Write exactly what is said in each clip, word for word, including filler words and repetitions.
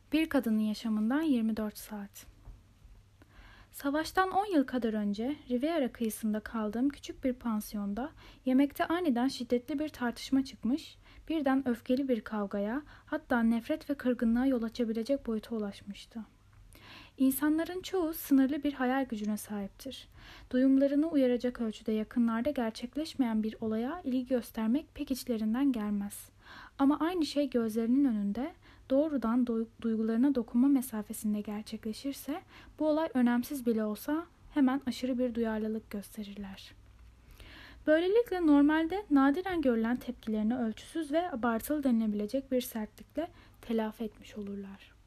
Bir kadının yaşamından yirmi dört saat. Savaştan on yıl kadar önce Riviera kıyısında kaldığım küçük bir pansiyonda yemekte aniden şiddetli bir tartışma çıkmış, birden öfkeli bir kavgaya, hatta nefret ve kırgınlığa yol açabilecek boyuta ulaşmıştı. İnsanların çoğu sınırlı bir hayal gücüne sahiptir. Duyumlarını uyaracak ölçüde yakınlarda gerçekleşmeyen bir olaya ilgi göstermek pek içlerinden gelmez. Ama aynı şey gözlerinin önünde doğrudan duygularına dokunma mesafesinde gerçekleşirse bu olay önemsiz bile olsa hemen aşırı bir duyarlılık gösterirler. Böylelikle normalde nadiren görülen tepkilerini ölçüsüz ve abartılı denilebilecek bir sertlikle telafi etmiş olurlar.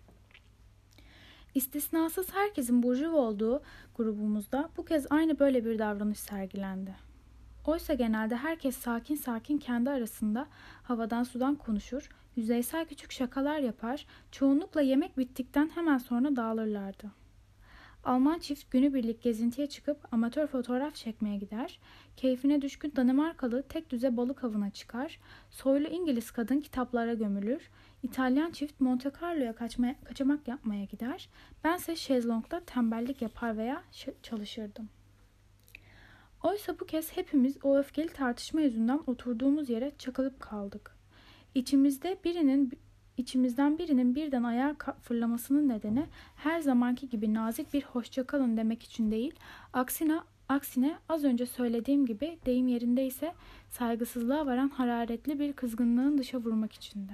İstisnasız herkesin burjuva olduğu grubumuzda bu kez aynı böyle bir davranış sergilendi. Oysa genelde herkes sakin sakin kendi arasında havadan sudan konuşur, yüzeysel küçük şakalar yapar, çoğunlukla yemek bittikten hemen sonra dağılırlardı. Alman çift günübirlik gezintiye çıkıp amatör fotoğraf çekmeye gider, keyfine düşkün Danimarkalı tek düze balık avına çıkar, soylu İngiliz kadın kitaplara gömülür, İtalyan çift Monte Carlo'ya kaçmaya, kaçamak yapmaya gider, bense şezlongda tembellik yapar veya çalışırdım. Oysa bu kez hepimiz o öfkeli tartışma yüzünden oturduğumuz yere çakılıp kaldık. İçimizde birinin içimizden birinin birden ayağa fırlamasının nedeni her zamanki gibi nazik bir hoşça kalın demek için değil, aksine aksine az önce söylediğim gibi deyim yerindeyse saygısızlığa varan hararetli bir kızgınlığın dışa vurmak içindi.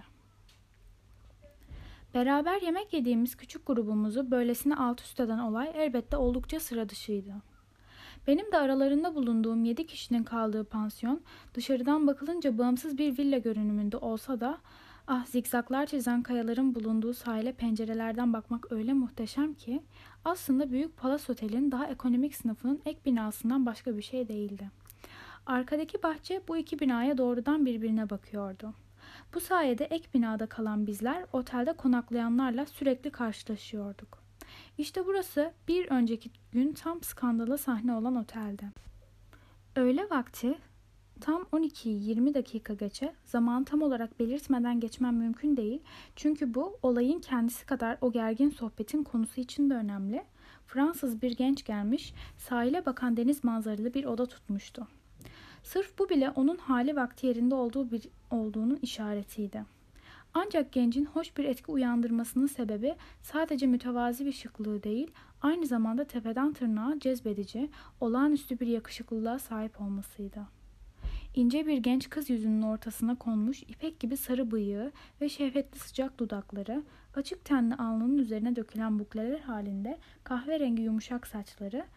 Beraber yemek yediğimiz küçük grubumuzu böylesine alt üst eden olay elbette oldukça sıra dışıydı. Benim de aralarında bulunduğum yedi kişinin kaldığı pansiyon dışarıdan bakılınca bağımsız bir villa görünümünde olsa da ah zikzaklar çizen kayaların bulunduğu sahile pencerelerden bakmak öyle muhteşem ki aslında Büyük Palas Otel'in daha ekonomik sınıfının ek binasından başka bir şey değildi. Arkadaki bahçe bu iki binaya doğrudan birbirine bakıyordu. Bu sayede ek binada kalan bizler otelde konaklayanlarla sürekli karşılaşıyorduk. İşte burası bir önceki gün tam skandala sahne olan oteldi. Öğle vakti tam on ikiyi yirmi dakika geçe, zamanı tam olarak belirtmeden geçmem mümkün değil. Çünkü bu olayın kendisi kadar o gergin sohbetin konusu için de önemli. Fransız bir genç gelmiş, sahile bakan deniz manzaralı bir oda tutmuştu. Sırf bu bile onun hali vakti yerinde olduğu bir, olduğunun işaretiydi. Ancak gencin hoş bir etki uyandırmasının sebebi sadece mütevazi bir şıklığı değil, aynı zamanda tepeden tırnağa cezbedici, olağanüstü bir yakışıklılığa sahip olmasıydı. İnce bir genç kız yüzünün ortasına konmuş ipek gibi sarı bıyığı ve şehvetli sıcak dudakları, açık tenli alnının üzerine dökülen bukleler halinde kahverengi yumuşak saçları,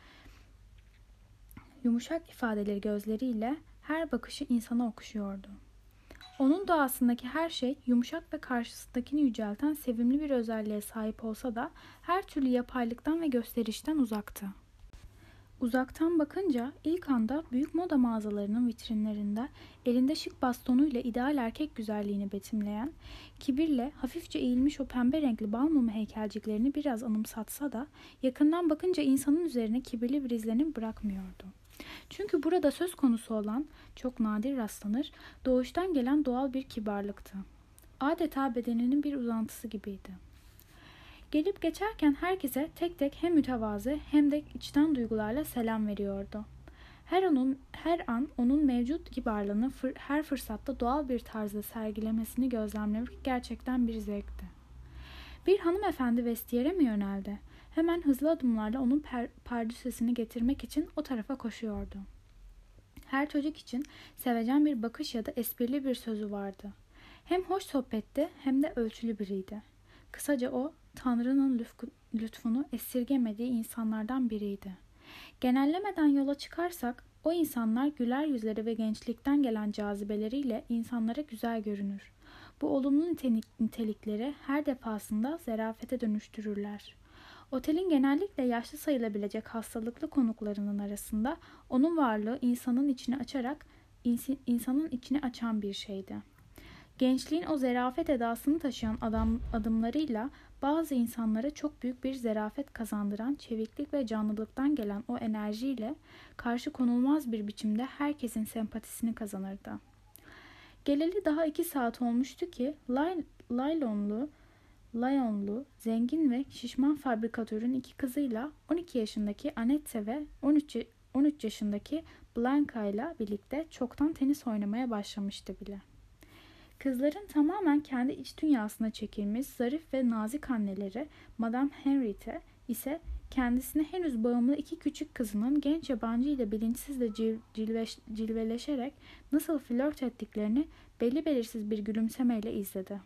yumuşak ifadeli gözleriyle her bakışı insana okşuyordu. Onun doğasındaki her şey yumuşak ve karşısındakini yücelten sevimli bir özelliğe sahip olsa da her türlü yapaylıktan ve gösterişten uzaktı. Uzaktan bakınca ilk anda büyük moda mağazalarının vitrinlerinde elinde şık bastonuyla ideal erkek güzelliğini betimleyen, kibirle hafifçe eğilmiş o pembe renkli bal mumu heykelciklerini biraz anımsatsa da yakından bakınca insanın üzerine kibirli bir izlenim bırakmıyordu. Çünkü burada söz konusu olan, çok nadir rastlanır, doğuştan gelen doğal bir kibarlıktı. Adeta bedeninin bir uzantısı gibiydi. Gelip geçerken herkese tek tek hem mütevazı hem de içten duygularla selam veriyordu. Her onun her an onun mevcut kibarlığını fır, her fırsatta doğal bir tarzda sergilemesini gözlemlemek gerçekten bir zevkti. Bir hanımefendi vestiyere mi yöneldi? Hemen hızlı adımlarla onun per, pardüsesini getirmek için o tarafa koşuyordu. Her çocuk için sevecen bir bakış ya da esprili bir sözü vardı. Hem hoş sohbetti hem de ölçülü biriydi. Kısaca o, Tanrı'nın lütfunu esirgemediği insanlardan biriydi. Genellemeden yola çıkarsak, o insanlar güler yüzleri ve gençlikten gelen cazibeleriyle insanlara güzel görünür. Bu olumlu nitelikleri her defasında zerafete dönüştürürler. Otelin genellikle yaşlı sayılabilecek hastalıklı konuklarının arasında onun varlığı insanın içini açarak insanın içini açan bir şeydi. Gençliğin o zerafet edasını taşıyan adam, adımlarıyla bazı insanlara çok büyük bir zerafet kazandıran çeviklik ve canlılıktan gelen o enerjiyle karşı konulmaz bir biçimde herkesin sempatisini kazanırdı. Geleli daha iki saat olmuştu ki Lay, Laylonlu Lyonlu, zengin ve şişman fabrikatörün iki kızıyla on iki yaşındaki Annette ve on üç, on üç yaşındaki Blanca ile birlikte çoktan tenis oynamaya başlamıştı bile. Kızların tamamen kendi iç dünyasına çekilmiş zarif ve nazik anneleri Madame Henriette ise kendisine henüz bağımlı iki küçük kızının genç yabancı ile bilinçsizce cilve, cilveleşerek nasıl flört ettiklerini belli belirsiz bir gülümsemeyle izledi.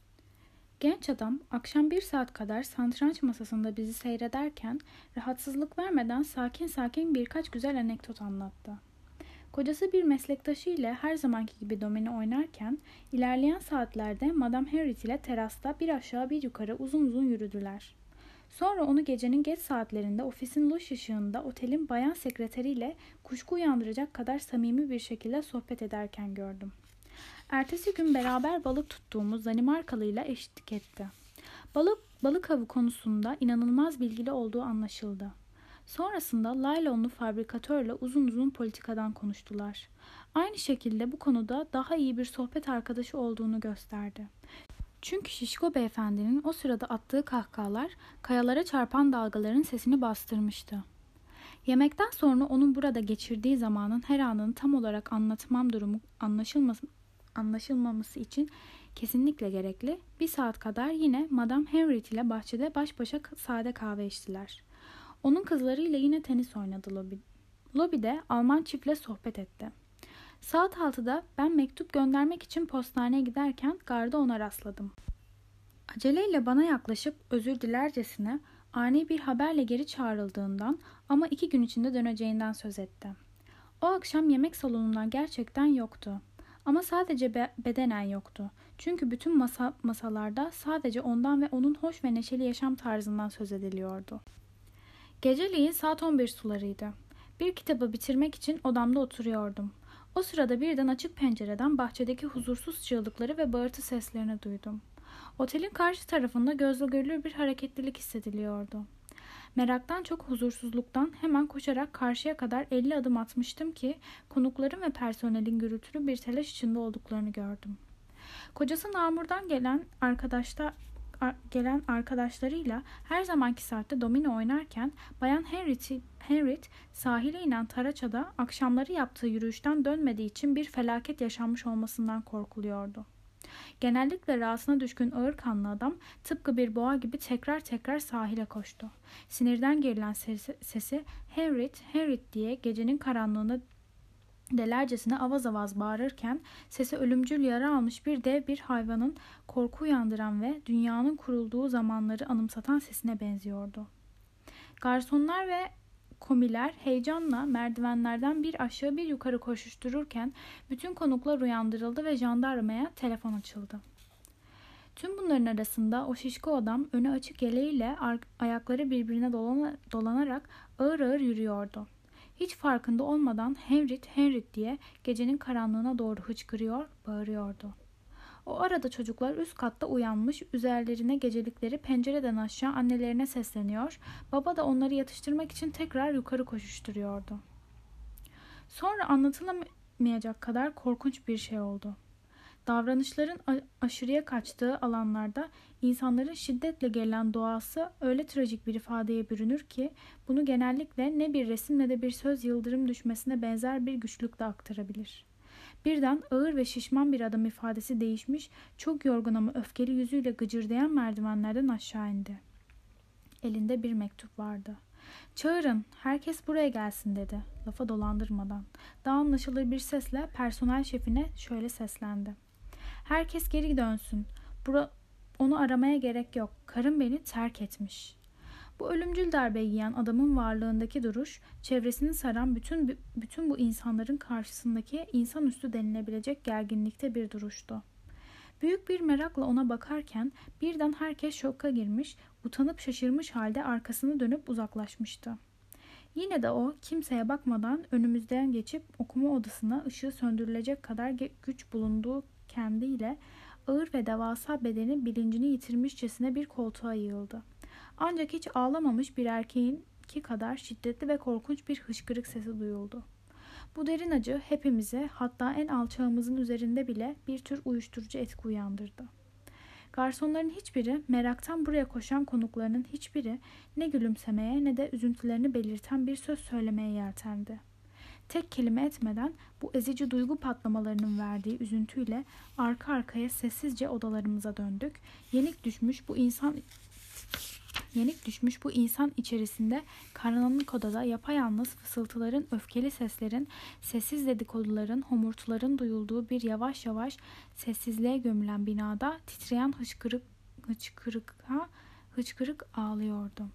Genç adam akşam bir saat kadar satranç masasında bizi seyrederken rahatsızlık vermeden sakin sakin birkaç güzel anekdot anlattı. Kocası bir meslektaşı ile her zamanki gibi domino oynarken ilerleyen saatlerde Madame Henriette ile terasta bir aşağı bir yukarı uzun uzun yürüdüler. Sonra onu gecenin geç saatlerinde ofisin loş ışığında otelin bayan sekreteriyle kuşku uyandıracak kadar samimi bir şekilde sohbet ederken gördüm. Ertesi gün beraber balık tuttuğumuz Danimarkalıyla eşitlik etti. Balık, balık avı konusunda inanılmaz bilgili olduğu anlaşıldı. Sonrasında Laylonlu fabrikatörle uzun uzun politikadan konuştular. Aynı şekilde bu konuda daha iyi bir sohbet arkadaşı olduğunu gösterdi. Çünkü şişko beyefendinin o sırada attığı kahkahalar kayalara çarpan dalgaların sesini bastırmıştı. Yemekten sonra onun burada geçirdiği zamanın her anını tam olarak anlatmam durumu anlaşılması, anlaşılmaması için kesinlikle gerekli. Bir saat kadar yine Madame Henriette ile bahçede baş başa sade kahve içtiler. Onun kızlarıyla yine tenis oynadı lobi. Lobide Alman çiftle sohbet etti. Saat altıda ben mektup göndermek için postaneye giderken garda ona rastladım. Aceleyle bana yaklaşıp özür dilercesine ani bir haberle geri çağrıldığından ama iki gün içinde döneceğinden söz etti. O akşam yemek salonundan gerçekten yoktu. Ama sadece be- bedenen yoktu. Çünkü bütün masa- masalarda sadece ondan ve onun hoş ve neşeli yaşam tarzından söz ediliyordu. Geceliğin saat on bir sularıydı. Bir kitabı bitirmek için odamda oturuyordum. O sırada birden açık pencereden bahçedeki huzursuz çığlıkları ve bağırtı seslerini duydum. Otelin karşı tarafında gözle görülür bir hareketlilik hissediliyordu. Meraktan çok huzursuzluktan hemen koşarak karşıya kadar elli adım atmıştım ki konukların ve personelin gürültülü bir telaş içinde olduklarını gördüm. Kocası Namur'dan gelen arkadaşlar gelen arkadaşlarıyla her zamanki saatte domino oynarken Bayan Henriette, Henriette sahile inen Taraça'da akşamları yaptığı yürüyüşten dönmediği için bir felaket yaşanmış olmasından korkuluyordu. Genellikle rahatsına düşkün ağırkanlı adam tıpkı bir boğa gibi tekrar tekrar sahile koştu. Sinirden gerilen sesi, sesi Henriette, Henriette diye gecenin karanlığında delercesine avaz avaz bağırırken sesi ölümcül yara almış bir dev bir hayvanın korku uyandıran ve dünyanın kurulduğu zamanları anımsatan sesine benziyordu. Garsonlar ve komiler heyecanla merdivenlerden bir aşağı bir yukarı koşuştururken bütün konuklar uyandırıldı ve jandarmaya telefon açıldı. Tüm bunların arasında o şişko adam önü açık yeleğiyle ayakları birbirine dolana, dolanarak ağır ağır yürüyordu. Hiç farkında olmadan Henriette, Henriette diye gecenin karanlığına doğru hıçkırıyor, bağırıyordu. O arada çocuklar üst katta uyanmış, üzerlerine gecelikleri pencereden aşağı annelerine sesleniyor, baba da onları yatıştırmak için tekrar yukarı koşuşturuyordu. Sonra anlatılamayacak kadar korkunç bir şey oldu. Davranışların aşırıya kaçtığı alanlarda insanların şiddetle gelen doğası öyle trajik bir ifadeye bürünür ki bunu genellikle ne bir resim ne de bir söz yıldırım düşmesine benzer bir güçlükle aktarabilir. Birden ağır ve şişman bir adam ifadesi değişmiş, çok yorgun ama öfkeli yüzüyle gıcırdayan merdivenlerden aşağı indi. Elinde bir mektup vardı. "Çağırın, herkes buraya gelsin," dedi, lafa dolandırmadan. Daha anlaşılır bir sesle personel şefine şöyle seslendi. "Herkes geri dönsün. Bura, onu aramaya gerek yok. Karım beni terk etmiş." Bu ölümcül darbe yiyen adamın varlığındaki duruş, çevresini saran bütün bütün bu insanların karşısındaki insanüstü denilebilecek gerginlikte bir duruştu. Büyük bir merakla ona bakarken birden herkes şoka girmiş, utanıp şaşırmış halde arkasını dönüp uzaklaşmıştı. Yine de o kimseye bakmadan önümüzden geçip okuma odasına ışığı söndürülecek kadar güç bulunduğu kendiyle ağır ve devasa bedeni bilincini yitirmişçesine bir koltuğa yığıldı. Ancak hiç ağlamamış bir erkeğin ki kadar şiddetli ve korkunç bir hıçkırık sesi duyuldu. Bu derin acı hepimize, hatta en alçağımızın üzerinde bile bir tür uyuşturucu etki uyandırdı. Garsonların hiçbiri, meraktan buraya koşan konuklarının hiçbiri ne gülümsemeye ne de üzüntülerini belirten bir söz söylemeye yeltendi. Tek kelime etmeden bu ezici duygu patlamalarının verdiği üzüntüyle arka arkaya sessizce odalarımıza döndük. Yenik düşmüş bu insan Yenik düşmüş bu insan içerisinde karanlık odada yapayalnız fısıltıların, öfkeli seslerin, sessiz dedikoduların, homurtuların duyulduğu bir yavaş yavaş sessizliğe gömülen binada titreyen hıçkırık, hıçkırıkha, hıçkırık ağlıyordu.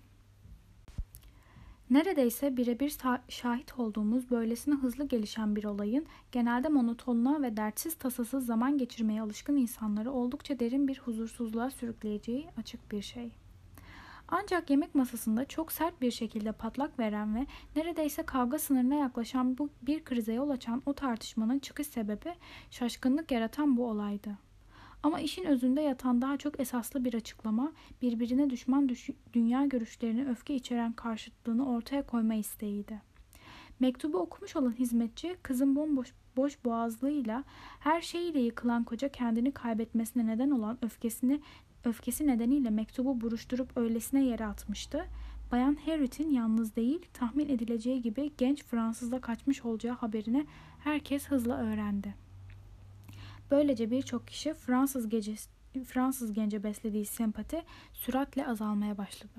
Neredeyse birebir şahit olduğumuz böylesine hızlı gelişen bir olayın genelde monotonluğa ve dertsiz tasasız zaman geçirmeye alışkın insanları oldukça derin bir huzursuzluğa sürükleyeceği açık bir şey. Ancak yemek masasında çok sert bir şekilde patlak veren ve neredeyse kavga sınırına yaklaşan bu bir krize yol açan o tartışmanın çıkış sebebi şaşkınlık yaratan bu olaydı. Ama işin özünde yatan daha çok esaslı bir açıklama, birbirine düşman düş- dünya görüşlerini öfke içeren karşıtlığını ortaya koyma isteğiydi. Mektubu okumuş olan hizmetçi, kızın bomboş boş boğazlığıyla her şeyiyle yıkılan koca kendini kaybetmesine neden olan öfkesini öfkesi nedeniyle mektubu buruşturup öylesine yere atmıştı. Bayan Harriet'in yalnız değil, tahmin edileceği gibi genç Fransızla kaçmış olacağı haberini herkes hızla öğrendi. Böylece birçok kişi Fransız, gece, Fransız gence beslediği sempati süratle azalmaya başladı.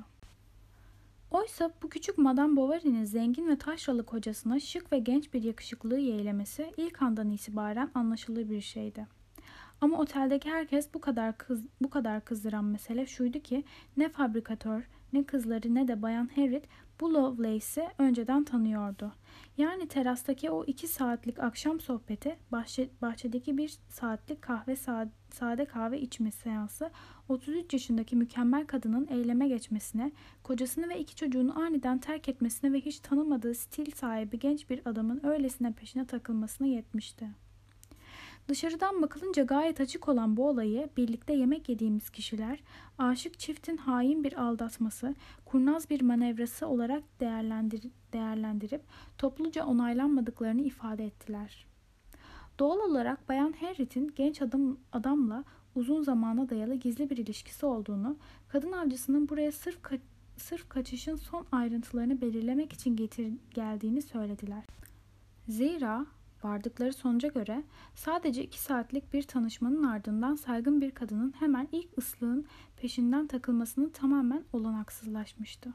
Oysa bu küçük Madame Bovary'nin zengin ve taşralı kocasına şık ve genç bir yakışıklılığı yeğlemesi ilk andan itibaren anlaşılır bir şeydi. Ama oteldeki herkes bu kadar kız, bu kadar kızdıran mesele şuydu ki ne fabrikatör, ne kızları ne de Bayan Harriet bu Lovelace'i önceden tanıyordu. Yani terastaki o iki saatlik akşam sohbeti, bahçe, bahçedeki bir saatlik kahve sade kahve içme seansı, otuz üç yaşındaki mükemmel kadının eyleme geçmesine, kocasını ve iki çocuğunu aniden terk etmesine ve hiç tanımadığı stil sahibi genç bir adamın öylesine peşine takılmasına yetmişti. Dışarıdan bakılınca gayet açık olan bu olayı birlikte yemek yediğimiz kişiler aşık çiftin hain bir aldatması, kurnaz bir manevrası olarak değerlendir değerlendirip topluca onaylanmadıklarını ifade ettiler. Doğal olarak Bayan Harriet'in genç adam, adamla uzun zamana dayalı gizli bir ilişkisi olduğunu, kadın avcısının buraya sırf, ka sırf kaçışın son ayrıntılarını belirlemek için getir geldiğini söylediler. Zira vardıkları sonuca göre sadece iki saatlik bir tanışmanın ardından saygın bir kadının hemen ilk ıslığın peşinden takılmasını tamamen olanaksızlaşmıştı.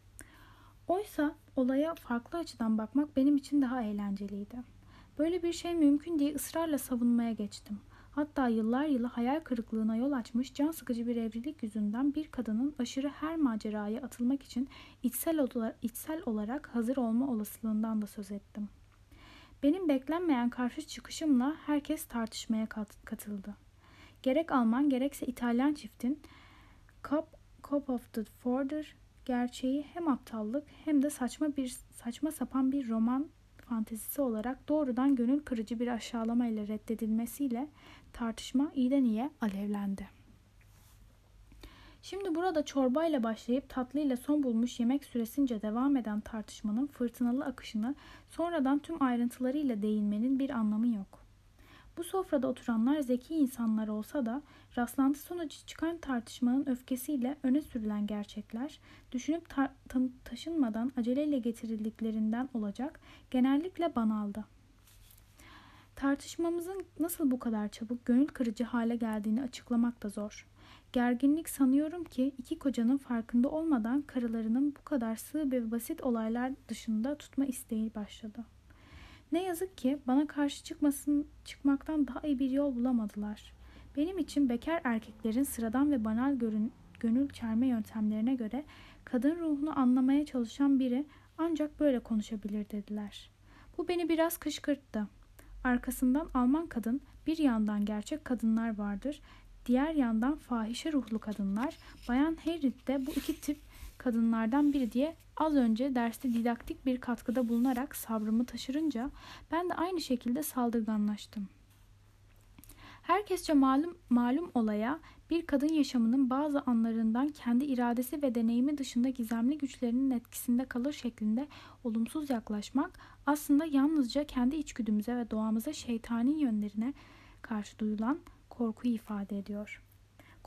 Oysa olaya farklı açıdan bakmak benim için daha eğlenceliydi. Böyle bir şey mümkün diye ısrarla savunmaya geçtim. Hatta yıllar yılı hayal kırıklığına yol açmış can sıkıcı bir evlilik yüzünden bir kadının aşırı her maceraya atılmak için içsel olarak, içsel olarak hazır olma olasılığından da söz ettim. Benim beklenmeyen karşı çıkışımla herkes tartışmaya katıldı. Gerek Alman gerekse İtalyan çiftin Cup, Cup of the Forder gerçeği hem aptallık hem de saçma bir saçma sapan bir roman fantezisi olarak doğrudan gönül kırıcı bir aşağılama ile reddedilmesiyle tartışma iyiden iyiye alevlendi. Şimdi burada çorbayla başlayıp tatlıyla son bulmuş yemek süresince devam eden tartışmanın fırtınalı akışını sonradan tüm ayrıntılarıyla değinmenin bir anlamı yok. Bu sofrada oturanlar zeki insanlar olsa da rastlantı sonucu çıkan tartışmanın öfkesiyle öne sürülen gerçekler, düşünüp ta- ta- taşınmadan aceleyle getirildiklerinden olacak, genellikle banaldı. Tartışmamızın nasıl bu kadar çabuk gönül kırıcı hale geldiğini açıklamak da zor. Gerginlik sanıyorum ki iki kocanın farkında olmadan karılarının bu kadar sığ ve basit olaylar dışında tutma isteği başladı. Ne yazık ki bana karşı çıkmasın, çıkmaktan daha iyi bir yol bulamadılar. Benim için bekar erkeklerin sıradan ve banal görün, gönül çelme yöntemlerine göre kadın ruhunu anlamaya çalışan biri ancak böyle konuşabilir dediler. Bu beni biraz kışkırttı. Arkasından Alman kadın, bir yandan gerçek kadınlar vardır, diğer yandan fahişe ruhlu kadınlar, Bayan Harriet de bu iki tip kadınlardan biri diye az önce derste didaktik bir katkıda bulunarak sabrımı taşırınca ben de aynı şekilde saldırganlaştım. Herkesçe malum, malum olaya bir kadın yaşamının bazı anlarından kendi iradesi ve deneyimi dışında gizemli güçlerinin etkisinde kalır şeklinde olumsuz yaklaşmak aslında yalnızca kendi içgüdümüze ve doğamıza şeytani yönlerine karşı duyulan korkuyu ifade ediyor.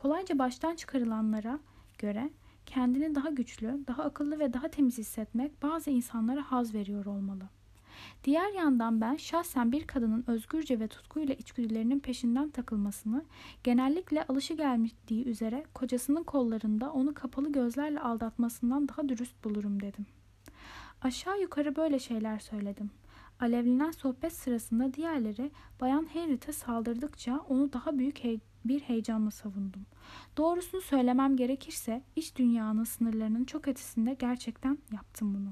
Kolayca baştan çıkarılanlara göre kendini daha güçlü, daha akıllı ve daha temiz hissetmek bazı insanlara haz veriyor olmalı. Diğer yandan ben şahsen bir kadının özgürce ve tutkuyla içgüdülerinin peşinden takılmasını, genellikle alışıgeldiği üzere kocasının kollarında onu kapalı gözlerle aldatmasından daha dürüst bulurum dedim. Aşağı yukarı böyle şeyler söyledim. Alevlenen sohbet sırasında diğerleri Bayan Harriet'e saldırdıkça onu daha büyük hey- bir heyecanla savundum. Doğrusunu söylemem gerekirse iç dünyanın sınırlarının çok ötesinde gerçekten yaptım bunu.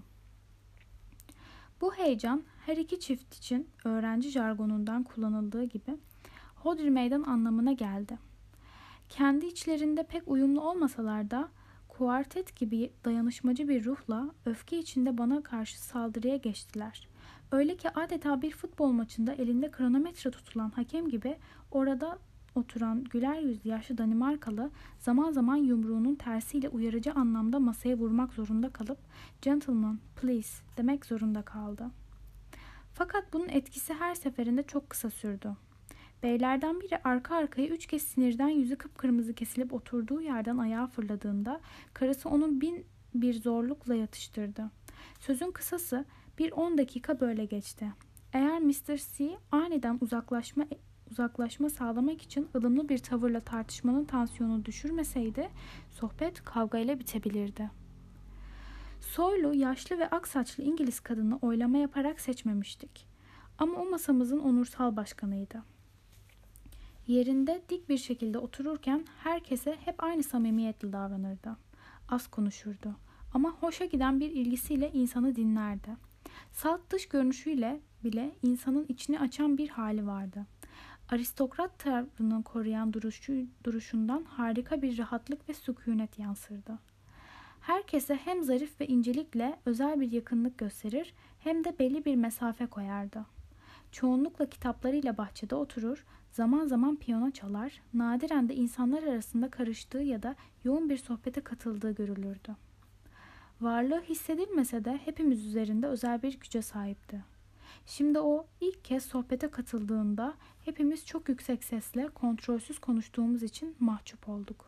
Bu heyecan her iki çift için öğrenci jargonundan kullanıldığı gibi hodri meydan anlamına geldi. Kendi içlerinde pek uyumlu olmasalar da kuartet gibi dayanışmacı bir ruhla öfke içinde bana karşı saldırıya geçtiler. Öyle ki adeta bir futbol maçında elinde kronometre tutulan hakem gibi orada oturan güler yüzlü yaşlı Danimarkalı zaman zaman yumruğunun tersiyle uyarıcı anlamda masaya vurmak zorunda kalıp "Gentlemen, please" demek zorunda kaldı. Fakat bunun etkisi her seferinde çok kısa sürdü. Beylerden biri arka arkaya üç kez sinirden yüzü kıpkırmızı kesilip oturduğu yerden ayağa fırladığında karısı onu bin bir zorlukla yatıştırdı. Sözün kısası bir on dakika böyle geçti. Eğer mister C aniden uzaklaşma uzaklaşma sağlamak için ılımlı bir tavırla tartışmanın tansiyonunu düşürmeseydi sohbet kavgayla bitebilirdi. Soylu, yaşlı ve aksaçlı İngiliz kadını oylama yaparak seçmemiştik. Ama o masamızın onursal başkanıydı. Yerinde dik bir şekilde otururken herkese hep aynı samimiyetle davranırdı. Az konuşurdu ama hoşa giden bir ilgisiyle insanı dinlerdi. Salt dış görünüşüyle bile insanın içini açan bir hali vardı. Aristokrat tavrını koruyan duruşu, duruşundan harika bir rahatlık ve sükunet yansırdı. Herkese hem zarif ve incelikle özel bir yakınlık gösterir hem de belli bir mesafe koyardı. Çoğunlukla kitaplarıyla bahçede oturur, zaman zaman piyano çalar, nadiren de insanlar arasında karıştığı ya da yoğun bir sohbete katıldığı görülürdü. Varlığı hissedilmese de hepimiz üzerinde özel bir güce sahipti. Şimdi o ilk kez sohbete katıldığında hepimiz çok yüksek sesle kontrolsüz konuştuğumuz için mahcup olduk.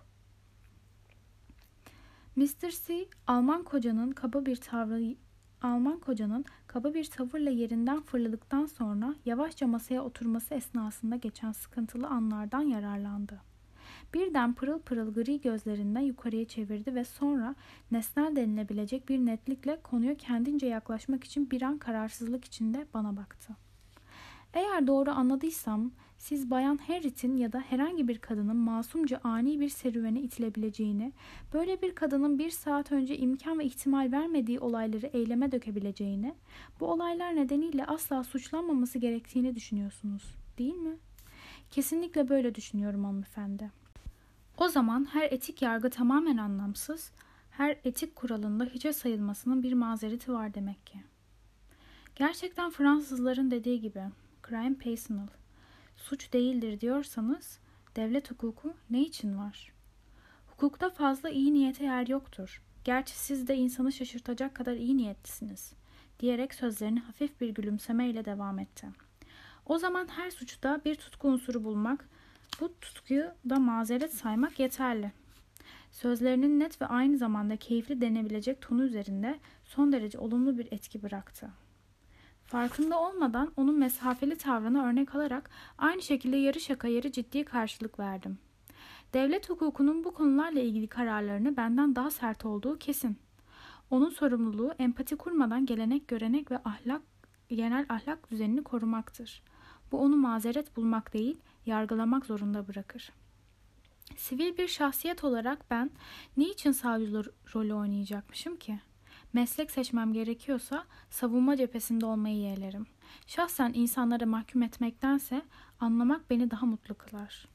mister C, Alman kocanın kaba bir tavrı Alman kocanın kaba bir tavırla yerinden fırladıktan sonra yavaşça masaya oturması esnasında geçen sıkıntılı anlardan yararlandı. Birden pırıl pırıl gri gözlerinden yukarıya çevirdi ve sonra nesnel denilebilecek bir netlikle konuya kendince yaklaşmak için bir an kararsızlık içinde bana baktı. Eğer doğru anladıysam siz Bayan Harriet'in ya da herhangi bir kadının masumca ani bir serüvene itilebileceğini, böyle bir kadının bir saat önce imkan ve ihtimal vermediği olayları eyleme dökebileceğini, bu olaylar nedeniyle asla suçlanmaması gerektiğini düşünüyorsunuz, değil mi? Kesinlikle böyle düşünüyorum hanımefendi. O zaman her etik yargı tamamen anlamsız, her etik kuralın da hiçe sayılmasının bir mazereti var demek ki. Gerçekten Fransızların dediği gibi, crime personal, suç değildir diyorsanız, devlet hukuku ne için var? Hukukta fazla iyi niyete yer yoktur. Gerçi siz de insanı şaşırtacak kadar iyi niyetlisiniz, diyerek sözlerini hafif bir gülümsemeyle devam etti. O zaman her suçta bir tutku unsuru bulmak, bu tutkuyu da mazeret saymak yeterli. Sözlerinin net ve aynı zamanda keyifli denebilecek tonu üzerinde son derece olumlu bir etki bıraktı. Farkında olmadan onun mesafeli tavrına örnek alarak aynı şekilde yarı şaka yarı ciddi karşılık verdim. Devlet hukukunun bu konularla ilgili kararlarını benden daha sert olduğu kesin. Onun sorumluluğu empati kurmadan gelenek, görenek ve ahlak, genel ahlak düzenini korumaktır. Bu onu mazeret bulmak değil, yargılamak zorunda bırakır. Sivil bir şahsiyet olarak ben niçin savcı rolü oynayacakmışım ki? Meslek seçmem gerekiyorsa savunma cephesinde olmayı yeğlerim. Şahsen insanları mahkum etmektense anlamak beni daha mutlu kılar.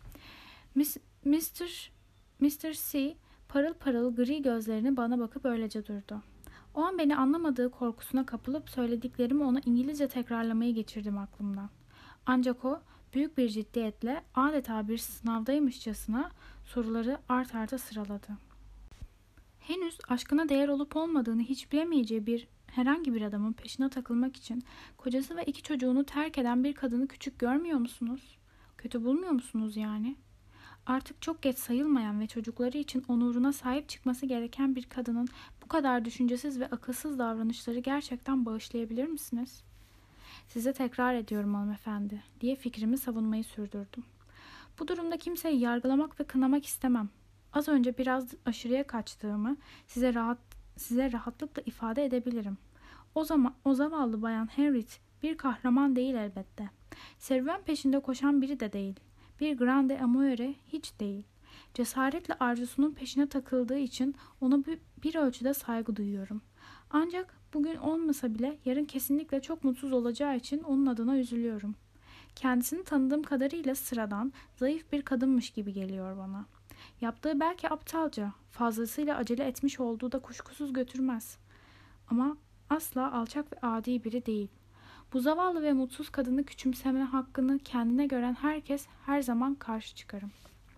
mister mister C parıl parıl gri gözlerini bana bakıp öylece durdu. O an beni anlamadığı korkusuna kapılıp söylediklerimi ona İngilizce tekrarlamayı geçirdim aklımdan. Ancak o büyük bir ciddiyetle adeta bir sınavdaymışçasına soruları art arda sıraladı. Henüz aşkına değer olup olmadığını hiç bilemeyeceği bir herhangi bir adamın peşine takılmak için kocası ve iki çocuğunu terk eden bir kadını küçük görmüyor musunuz? Kötü bulmuyor musunuz yani? Artık çok geç sayılmayan ve çocukları için onuruna sahip çıkması gereken bir kadının bu kadar düşüncesiz ve akılsız davranışları gerçekten bağışlayabilir misiniz? Size tekrar ediyorum hanımefendi, diye fikrimi savunmayı sürdürdüm. Bu durumda kimseyi yargılamak ve kınamak istemem. Az önce biraz aşırıya kaçtığımı size rahat size rahatlıkla ifade edebilirim. O zaman o zavallı bayan Henriette bir kahraman değil elbette. Serüven peşinde koşan biri de değil. Bir grande amore hiç değil. Cesaretle arzusunun peşine takıldığı için ona bir, bir ölçüde saygı duyuyorum. Ancak bugün olmasa bile yarın kesinlikle çok mutsuz olacağı için onun adına üzülüyorum. Kendisini tanıdığım kadarıyla sıradan, zayıf bir kadınmış gibi geliyor bana. Yaptığı belki aptalca, fazlasıyla acele etmiş olduğu da kuşkusuz götürmez. Ama asla alçak ve adi biri değil. Bu zavallı ve mutsuz kadını küçümseme hakkını kendine gören herkes her zaman karşı çıkarım.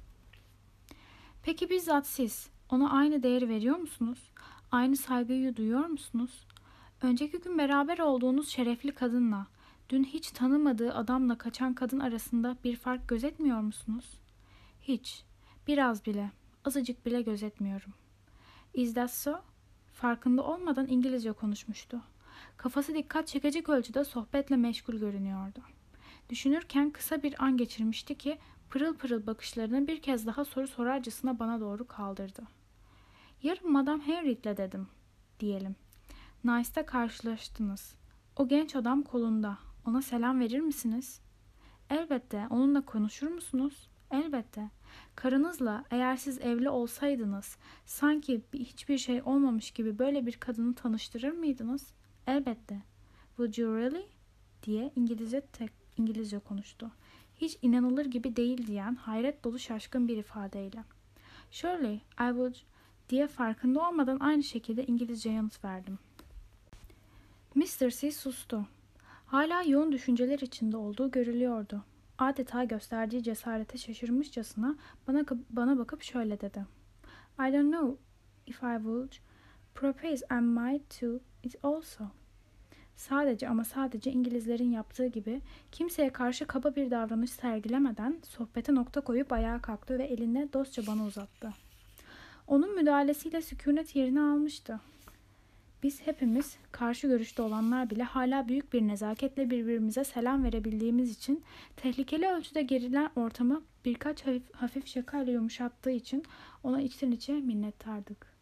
Peki bizzat siz ona aynı değeri veriyor musunuz? Aynı saygıyı duyuyor musunuz? Önceki gün beraber olduğunuz şerefli kadınla, dün hiç tanımadığı adamla kaçan kadın arasında bir fark gözetmiyor musunuz? Hiç, biraz bile, azıcık bile gözetmiyorum. Is that so? Farkında olmadan İngilizce konuşmuştu. Kafası dikkat çekecek ölçüde sohbetle meşgul görünüyordu. Düşünürken kısa bir an geçirmişti ki pırıl pırıl bakışlarını bir kez daha soru sorarcasına bana doğru kaldırdı. Yarın Madame Henriette'le dedim, diyelim. Nice'da karşılaştınız. O genç adam kolunda. Ona selam verir misiniz? Elbette. Onunla konuşur musunuz? Elbette. Karınızla eğer siz evli olsaydınız sanki hiçbir şey olmamış gibi böyle bir kadını tanıştırır mıydınız? Elbette. Would you really? diye İngilizce tek İngilizce konuştu. Hiç inanılır gibi değil diyen hayret dolu şaşkın bir ifadeyle. Surely I would diye farkında olmadan aynı şekilde İngilizce yanıt verdim. mister C sustu. Hala yoğun düşünceler içinde olduğu görülüyordu. Adeta gösterdiği cesarete şaşırmışçasına bana, bana bakıp şöyle dedi. I don't know if I would propose I might do it also. Sadece ama sadece İngilizlerin yaptığı gibi kimseye karşı kaba bir davranış sergilemeden sohbete nokta koyup ayağa kalktı ve elini dostça bana uzattı. Onun müdahalesiyle sükunet yerini almıştı. Biz hepimiz, karşı görüşte olanlar bile hala büyük bir nezaketle birbirimize selam verebildiğimiz için tehlikeli ölçüde gerilen ortamı birkaç hafif, hafif şakayla yumuşattığı için ona içten içe minnettardık.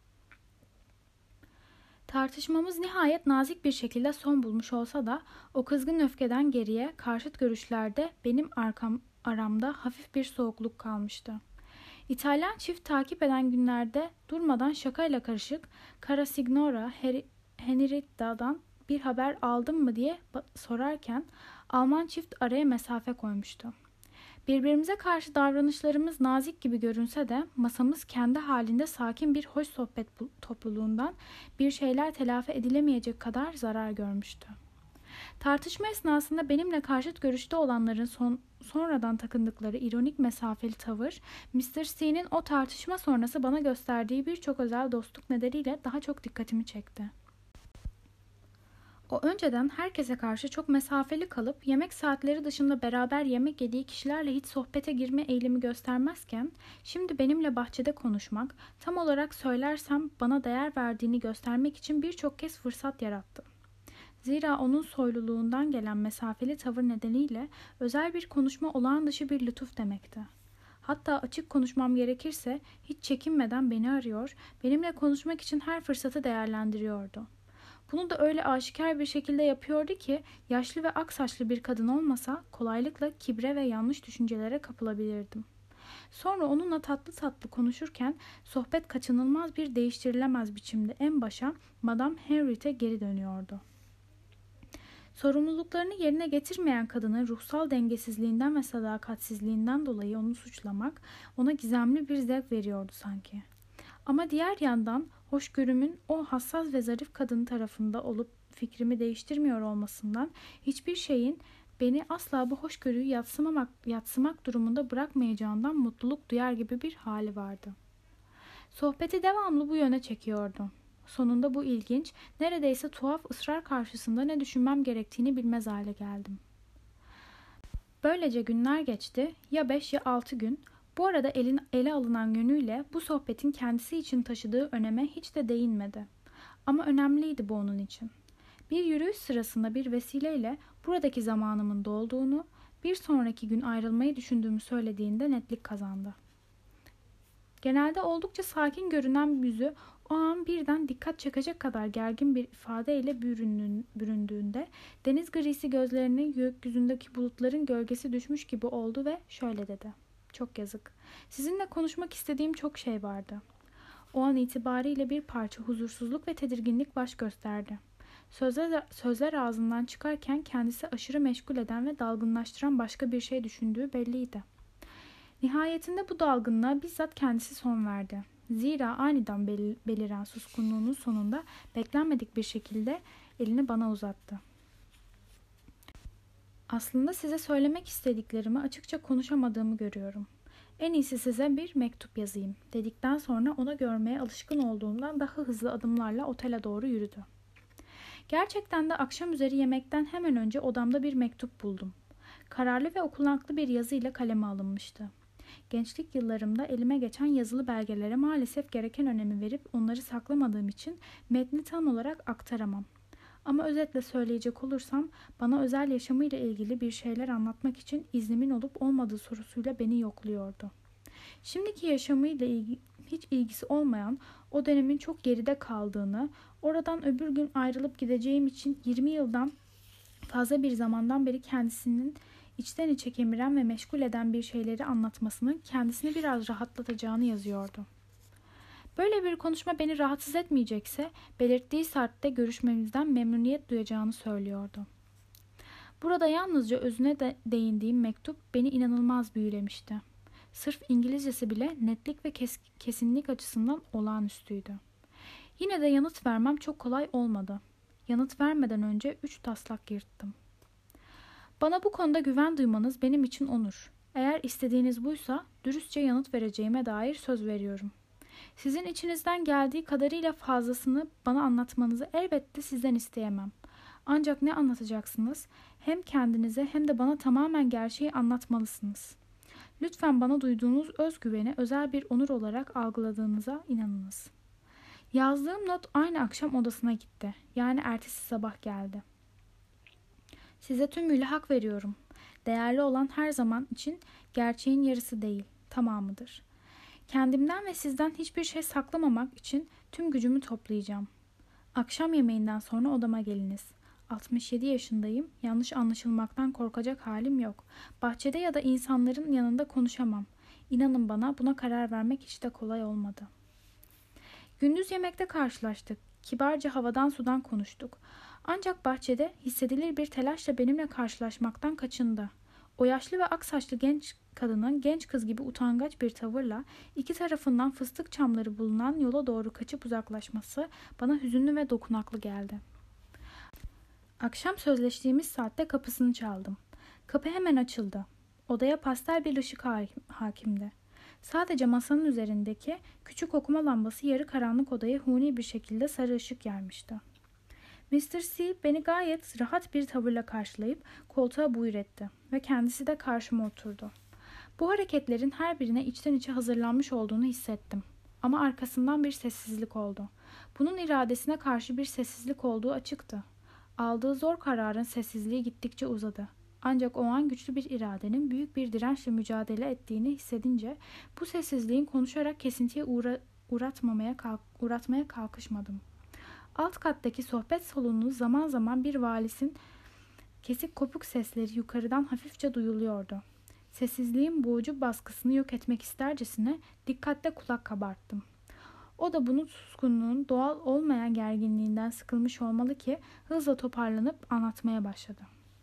Tartışmamız nihayet nazik bir şekilde son bulmuş olsa da o kızgın öfkeden geriye karşıt görüşlerde benim arkam, aramda hafif bir soğukluk kalmıştı. İtalyan çift takip eden günlerde durmadan şakayla karışık Cara Signora Henrietta'dan bir haber aldın mı diye sorarken Alman çift araya mesafe koymuştu. Birbirimize karşı davranışlarımız nazik gibi görünse de masamız kendi halinde sakin bir hoş sohbet topluluğundan bir şeyler telafi edilemeyecek kadar zarar görmüştü. Tartışma esnasında benimle karşıt görüşte olanların son, sonradan takındıkları ironik mesafeli tavır, mister C'nin o tartışma sonrası bana gösterdiği birçok özel dostluk nedeniyle daha çok dikkatimi çekti. O önceden herkese karşı çok mesafeli kalıp yemek saatleri dışında beraber yemek yediği kişilerle hiç sohbete girme eğilimi göstermezken, şimdi benimle bahçede konuşmak, tam olarak söylersem bana değer verdiğini göstermek için birçok kez fırsat yarattı. Zira onun soyluluğundan gelen mesafeli tavır nedeniyle özel bir konuşma olağan dışı bir lütuf demekti. Hatta açık konuşmam gerekirse hiç çekinmeden beni arıyor, benimle konuşmak için her fırsatı değerlendiriyordu. Bunu da öyle aşikar bir şekilde yapıyordu ki yaşlı ve ak saçlı bir kadın olmasa kolaylıkla kibre ve yanlış düşüncelere kapılabilirdim. Sonra onunla tatlı tatlı konuşurken sohbet kaçınılmaz bir değiştirilemez biçimde en başa Madame Henriette'e geri dönüyordu. Sorumluluklarını yerine getirmeyen kadının ruhsal dengesizliğinden ve sadakatsizliğinden dolayı onu suçlamak ona gizemli bir zevk veriyordu sanki. Ama diğer yandan hoşgörümün o hassas ve zarif kadın tarafında olup fikrimi değiştirmiyor olmasından hiçbir şeyin beni asla bu hoşgörüyü yadsımamak, yadsımak durumunda bırakmayacağından mutluluk duyar gibi bir hali vardı. Sohbeti devamlı bu yöne çekiyordu. Sonunda bu ilginç, neredeyse tuhaf ısrar karşısında ne düşünmem gerektiğini bilmez hale geldim. Böylece günler geçti, ya beş ya altı gün. Bu arada elin, ele alınan yönüyle bu sohbetin kendisi için taşıdığı öneme hiç de değinmedi. Ama önemliydi bu onun için. Bir yürüyüş sırasında bir vesileyle buradaki zamanımın dolduğunu, bir sonraki gün ayrılmayı düşündüğümü söylediğinde netlik kazandı. Genelde oldukça sakin görünen yüzü o an birden dikkat çekecek kadar gergin bir ifadeyle büründüğünde deniz grisi gözlerine gökyüzündeki bulutların gölgesi düşmüş gibi oldu ve şöyle dedi. Çok yazık. Sizinle konuşmak istediğim çok şey vardı. O an itibariyle bir parça huzursuzluk ve tedirginlik baş gösterdi. Sözler, sözler ağzından çıkarken kendisi aşırı meşgul eden ve dalgınlaştıran başka bir şey düşündüğü belliydi. Nihayetinde bu dalgınlığa bizzat kendisi son verdi. Zira aniden bel- beliren suskunluğunun sonunda beklenmedik bir şekilde elini bana uzattı. Aslında size söylemek istediklerimi açıkça konuşamadığımı görüyorum. En iyisi size bir mektup yazayım dedikten sonra ona görmeye alışkın olduğundan daha hızlı adımlarla otele doğru yürüdü. Gerçekten de akşam üzeri yemekten hemen önce odamda bir mektup buldum. Kararlı ve okunaklı bir yazıyla kaleme alınmıştı. Gençlik yıllarımda elime geçen yazılı belgelere maalesef gereken önemi verip onları saklamadığım için metni tam olarak aktaramam. Ama özetle söyleyecek olursam bana özel yaşamıyla ilgili bir şeyler anlatmak için iznimin olup olmadığı sorusuyla beni yokluyordu. Şimdiki yaşamıyla ilgi, hiç ilgisi olmayan o dönemin çok geride kaldığını, oradan öbür gün ayrılıp gideceğim için yirmi yıldan fazla bir zamandan beri kendisinin içten içe kemiren ve meşgul eden bir şeyleri anlatmasının kendisini biraz rahatlatacağını yazıyordu. Böyle bir konuşma beni rahatsız etmeyecekse belirttiği saatte görüşmemizden memnuniyet duyacağını söylüyordu. Burada yalnızca özüne de değindiğim mektup beni inanılmaz büyülemişti. Sırf İngilizcesi bile netlik ve kes- kesinlik açısından olağanüstüydü. Yine de yanıt vermem çok kolay olmadı. Yanıt vermeden önce üç taslak yırttım. Bana bu konuda güven duymanız benim için onur. Eğer istediğiniz buysa dürüstçe yanıt vereceğime dair söz veriyorum. Sizin içinizden geldiği kadarıyla fazlasını bana anlatmanızı elbette sizden isteyemem. Ancak ne anlatacaksınız? Hem kendinize hem de bana tamamen gerçeği anlatmalısınız. Lütfen bana duyduğunuz özgüveni özel bir onur olarak algıladığınıza inanınız. Yazdığım not aynı akşam odasına gitti. Yani ertesi sabah geldi. Size tümüyle hak veriyorum. Değerli olan her zaman için gerçeğin yarısı değil, tamamıdır. Kendimden ve sizden hiçbir şey saklamamak için tüm gücümü toplayacağım. Akşam yemeğinden sonra odama geliniz. altmış yedi yaşındayım, yanlış anlaşılmaktan korkacak halim yok. Bahçede ya da insanların yanında konuşamam. İnanın bana buna karar vermek hiç de kolay olmadı. Gündüz yemekte karşılaştık. Kibarca havadan sudan konuştuk. Ancak bahçede hissedilir bir telaşla benimle karşılaşmaktan kaçındı. O yaşlı ve ak saçlı genç kadının genç kız gibi utangaç bir tavırla iki tarafından fıstık çamları bulunan yola doğru kaçıp uzaklaşması bana hüzünlü ve dokunaklı geldi. Akşam sözleştiğimiz saatte kapısını çaldım. Kapı hemen açıldı. Odaya pastel bir ışık hakimdi. Sadece masanın üzerindeki küçük okuma lambası yarı karanlık odaya huni bir şekilde sarı ışık yaymıştı. mister C beni gayet rahat bir tavırla karşılayıp koltuğa buyur etti ve kendisi de karşıma oturdu. Bu hareketlerin her birine içten içe hazırlanmış olduğunu hissettim. Ama arkasından bir sessizlik oldu. Bunun iradesine karşı bir sessizlik olduğu açıktı. Aldığı zor kararın sessizliği gittikçe uzadı. Ancak o an güçlü bir iradenin büyük bir dirençle mücadele ettiğini hissedince bu sessizliğin konuşarak kesintiye uğra- uğratmamaya kalk- uğratmaya kalkışmadım. Alt kattaki sohbet salonunu zaman zaman bir valisin kesik kopuk sesleri yukarıdan hafifçe duyuluyordu. Sessizliğin boğucu baskısını yok etmek istercesine dikkatle kulak kabarttım. O da bunun suskunluğun doğal olmayan gerginliğinden sıkılmış olmalı ki hızla toparlanıp anlatmaya başladı.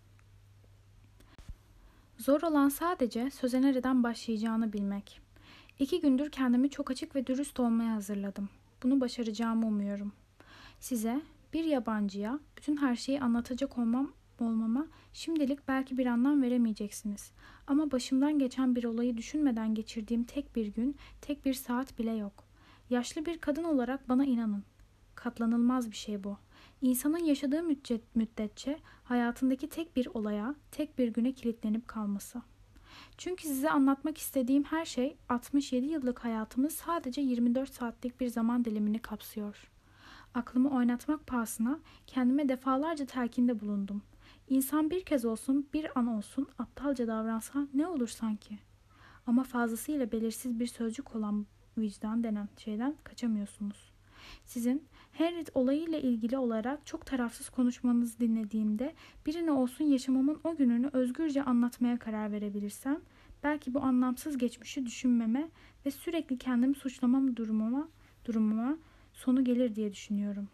Zor olan sadece söze nereden başlayacağını bilmek. İki gündür kendimi çok açık ve dürüst olmaya hazırladım. Bunu başaracağımı umuyorum. Size, bir yabancıya bütün her şeyi anlatacak olmam, olmama şimdilik belki bir anlam veremeyeceksiniz. Ama başımdan geçen bir olayı düşünmeden geçirdiğim tek bir gün, tek bir saat bile yok. Yaşlı bir kadın olarak bana inanın. Katlanılmaz bir şey bu. İnsanın yaşadığı müddetçe hayatındaki tek bir olaya, tek bir güne kilitlenip kalması. Çünkü size anlatmak istediğim her şey altmış yedi yıllık hayatımın sadece yirmi dört saatlik bir zaman dilimini kapsıyor. Aklımı oynatmak pahasına kendime defalarca telkinde bulundum. İnsan bir kez olsun, bir an olsun aptalca davransa ne olur sanki? Ama fazlasıyla belirsiz bir sözcük olan vicdan denen şeyden kaçamıyorsunuz. Sizin Harriet olayıyla ilgili olarak çok tarafsız konuşmanızı dinlediğimde birine olsun yaşamımın o gününü özgürce anlatmaya karar verebilirsem belki bu anlamsız geçmişi düşünmeme ve sürekli kendimi suçlamam durumuma, durumuma sonu gelir diye düşünüyorum.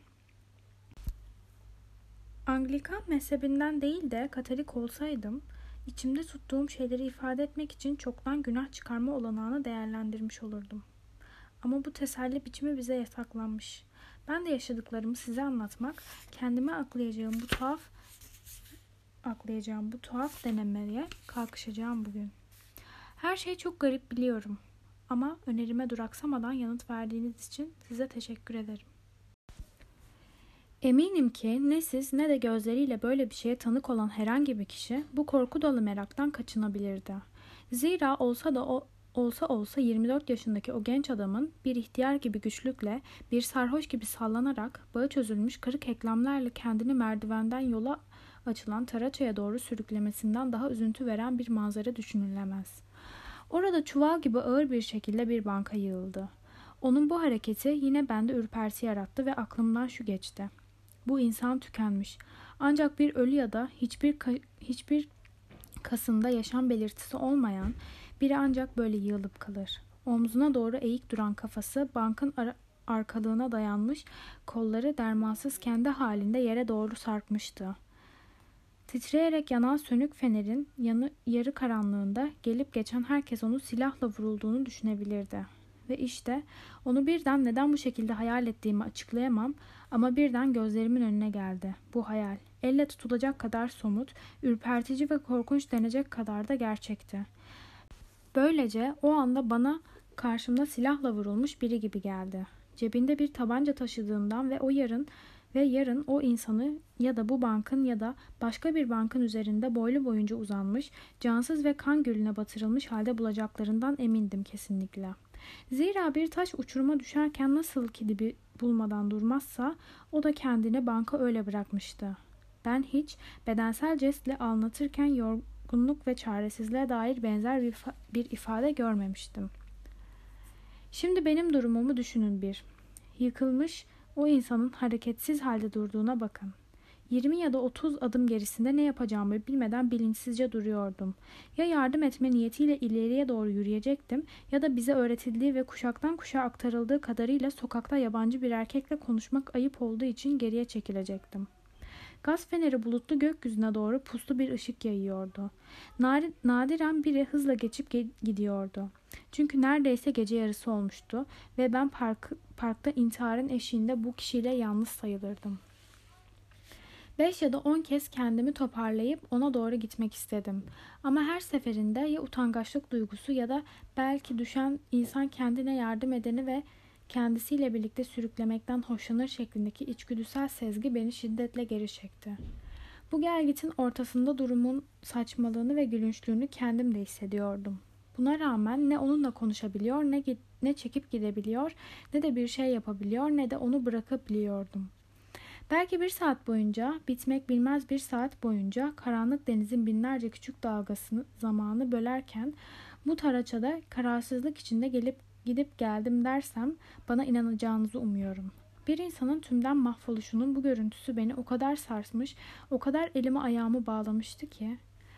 Anglikan mezhebinden değil de Katolik olsaydım, içimde tuttuğum şeyleri ifade etmek için çoktan günah çıkarma olanağını değerlendirmiş olurdum. Ama bu teselli biçimi bize yasaklanmış. Ben de yaşadıklarımı size anlatmak, kendime aklayacağım bu tuhaf aklayacağım bu tuhaf denemeye kalkışacağım bugün. Her şey çok garip biliyorum. Ama önerime duraksamadan yanıt verdiğiniz için size teşekkür ederim. Eminim ki ne siz ne de gözleriyle böyle bir şeye tanık olan herhangi bir kişi bu korku dolu meraktan kaçınabilirdi. Zira olsa da o olsa olsa yirmi dört yaşındaki o genç adamın bir ihtiyar gibi güçlükle, bir sarhoş gibi sallanarak, bağı çözülmüş kırık eklemlerle kendini merdivenden yola açılan Taraça'ya doğru sürüklemesinden daha üzüntü veren bir manzara düşünülemez. Orada çuval gibi ağır bir şekilde bir banka yığıldı. Onun bu hareketi yine bende ürperti yarattı ve aklımdan şu geçti. Bu insan tükenmiş. Ancak bir ölü ya da hiçbir hiçbir kasında yaşam belirtisi olmayan biri ancak böyle yığılıp kalır. Omzuna doğru eğik duran kafası bankın ar- arkalığına dayanmış, kolları dermansız kendi halinde yere doğru sarkmıştı. Titreyerek yanan sönük fenerin yanı yarı karanlığında gelip geçen herkes onu silahla vurulduğunu düşünebilirdi. Ve işte onu birden neden bu şekilde hayal ettiğimi açıklayamam ama birden gözlerimin önüne geldi. Bu hayal, elle tutulacak kadar somut, ürpertici ve korkunç denecek kadar da gerçekti. Böylece o anda bana karşımda silahla vurulmuş biri gibi geldi. Cebinde bir tabanca taşıdığımdan ve o yarın ve yarın o insanı ya da bu bankın ya da başka bir bankın üzerinde boylu boyunca uzanmış, cansız ve kan gölüne batırılmış halde bulacaklarından emindim kesinlikle. Zira bir taş uçuruma düşerken nasıl ki dibi bulmadan durmazsa o da kendini banka öyle bırakmıştı. Ben hiç bedensel jestle anlatırken yorgunluk ve çaresizliğe dair benzer bir, bir ifade görmemiştim. Şimdi benim durumumu düşünün bir. Yıkılmış o insanın hareketsiz halde durduğuna bakın. yirmi ya da otuz adım gerisinde ne yapacağımı bilmeden bilinçsizce duruyordum. Ya yardım etme niyetiyle ileriye doğru yürüyecektim ya da bize öğretildiği ve kuşaktan kuşağa aktarıldığı kadarıyla sokakta yabancı bir erkekle konuşmak ayıp olduğu için geriye çekilecektim. Gaz feneri bulutlu gökyüzüne doğru puslu bir ışık yayıyordu. Nadiren biri hızla geçip gidiyordu. Çünkü neredeyse gece yarısı olmuştu ve ben park, parkta intiharın eşiğinde bu kişiyle yalnız sayılırdım. Beş ya da on kez kendimi toparlayıp ona doğru gitmek istedim. Ama her seferinde ya utangaçlık duygusu ya da belki düşen insan kendine yardım edeni ve kendisiyle birlikte sürüklemekten hoşlanır şeklindeki içgüdüsel sezgi beni şiddetle geri çekti. Bu gelgitin ortasında durumun saçmalığını ve gülünçlüğünü kendim de hissediyordum. Buna rağmen ne onunla konuşabiliyor, ne, ne çekip gidebiliyor, ne de bir şey yapabiliyor, ne de onu bırakabiliyordum. Belki bir saat boyunca, bitmek bilmez bir saat boyunca karanlık denizin binlerce küçük dalgasını zamanı bölerken bu taraçada kararsızlık içinde gelip gidip geldim dersem bana inanacağınızı umuyorum. Bir insanın tümden mahvoluşunun bu görüntüsü beni o kadar sarsmış, o kadar elimi ayağımı bağlamıştı ki.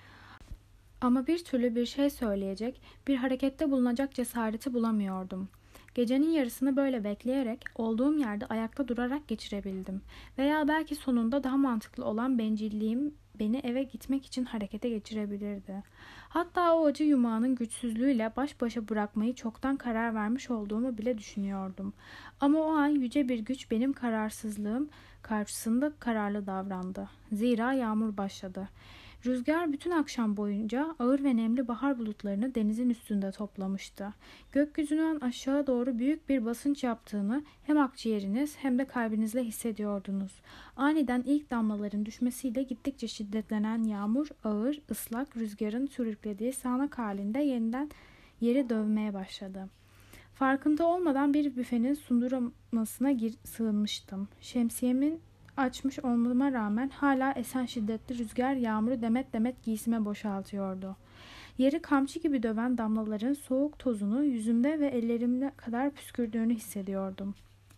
Ama bir türlü bir şey söyleyecek, bir harekette bulunacak cesareti bulamıyordum. Gecenin yarısını böyle bekleyerek, olduğum yerde ayakta durarak geçirebildim. Veya belki sonunda daha mantıklı olan bencilliğim beni eve gitmek için harekete geçirebilirdi. Hatta o acı yumağının güçsüzlüğüyle baş başa bırakmayı çoktan karar vermiş olduğumu bile düşünüyordum. Ama o an yüce bir güç benim kararsızlığım karşısında kararlı davrandı. Zira yağmur başladı. Rüzgar bütün akşam boyunca ağır ve nemli bahar bulutlarını denizin üstünde toplamıştı. Gökyüzünden aşağı doğru büyük bir basınç yaptığını hem akciğeriniz hem de kalbinizle hissediyordunuz. Aniden ilk damlaların düşmesiyle gittikçe şiddetlenen yağmur ağır, ıslak rüzgarın sürüklediği sağanak halinde yeniden yeri dövmeye başladı. Farkında olmadan bir büfenin sundurmasına gir, sığınmıştım. Şemsiyemin açmış olmama rağmen hala esen şiddetli rüzgar yağmuru demet demet giysime boşaltıyordu. Yeri kamçı gibi döven damlaların soğuk tozunu yüzümde ve ellerimle kadar püskürdüğünü hissediyordum.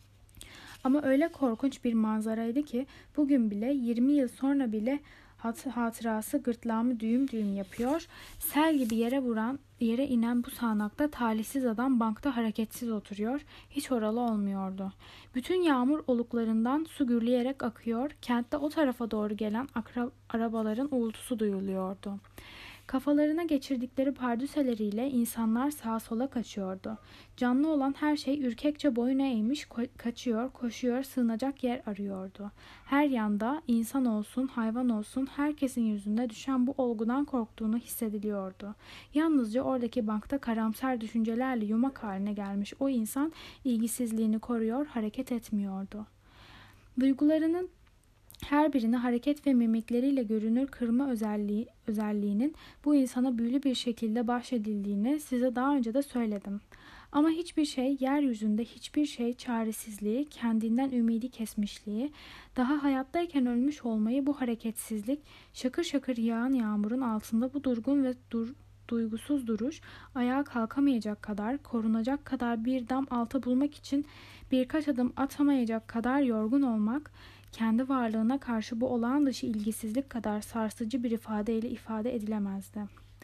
Ama öyle korkunç bir manzaraydı ki bugün bile yirmi yıl sonra bile hat- hatırası gırtlağımı düğüm düğüm yapıyor. Sel gibi yere vuran, yere inen bu sağanakta talihsiz adam bankta hareketsiz oturuyor. Hiç oralı olmuyordu. Bütün yağmur oluklarından su gürleyerek akıyor. Kentte o tarafa doğru gelen akra- arabaların uğultusu duyuluyordu. Kafalarına geçirdikleri pardüseleriyle insanlar sağa sola kaçıyordu. Canlı olan her şey ürkekçe boyun eğmiş, ko- kaçıyor, koşuyor, sığınacak yer arıyordu. Her yanda insan olsun, hayvan olsun herkesin yüzünde düşen bu olgudan korktuğunu hissediliyordu. Yalnızca oradaki bankta karamsar düşüncelerle yumak haline gelmiş o insan ilgisizliğini koruyor, hareket etmiyordu. Duygularının her birini hareket ve mimikleriyle görünür kırma özelliği, özelliğinin bu insana büyülü bir şekilde bahşedildiğini size daha önce de söyledim. Ama hiçbir şey, yeryüzünde hiçbir şey çaresizliği, kendinden ümidi kesmişliği, daha hayattayken ölmüş olmayı bu hareketsizlik, şakır şakır yağan yağmurun altında bu durgun ve dur, duygusuz duruş, ayağa kalkamayacak kadar, korunacak kadar bir dam alta bulmak için birkaç adım atamayacak kadar yorgun olmak, kendi varlığına karşı bu olağan dışı ilgisizlik kadar sarsıcı bir ifadeyle ifade edilemezdi.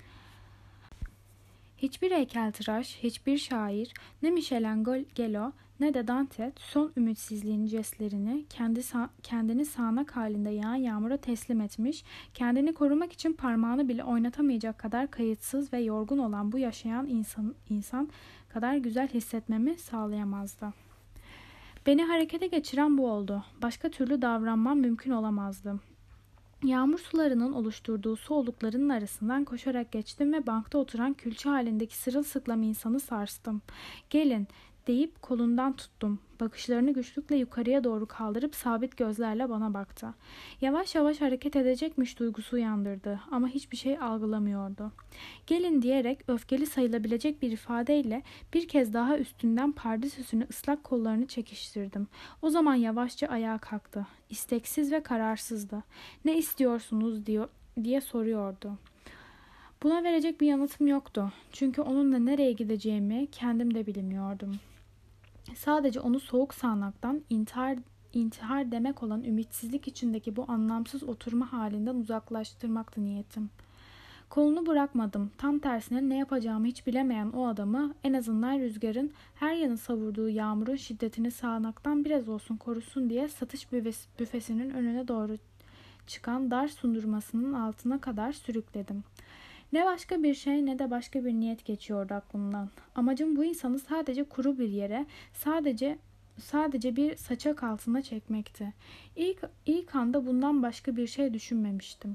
Hiçbir heykeltıraş, hiçbir şair, ne Michelangelo ne de Dante son ümitsizliğin jestlerini kendi kendini sağanak halinde yağan yağmura teslim etmiş, kendini korumak için parmağını bile oynatamayacak kadar kayıtsız ve yorgun olan bu yaşayan insan, insan kadar güzel hissetmemi sağlayamazdı. Beni harekete geçiren bu oldu. Başka türlü davranmam mümkün olamazdı. Yağmur sularının oluşturduğu su oluklarının arasından koşarak geçtim ve bankta oturan külçe halindeki sırılsıklam insanı sarstım. "Gelin," deyip kolundan tuttum. Bakışlarını güçlükle yukarıya doğru kaldırıp sabit gözlerle bana baktı. Yavaş yavaş hareket edecekmiş duygusu uyandırdı ama hiçbir şey algılamıyordu. "Gelin," diyerek öfkeli sayılabilecek bir ifadeyle bir kez daha üstünden pardesüsünü ıslak kollarını çekiştirdim. O zaman yavaşça ayağa kalktı. İsteksiz ve kararsızdı. "Ne istiyorsunuz?" diyor, diye soruyordu. Buna verecek bir yanıtım yoktu. Çünkü onunla nereye gideceğimi kendim de bilmiyordum. Sadece onu soğuk sağanaktan intihar, intihar demek olan ümitsizlik içindeki bu anlamsız oturma halinden uzaklaştırmaktı niyetim. Kolunu bırakmadım. Tam tersine ne yapacağımı hiç bilemeyen o adamı en azından rüzgarın her yanı savurduğu yağmurun şiddetini sağanaktan biraz olsun korusun diye satış büfesinin önüne doğru çıkan dar sundurmasının altına kadar sürükledim. Ne başka bir şey ne de başka bir niyet geçiyordu aklımdan. Amacım bu insanı sadece kuru bir yere, sadece sadece bir saçak altına çekmekti. İlk, ilk anda bundan başka bir şey düşünmemiştim.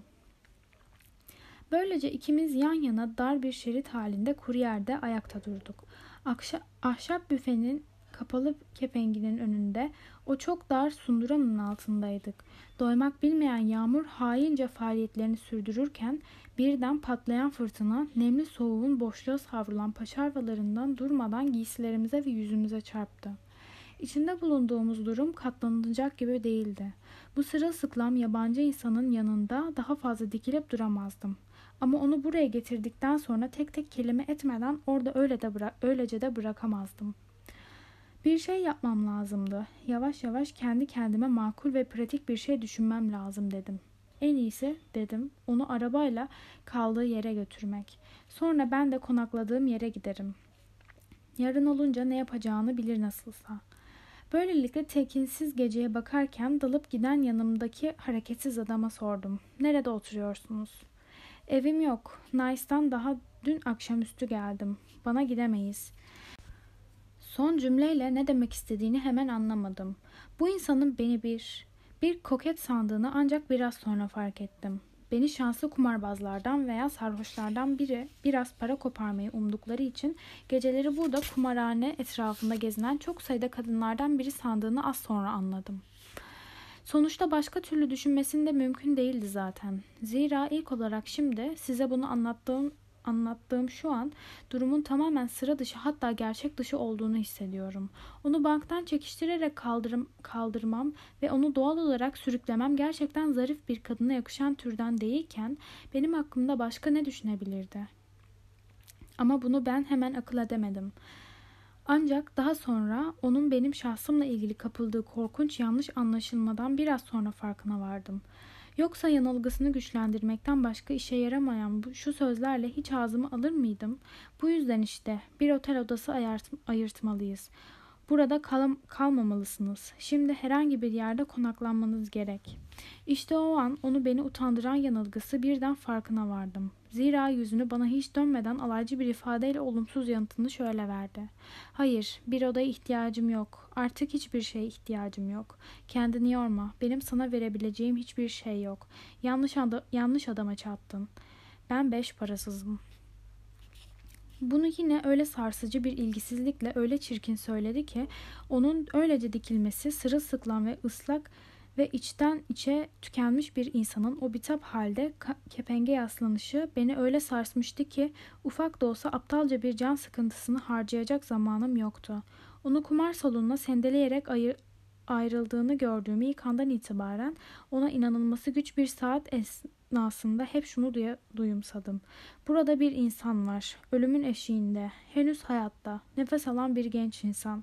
Böylece ikimiz yan yana dar bir şerit halinde kuru yerde ayakta durduk. Akşa, ahşap büfenin kapalı kepenginin önünde o çok dar sunduranın altındaydık. Doymak bilmeyen yağmur haince faaliyetlerini sürdürürken birden patlayan fırtına nemli soğuğun boşluğa savrulan paçavralarından durmadan giysilerimize ve yüzümüze çarptı. İçinde bulunduğumuz durum katlanılacak gibi değildi. Bu sırılsıklam yabancı insanın yanında daha fazla dikilip duramazdım. Ama onu buraya getirdikten sonra tek tek kelime etmeden orada öyle de bıra- öylece de bırakamazdım. Bir şey yapmam lazımdı. Yavaş yavaş kendi kendime makul ve pratik bir şey düşünmem lazım dedim. En iyisi dedim onu arabayla kaldığı yere götürmek. Sonra ben de konakladığım yere giderim. Yarın olunca ne yapacağını bilir nasılsa. Böylelikle tekinsiz geceye bakarken dalıp giden yanımdaki hareketsiz adama sordum. Nerede oturuyorsunuz? Evim yok. Nice'dan daha dün akşamüstü geldim. Bana gidemeyiz. Son cümleyle ne demek istediğini hemen anlamadım. Bu insanın beni bir, bir koket sandığını ancak biraz sonra fark ettim. Beni şanslı kumarbazlardan veya sarhoşlardan biri biraz para koparmayı umdukları için geceleri burada kumarhane etrafında gezinen çok sayıda kadınlardan biri sandığını az sonra anladım. Sonuçta başka türlü düşünmesinin de mümkün değildi zaten. Zira ilk olarak şimdi size bunu anlattığım anlattığım şu an durumun tamamen sıra dışı, hatta gerçek dışı olduğunu hissediyorum. Onu banktan çekiştirerek kaldırım, kaldırmam ve onu doğal olarak sürüklemem gerçekten zarif bir kadına yakışan türden değilken benim hakkımda başka ne düşünebilirdi? Ama bunu ben hemen akıl edemedim. Ancak daha sonra onun benim şahsımla ilgili kapıldığı korkunç yanlış anlaşılmadan biraz sonra farkına vardım. Yoksa yanılgısını güçlendirmekten başka işe yaramayan bu, şu sözlerle hiç ağzımı alır mıydım? Bu yüzden işte bir otel odası ayırt, ayırtmalıyız. Burada kal kalmamalısınız. Şimdi herhangi bir yerde konaklanmanız gerek. İşte o an onu beni utandıran yanılgısı birden farkına vardım. Zira yüzünü bana hiç dönmeden alaycı bir ifadeyle olumsuz yanıtını şöyle verdi. Hayır, bir odaya ihtiyacım yok. Artık hiçbir şeye ihtiyacım yok. Kendini yorma. Benim sana verebileceğim hiçbir şey yok. Yanlış, ad yanlış adama çattın. Ben beş parasızım. Bunu yine öyle sarsıcı bir ilgisizlikle öyle çirkin söyledi ki onun öylece dikilmesi, sırılsıklam ve ıslak ve içten içe tükenmiş bir insanın o bitap halde kepenge yaslanışı beni öyle sarsmıştı ki ufak da olsa aptalca bir can sıkıntısını harcayacak zamanım yoktu. Onu kumar salonuna sendeleyerek ayır, ayrıldığını gördüğüm ilk andan itibaren ona inanılması güç bir saat esnasında hep şunu duya, duyumsadım. Burada bir insan var, ölümün eşiğinde, henüz hayatta, nefes alan bir genç insan.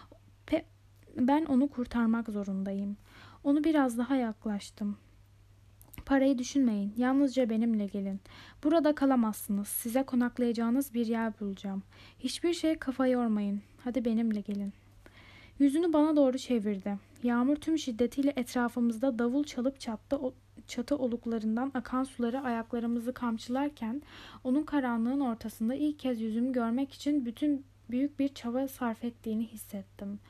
Pe ben onu kurtarmak zorundayım. Onu biraz daha yaklaştım. Parayı düşünmeyin, yalnızca benimle gelin. Burada kalamazsınız, size konaklayacağınız bir yer bulacağım. Hiçbir şey kafa yormayın, hadi benimle gelin. Yüzünü bana doğru çevirdi. Yağmur tüm şiddetiyle etrafımızda davul çalıp çattı, çatı oluklarından akan suları ayaklarımızı kamçılarken onun karanlığın ortasında ilk kez yüzümü görmek için bütün büyük bir çaba sarf ettiğini hissettim.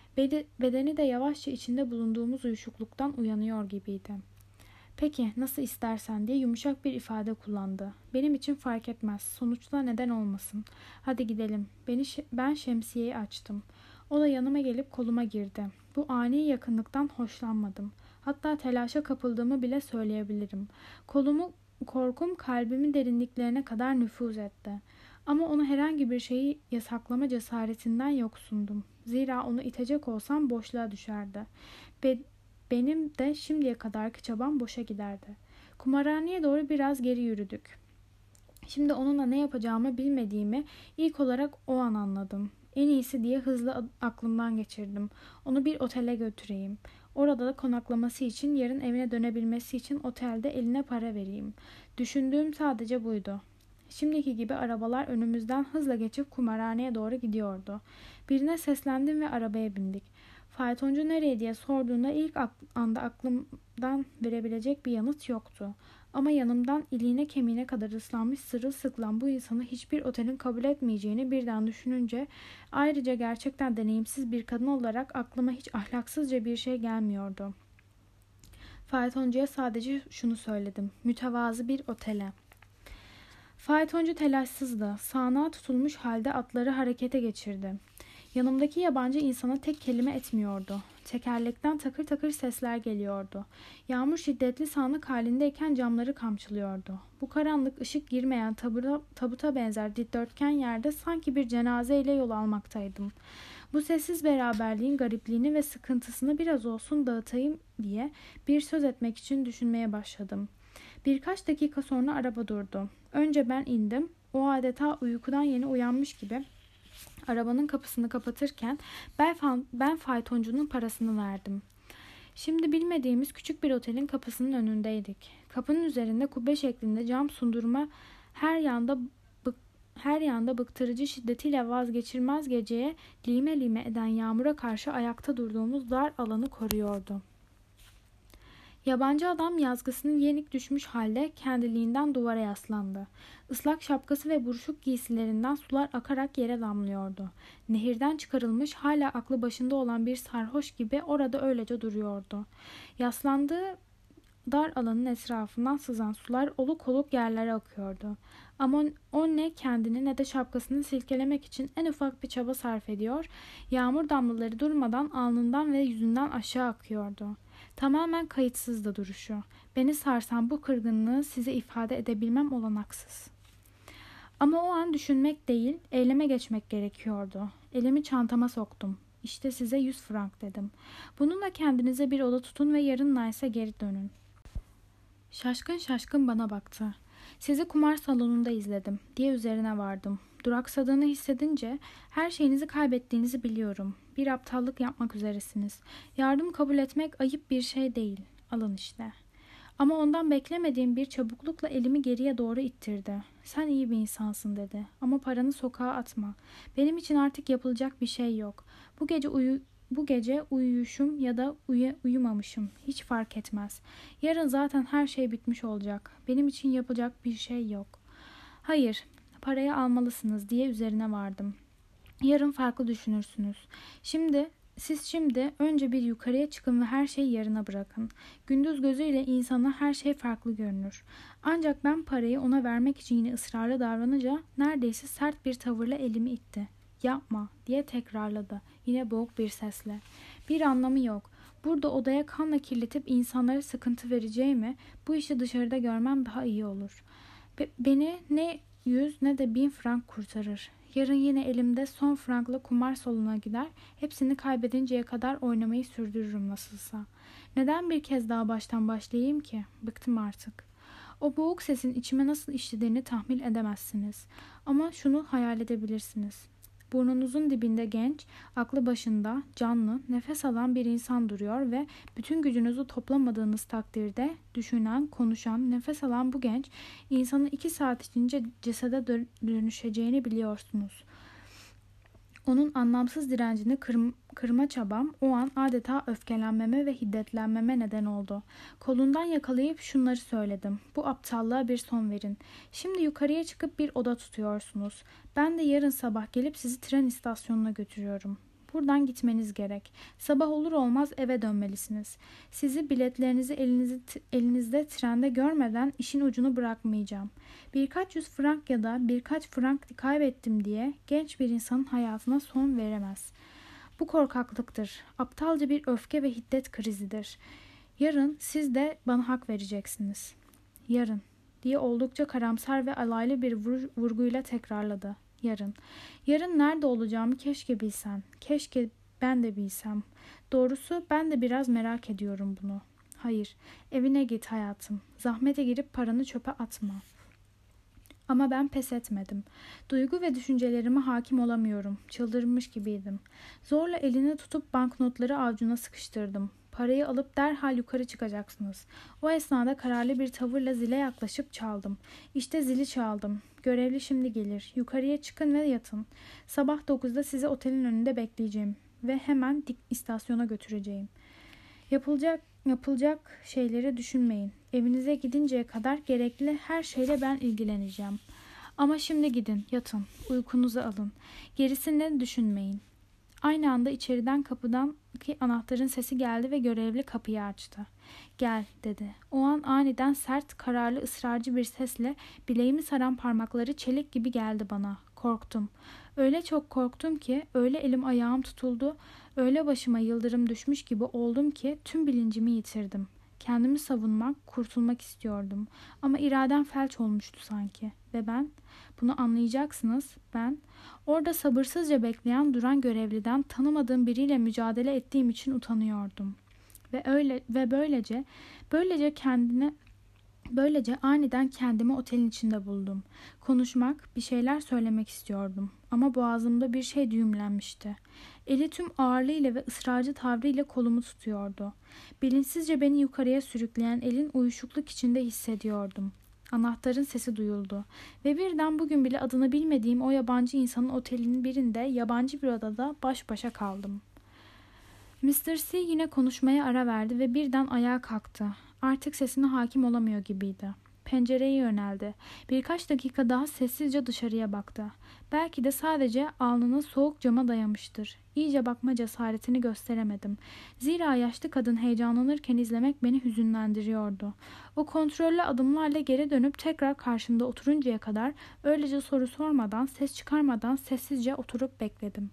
Bedeni de yavaşça içinde bulunduğumuz uyuşukluktan uyanıyor gibiydi. Peki nasıl istersen diye yumuşak bir ifade kullandı. Benim için fark etmez. Sonuçta neden olmasın. Hadi gidelim. Beni ben şemsiyeyi açtım. O da yanıma gelip koluma girdi. Bu ani yakınlıktan hoşlanmadım. Hatta telaşa kapıldığımı bile söyleyebilirim. Kolumu, korkum kalbimin derinliklerine kadar nüfuz etti. Ama ona herhangi bir şeyi yasaklama cesaretinden yoksundum. Zira onu itecek olsam boşluğa düşerdi. Be benim de şimdiye kadarki çabam boşa giderdi. Kumarhaneye doğru biraz geri yürüdük. Şimdi onunla ne yapacağımı bilmediğimi ilk olarak o an anladım. En iyisi diye hızlı aklımdan geçirdim. Onu bir otele götüreyim. Orada da konaklaması için, yarın evine dönebilmesi için otelde eline para vereyim. Düşündüğüm sadece buydu. Şimdiki gibi arabalar önümüzden hızla geçip kumarhaneye doğru gidiyordu. Birine seslendim ve arabaya bindik. Faytoncu nereye diye sorduğunda ilk anda aklımdan verebilecek bir yanıt yoktu. Ama yanımdan iliğine kemiğine kadar ıslanmış sırılsıklam bu insanı hiçbir otelin kabul etmeyeceğini birden düşününce, ayrıca gerçekten deneyimsiz bir kadın olarak aklıma hiç ahlaksızca bir şey gelmiyordu. Faytoncuya sadece şunu söyledim: mütevazı bir otele. Faytoncu telaşsızdı. Sağanağa tutulmuş halde atları harekete geçirdi. Yanımdaki yabancı insana tek kelime etmiyordu. Tekerlekten takır takır sesler geliyordu. Yağmur şiddetli sağanak halindeyken camları kamçılıyordu. Bu karanlık, ışık girmeyen tabuta, tabuta benzer dikdörtgen yerde sanki bir cenazeyle yol almaktaydım. Bu sessiz beraberliğin garipliğini ve sıkıntısını biraz olsun dağıtayım diye bir söz etmek için düşünmeye başladım. Birkaç dakika sonra araba durdu. Önce ben indim. O adeta uykudan yeni uyanmış gibi arabanın kapısını kapatırken ben, ben faytoncunun parasını verdim. Şimdi bilmediğimiz küçük bir otelin kapısının önündeydik. Kapının üzerinde kubbe şeklinde cam sundurma her yanda bık, her yanda bıktırıcı şiddetiyle vazgeçilmez geceye lime lime eden yağmura karşı ayakta durduğumuz dar alanı koruyordu. Yabancı adam yazgısının yenik düşmüş halde kendiliğinden duvara yaslandı. Islak şapkası ve buruşuk giysilerinden sular akarak yere damlıyordu. Nehirden çıkarılmış, hala aklı başında olan bir sarhoş gibi orada öylece duruyordu. Yaslandığı dar alanın etrafından sızan sular oluk oluk yerlere akıyordu. Ama o ne kendini ne de şapkasını silkelemek için en ufak bir çaba sarf ediyor, yağmur damlaları durmadan alnından ve yüzünden aşağı akıyordu. Tamamen kayıtsızdı duruşu. Beni sarsan bu kırgınlığı size ifade edebilmem olanaksız. Ama o an düşünmek değil, eyleme geçmek gerekiyordu. Elimi çantama soktum. İşte size yüz frank dedim. Bununla kendinize bir oda tutun ve yarın Nice'a geri dönün. Şaşkın şaşkın bana baktı. Sizi kumar salonunda izledim diye üzerine vardım. Duraksadığını hissedince her şeyinizi kaybettiğinizi biliyorum. Bir aptallık yapmak üzeresiniz. Yardım kabul etmek ayıp bir şey değil. Alın işte. Ama ondan beklemediğim bir çabuklukla elimi geriye doğru ittirdi. Sen iyi bir insansın dedi. Ama paranı sokağa atma. Benim için artık yapılacak bir şey yok. Bu gece uyu bu gece uyuyuşum ya da uyu uyumamışım. Hiç fark etmez. Yarın zaten her şey bitmiş olacak. Benim için yapacak bir şey yok. Hayır, parayı almalısınız diye üzerine vardım. Yarın farklı düşünürsünüz. Şimdi Siz şimdi önce bir yukarıya çıkın ve her şeyi yarına bırakın. Gündüz gözüyle insana her şey farklı görünür. Ancak ben parayı ona vermek için yine ısrarlı davranınca neredeyse sert bir tavırla elimi itti. Yapma diye tekrarladı. Yine boğuk bir sesle. Bir anlamı yok. Burada odaya kanla kirletip insanlara sıkıntı vereceğimi bu işi dışarıda görmem daha iyi olur. Be- beni ne yüz ne de bin frank kurtarır. Yarın yine elimde son frankla kumar salonuna gider, hepsini kaybedinceye kadar oynamayı sürdürürüm nasılsa. Neden bir kez daha baştan başlayayım ki? Bıktım artık. O boğuk sesin içime nasıl işlediğini tahmin edemezsiniz. Ama şunu hayal edebilirsiniz. Burnunuzun dibinde genç, aklı başında, canlı, nefes alan bir insan duruyor ve bütün gücünüzü toplamadığınız takdirde düşünen, konuşan, nefes alan bu genç insanın iki saat içince cesede dönüşeceğini biliyorsunuz. Onun anlamsız direncini kırm kırma çabam o an adeta öfkelenmeme ve hiddetlenmeme neden oldu. Kolundan yakalayıp şunları söyledim. Bu aptallığa bir son verin. Şimdi yukarıya çıkıp bir oda tutuyorsunuz. Ben de yarın sabah gelip sizi tren istasyonuna götürüyorum. Buradan gitmeniz gerek. Sabah olur olmaz eve dönmelisiniz. Sizi biletlerinizi elinizi, elinizde trende görmeden işin ucunu bırakmayacağım. Birkaç yüz frank ya da birkaç frank kaybettim diye genç bir insanın hayatına son veremez. Bu korkaklıktır. Aptalca bir öfke ve hiddet krizidir. Yarın siz de bana hak vereceksiniz. Yarın diye oldukça karamsar ve alaylı bir vur, vurguyla tekrarladı. Yarın. Yarın nerede olacağımı keşke bilsen. Keşke ben de bilsem. Doğrusu ben de biraz merak ediyorum bunu. Hayır, evine git hayatım. Zahmete girip paranı çöpe atma. Ama ben pes etmedim. Duygu ve düşüncelerime hakim olamıyorum. Çıldırmış gibiydim. Zorla elini tutup banknotları avcuna sıkıştırdım. Parayı alıp derhal yukarı çıkacaksınız. O esnada kararlı bir tavırla zile yaklaşıp çaldım. İşte zili çaldım. Görevli şimdi gelir. Yukarıya çıkın ve yatın. Sabah dokuzda sizi otelin önünde bekleyeceğim. Ve hemen dik istasyona götüreceğim. Yapılacak, yapılacak şeyleri düşünmeyin. Evinize gidinceye kadar gerekli her şeyle ben ilgileneceğim. Ama şimdi gidin, yatın, uykunuzu alın. Gerisini düşünmeyin. Aynı anda içeriden kapıdan ki anahtarın sesi geldi ve görevli kapıyı açtı. Gel dedi. O an aniden sert, kararlı, ısrarcı bir sesle bileğimi saran parmakları çelik gibi geldi bana. Korktum. Öyle çok korktum ki, öyle elim ayağım tutuldu, öyle başıma yıldırım düşmüş gibi oldum ki tüm bilincimi yitirdim. Kendimi savunmak, kurtulmak istiyordum. Ama iradem felç olmuştu sanki. Ve ben, bunu anlayacaksınız, ben orada sabırsızca bekleyen duran görevliden tanımadığım biriyle mücadele ettiğim için utanıyordum. Ve öyle ve böylece böylece kendine böylece aniden kendimi otelin içinde buldum. Konuşmak, bir şeyler söylemek istiyordum ama boğazımda bir şey düğümlenmişti. Eli tüm ağırlığıyla ve ısrarcı tavrıyla kolumu tutuyordu. Bilinçsizce beni yukarıya sürükleyen elin uyuşukluk içinde hissediyordum. Anahtarın sesi duyuldu ve birden bugün bile adını bilmediğim o yabancı insanın otelinin birinde yabancı bir odada baş başa kaldım. mister C yine konuşmaya ara verdi ve birden ayağa kalktı. Artık sesine hakim olamıyor gibiydi. pencereye yöneldi. Birkaç dakika daha sessizce dışarıya baktı. Belki de sadece alnını soğuk cama dayamıştır. İyice bakma cesaretini gösteremedim. Zira yaşlı kadın heyecanlanırken izlemek beni hüzünlendiriyordu. O kontrollü adımlarla geri dönüp tekrar karşımda oturuncaya kadar öylece soru sormadan, ses çıkarmadan sessizce oturup bekledim.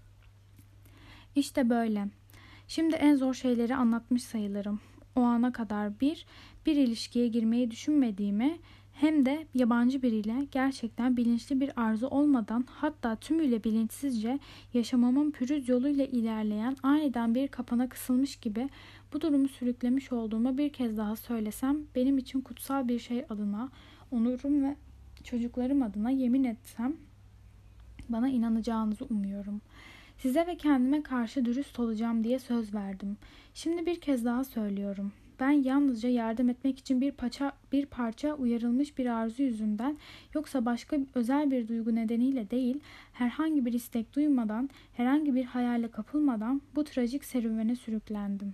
İşte böyle. Şimdi en zor şeyleri anlatmış sayılırım. O ana kadar bir, bir ilişkiye girmeyi düşünmediğimi, hem de yabancı biriyle gerçekten bilinçli bir arzu olmadan, hatta tümüyle bilinçsizce yaşamamın pürüz yoluyla ilerleyen, aniden bir kapana kısılmış gibi bu durumu sürüklemiş olduğumu bir kez daha söylesem, benim için kutsal bir şey adına, onurum ve çocuklarım adına yemin etsem bana inanacağınızı umuyorum. Size ve kendime karşı dürüst olacağım diye söz verdim. Şimdi bir kez daha söylüyorum. Ben yalnızca yardım etmek için bir parça, bir parça uyarılmış bir arzu yüzünden, yoksa başka özel bir duygu nedeniyle değil, herhangi bir istek duymadan, herhangi bir hayale kapılmadan bu trajik serüvene sürüklendim.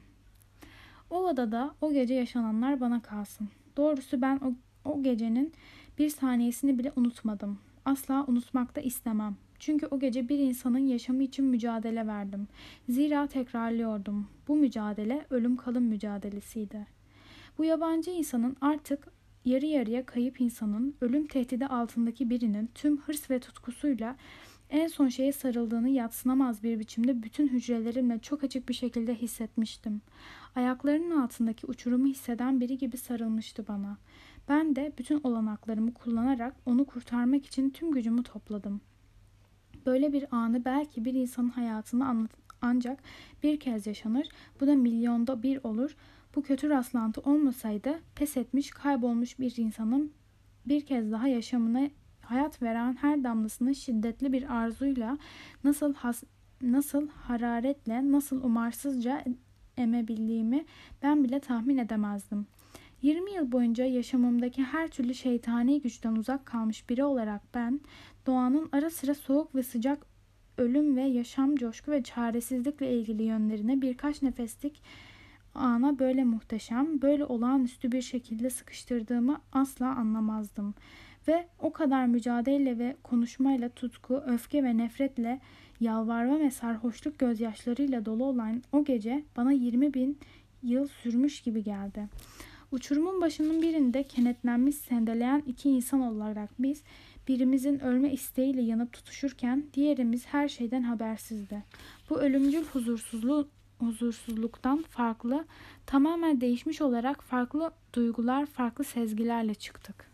O odada o gece yaşananlar bana kalsın. Doğrusu ben o, o gecenin bir saniyesini bile unutmadım. Asla unutmak da istemem. Çünkü o gece bir insanın yaşamı için mücadele verdim. Zira tekrarlıyordum. Bu mücadele ölüm kalım mücadelesiydi. Bu yabancı insanın, artık yarı yarıya kayıp insanın, ölüm tehdidi altındaki birinin tüm hırs ve tutkusuyla en son şeye sarıldığını yadsınamaz bir biçimde bütün hücrelerimle çok açık bir şekilde hissetmiştim. Ayaklarının altındaki uçurumu hisseden biri gibi sarılmıştı bana. Ben de bütün olanaklarımı kullanarak onu kurtarmak için tüm gücümü topladım. Böyle bir anı belki bir insanın hayatında anlat ancak bir kez yaşanır. Bu da milyonda bir olur. Bu kötü rastlantı olmasaydı pes etmiş, kaybolmuş bir insanın bir kez daha yaşamına hayat veren her damlasını şiddetli bir arzuyla, nasıl has, nasıl hararetle, nasıl umarsızca emebildiğimi ben bile tahmin edemezdim. yirmi yıl boyunca yaşamımdaki her türlü şeytani güçten uzak kalmış biri olarak ben, doğanın ara sıra soğuk ve sıcak ölüm ve yaşam, coşku ve çaresizlikle ilgili yönlerine birkaç nefeslik ana böyle muhteşem, böyle olağanüstü bir şekilde sıkıştırdığımı asla anlamazdım. Ve o kadar mücadele ve konuşmayla, tutku, öfke ve nefretle, yalvarma ve sarhoşluk gözyaşlarıyla dolu olan o gece bana yirmi bin yıl sürmüş gibi geldi. Uçurumun başının birinde kenetlenmiş, sendeleyen iki insan olarak biz, birimizin ölme isteğiyle yanıp tutuşurken diğerimiz her şeyden habersizdi. Bu ölümcül huzursuzluğu, huzursuzluktan farklı, tamamen değişmiş olarak farklı duygular, farklı sezgilerle çıktık.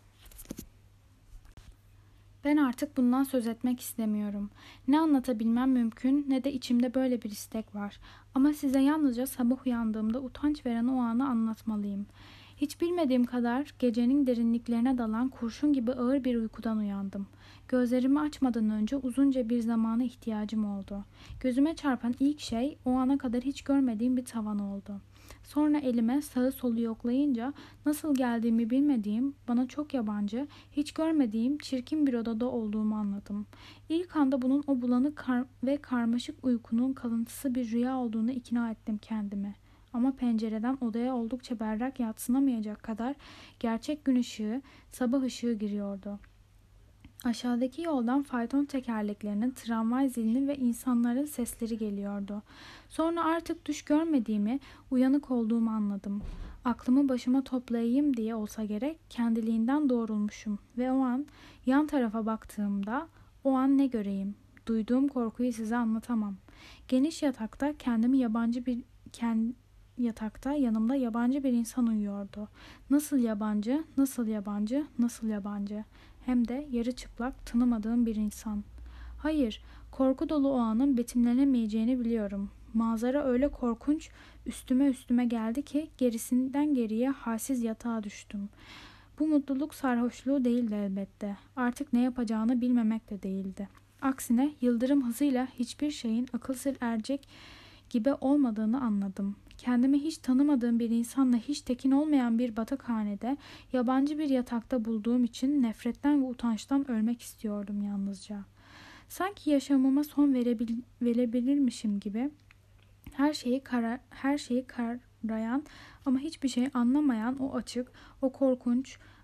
Ben artık bundan söz etmek istemiyorum. Ne anlatabilmem mümkün ne de içimde böyle bir istek var. Ama size yalnızca sabah uyandığımda utanç veren o anı anlatmalıyım. Hiç bilmediğim kadar gecenin derinliklerine dalan kurşun gibi ağır bir uykudan uyandım. Gözlerimi açmadan önce uzunca bir zamana ihtiyacım oldu. Gözüme çarpan ilk şey o ana kadar hiç görmediğim bir tavan oldu. Sonra elime sağı solu yoklayınca nasıl geldiğimi bilmediğim, bana çok yabancı, hiç görmediğim çirkin bir odada olduğumu anladım. İlk anda bunun o bulanık kar ve karmaşık uykunun kalıntısı bir rüya olduğunu ikna ettim kendime. Ama pencereden odaya oldukça berrak, yadsınamayacak kadar gerçek gün ışığı, sabah ışığı giriyordu. Aşağıdaki yoldan fayton tekerleklerinin, tramvay zilinin ve insanların sesleri geliyordu. Sonra artık düş görmediğimi, uyanık olduğumu anladım. Aklımı başıma toplayayım diye olsa gerek kendiliğinden doğrulmuşum ve o an yan tarafa baktığımda o an ne göreyim? Duyduğum korkuyu size anlatamam. Geniş yatakta kendimi yabancı bir kend, yatakta yanımda yabancı bir insan uyuyordu. Nasıl yabancı, nasıl yabancı, nasıl yabancı? Hem de yarı çıplak, tanımadığım bir insan. Hayır, korku dolu o anın betimlenemeyeceğini biliyorum. Manzara öyle korkunç, üstüme üstüme geldi ki gerisinden geriye halsiz yatağa düştüm. Bu mutluluk sarhoşluğu değildi elbette. Artık ne yapacağını bilmemek de değildi. Aksine yıldırım hızıyla hiçbir şeyin akıl sır erecek gibi olmadığını anladım. Kendimi hiç tanımadığım bir insanla hiç tekin olmayan bir batakhanede, yabancı bir yatakta bulduğum için nefretten ve utançtan ölmek istiyordum yalnızca. Sanki yaşamıma son verebil verebilirmişim gibi her şeyi kara her şeyi karayan ama hiçbir şey anlamayan o açık, o korkunç,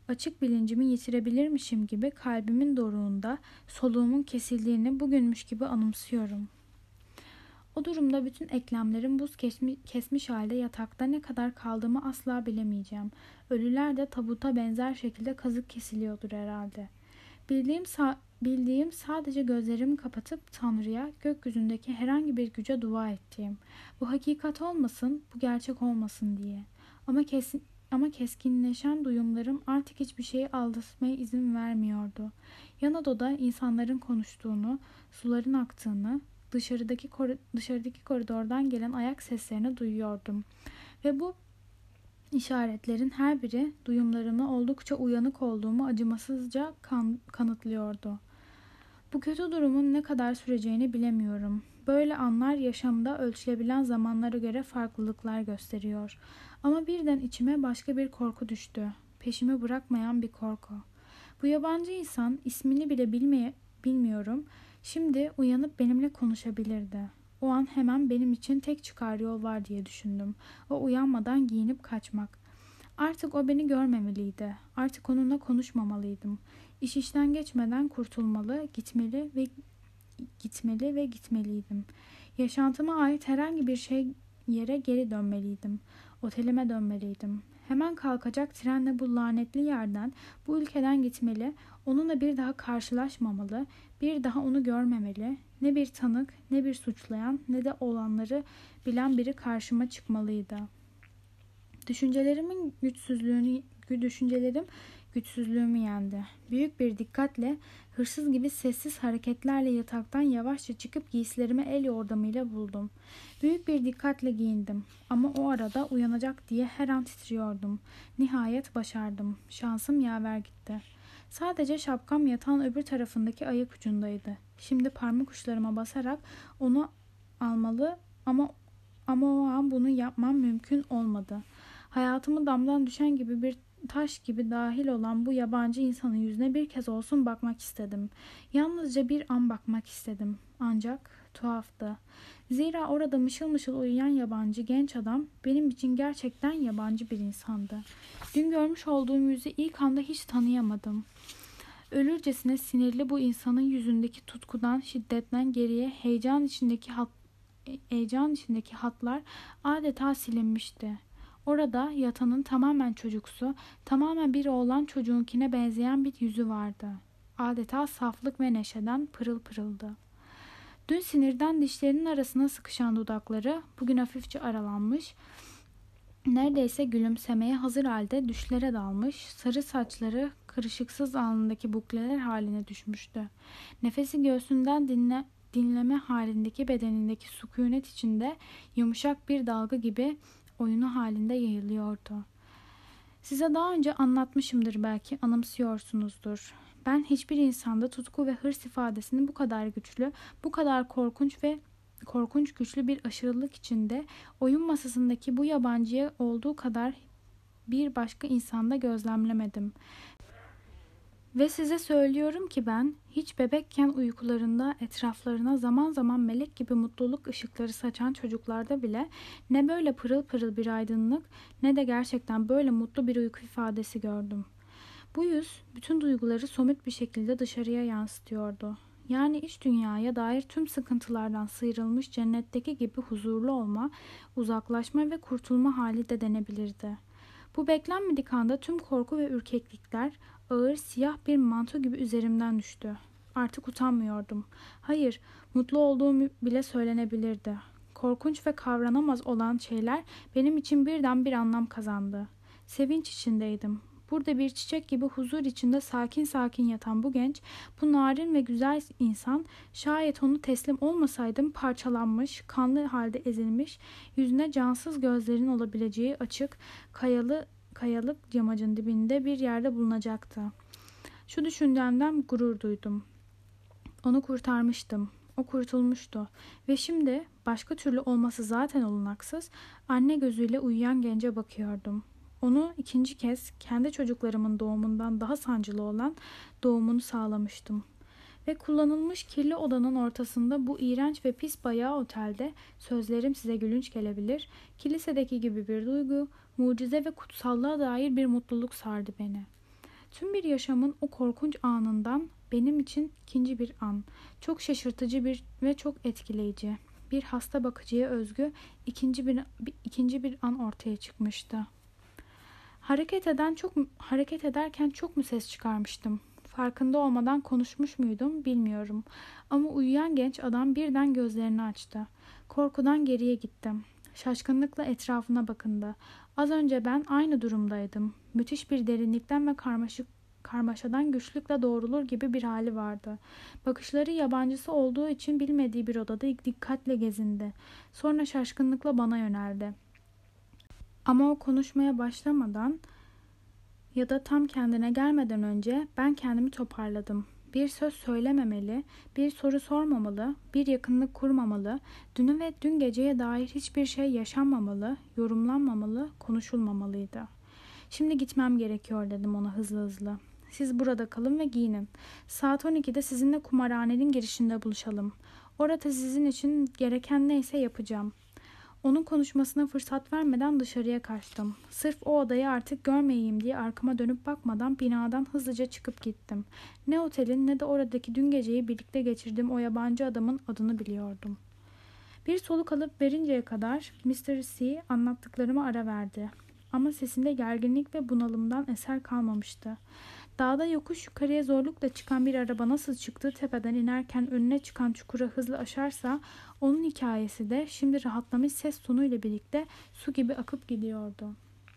Açık bilincimi yitirebilirmişim gibi kalbimin doruğunda soluğumun kesildiğini bugünmüş gibi anımsıyorum. O durumda bütün eklemlerim buz kesmi, kesmiş halde yatakta ne kadar kaldığımı asla bilemeyeceğim. Ölüler de tabuta benzer şekilde kazık kesiliyordur herhalde. Bildiğim, sa- bildiğim sadece gözlerimi kapatıp Tanrı'ya, gökyüzündeki herhangi bir güce dua ettiğim. Bu hakikat olmasın, bu gerçek olmasın diye. Ama kesin ama keskinleşen duyumlarım artık hiçbir şeyi aldatmaya izin vermiyordu. Yan odada insanların konuştuğunu, suların aktığını, dışarıdaki kor- dışarıdaki koridordan gelen ayak seslerini duyuyordum. Ve bu işaretlerin her biri duyumlarımı oldukça uyanık olduğumu acımasızca kan- kanıtlıyordu. Bu kötü durumun ne kadar süreceğini bilemiyorum. Böyle anlar yaşamda ölçülebilen zamanlara göre farklılıklar gösteriyor. Ama birden içime başka bir korku düştü. Peşimi bırakmayan bir korku. Bu yabancı insan, ismini bile bilmeye, bilmiyorum, şimdi uyanıp benimle konuşabilirdi. O an hemen benim için tek çıkar yol var diye düşündüm. O uyanmadan giyinip kaçmak. Artık o beni görmemeliydi. Artık onunla konuşmamalıydım. İş işten geçmeden kurtulmalı, gitmeli ve gitmeli ve gitmeliydim. Yaşantıma ait herhangi bir şey yere geri dönmeliydim. Otelime dönmeliydim. Hemen kalkacak trenle bu lanetli yerden, bu ülkeden gitmeli, onunla bir daha karşılaşmamalı, bir daha onu görmemeli, ne bir tanık, ne bir suçlayan, ne de olanları bilen biri karşıma çıkmalıydı. Düşüncelerimin güçsüzlüğünü, düşüncelerim güçsüzlüğümü yendi. Büyük bir dikkatle, hırsız gibi sessiz hareketlerle yataktan yavaşça çıkıp giysilerimi el yordamıyla buldum. Büyük bir dikkatle giyindim ama o arada uyanacak diye her an titriyordum. Nihayet başardım. Şansım yaver gitti. Sadece şapkam yatağın öbür tarafındaki ayak ucundaydı. Şimdi parmak uçlarıma basarak onu almalı ama ama o an bunu yapmam mümkün olmadı. Hayatımı damdan düşen gibi bir taş gibi dahil olan bu yabancı insanın yüzüne bir kez olsun bakmak istedim. Yalnızca bir an bakmak istedim. Ancak tuhaftı. Zira orada mışıl mışıl uyuyan yabancı genç adam benim için gerçekten yabancı bir insandı. Dün görmüş olduğum yüzü ilk anda hiç tanıyamadım. Ölürcesine sinirli bu insanın yüzündeki tutkudan, şiddetten geriye heyecan içindeki hat, heyecan içindeki hatlar adeta silinmişti. Orada yatanın tamamen çocuksu, tamamen bir oğlan çocuğunkine benzeyen bir yüzü vardı. Adeta saflık ve neşeden pırıl pırıldı. Dün sinirden dişlerinin arasına sıkışan dudakları bugün hafifçe aralanmış, neredeyse gülümsemeye hazır halde düşlere dalmış, sarı saçları kırışıksız alnındaki bukleler haline düşmüştü. Nefesi göğsünden dinle, dinleme halindeki bedenindeki sükunet içinde yumuşak bir dalga gibi oyunu halinde yayılıyordu. Size daha önce anlatmışımdır, belki anımsıyorsunuzdur. Ben hiçbir insanda tutku ve hırs ifadesini bu kadar güçlü, bu kadar korkunç ve korkunç güçlü bir aşırılık içinde oyun masasındaki bu yabancıya olduğu kadar bir başka insanda gözlemlemedim. Ve size söylüyorum ki ben hiç bebekken uykularında etraflarına zaman zaman melek gibi mutluluk ışıkları saçan çocuklarda bile ne böyle pırıl pırıl bir aydınlık ne de gerçekten böyle mutlu bir uyku ifadesi gördüm. Bu yüz bütün duyguları somut bir şekilde dışarıya yansıtıyordu. Yani iç dünyaya dair tüm sıkıntılardan sıyrılmış cennetteki gibi huzurlu olma, uzaklaşma ve kurtulma hali de denebilirdi. Bu beklenmedik anda tüm korku ve ürkeklikler ağır siyah bir manto gibi üzerimden düştü. Artık utanmıyordum. Hayır, mutlu olduğum bile söylenebilirdi. Korkunç ve kavranamaz olan şeyler benim için birden bir anlam kazandı. Sevinç içindeydim. Burada bir çiçek gibi huzur içinde sakin sakin yatan bu genç, bu narin ve güzel insan, şayet onu teslim olmasaydım parçalanmış, kanlı halde ezilmiş, yüzüne cansız gözlerin olabileceği açık, kayalı kayalık yamacın dibinde bir yerde bulunacaktı. Şu düşüncemden gurur duydum. Onu kurtarmıştım. O kurtulmuştu. Ve şimdi başka türlü olması zaten olunaksız anne gözüyle uyuyan gence bakıyordum. Onu ikinci kez kendi çocuklarımın doğumundan daha sancılı olan doğumunu sağlamıştım. Ve kullanılmış kirli odanın ortasında bu iğrenç ve pis bayağı otelde, sözlerim size gülünç gelebilir, kilisedeki gibi bir duygu, mucize ve kutsallığa dair bir mutluluk sardı beni. Tüm bir yaşamın o korkunç anından benim için ikinci bir an. Çok şaşırtıcı bir ve çok etkileyici. Bir hasta bakıcıya özgü ikinci bir, ikinci bir an ortaya çıkmıştı. Hareket eden çok hareket ederken çok mu ses çıkarmıştım? Farkında olmadan konuşmuş muydum bilmiyorum. Ama uyuyan genç adam birden gözlerini açtı. Korkudan geriye gittim. Şaşkınlıkla etrafına bakındı. Az önce ben aynı durumdaydım. Müthiş bir derinlikten ve karmaşık karmaşadan güçlükle doğrulur gibi bir hali vardı. Bakışları yabancısı olduğu için bilmediği bir odada dikkatle gezindi. Sonra şaşkınlıkla bana yöneldi. Ama o konuşmaya başlamadan ya da tam kendine gelmeden önce ben kendimi toparladım. Bir söz söylememeli, bir soru sormamalı, bir yakınlık kurmamalı, dünü ve dün geceye dair hiçbir şey yaşanmamalı, yorumlanmamalı, konuşulmamalıydı. Şimdi gitmem gerekiyor dedim ona hızlı hızlı. Siz burada kalın ve giyinin. Saat on ikide sizinle kumarhanenin girişinde buluşalım. Orada sizin için gereken neyse yapacağım. Onun konuşmasına fırsat vermeden dışarıya kaçtım. Sırf o odayı artık görmeyeyim diye arkama dönüp bakmadan binadan hızlıca çıkıp gittim. Ne otelin ne de oradaki dün geceyi birlikte geçirdiğim o yabancı adamın adını biliyordum. Bir soluk alıp verinceye kadar mister C anlattıklarıma ara verdi. Ama sesinde gerginlik ve bunalımdan eser kalmamıştı. Dağda yokuş yukarıya zorlukla çıkan bir araba nasıl çıktığı tepeden inerken önüne çıkan çukura hızlı aşarsa onun hikayesi de şimdi rahatlamış ses tonuyla birlikte su gibi akıp gidiyordu.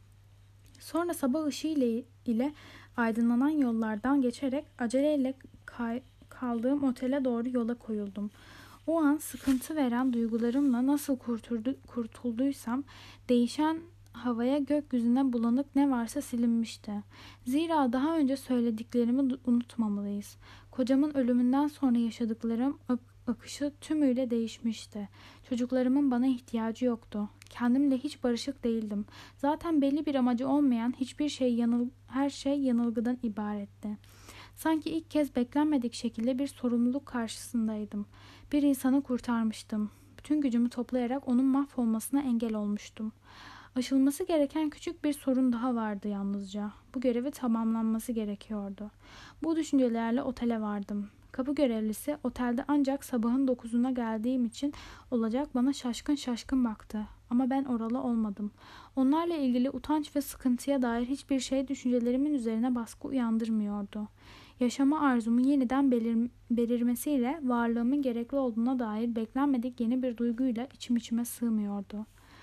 Sonra sabah ışığı ile, ile aydınlanan yollardan geçerek aceleyle kay- kaldığım otele doğru yola koyuldum. O an sıkıntı veren duygularımla nasıl kurtuldu, kurtulduysam değişen havaya gökyüzüne bulanık ne varsa silinmişti. Zira daha önce söylediklerimi unutmamalıyız. Kocamın ölümünden sonra yaşadıklarım akışı tümüyle değişmişti. Çocuklarımın bana ihtiyacı yoktu. Kendimle hiç barışık değildim. Zaten belli bir amacı olmayan hiçbir şey yanıl her şey yanılgıdan ibaretti. Sanki ilk kez beklenmedik şekilde bir sorumluluk karşısındaydım. Bir insanı kurtarmıştım. Bütün gücümü toplayarak onun mahvolmasına engel olmuştum. Aşılması gereken küçük bir sorun daha vardı yalnızca. Bu görevi tamamlanması gerekiyordu. Bu düşüncelerle otele vardım. Kapı görevlisi otelde ancak sabahın dokuzuna geldiğim için olacak bana şaşkın şaşkın baktı. Ama ben oralı olmadım. Onlarla ilgili utanç ve sıkıntıya dair hiçbir şey düşüncelerimin üzerine baskı uyandırmıyordu. Yaşama arzumun yeniden belir belirmesiyle varlığımın gerekli olduğuna dair beklenmedik yeni bir duyguyla içim içime sığmıyordu.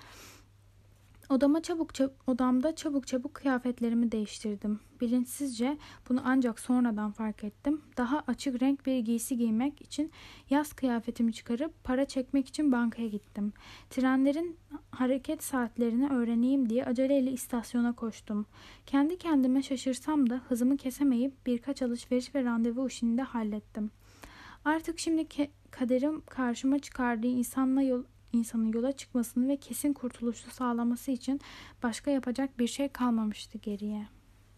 Odama çabuk, çabuk odamda çabuk çabuk kıyafetlerimi değiştirdim. Bilinçsizce bunu ancak sonradan fark ettim. Daha açık renk bir giysi giymek için yaz kıyafetimi çıkarıp para çekmek için bankaya gittim. Trenlerin hareket saatlerini öğreneyim diye aceleyle istasyona koştum. Kendi kendime şaşırsam da hızımı kesemeyip birkaç alışveriş ve randevu işini de hallettim. Artık şimdi ke- kaderim karşıma çıkardığı insanla yol insanın yola çıkmasını ve kesin kurtuluşu sağlaması için başka yapacak bir şey kalmamıştı geriye.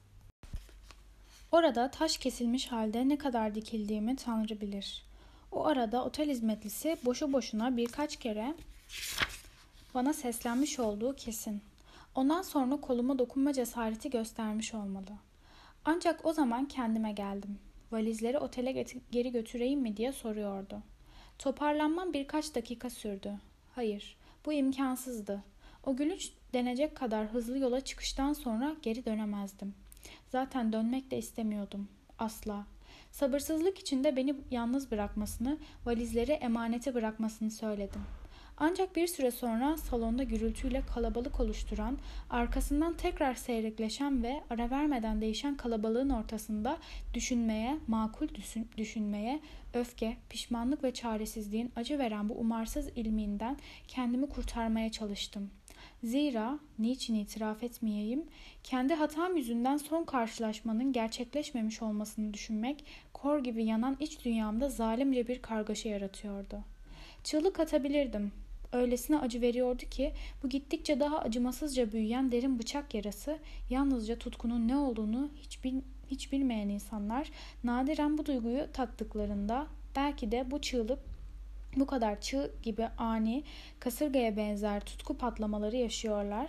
Orada taş kesilmiş halde ne kadar dikildiğimi Tanrı bilir. O arada otel hizmetlisi boşu boşuna birkaç kere bana seslenmiş olduğu kesin. Ondan sonra koluma dokunma cesareti göstermiş olmalı. Ancak o zaman kendime geldim. Valizleri otele geri götüreyim mi diye soruyordu. Toparlanmam birkaç dakika sürdü. Hayır, bu imkansızdı. O gülünç denecek kadar hızlı yola çıkıştan sonra geri dönemezdim. Zaten dönmek de istemiyordum. Asla. Sabırsızlık içinde beni yalnız bırakmasını, valizleri emanete bırakmasını söyledim. Ancak bir süre sonra salonda gürültüyle kalabalık oluşturan, arkasından tekrar seyrekleşen ve ara vermeden değişen kalabalığın ortasında düşünmeye, makul düşün, düşünmeye, öfke, pişmanlık ve çaresizliğin acı veren bu umarsız ilmiğinden kendimi kurtarmaya çalıştım. Zira, niçin itiraf etmeyeyim, kendi hatam yüzünden son karşılaşmanın gerçekleşmemiş olmasını düşünmek, kor gibi yanan iç dünyamda zalimce bir kargaşa yaratıyordu. Çığlık atabilirdim. Öylesine acı veriyordu ki bu gittikçe daha acımasızca büyüyen derin bıçak yarası yalnızca tutkunun ne olduğunu hiç, bil, hiç bilmeyen insanlar nadiren bu duyguyu tattıklarında belki de bu çığlık bu kadar çığ gibi ani kasırgaya benzer tutku patlamaları yaşıyorlar.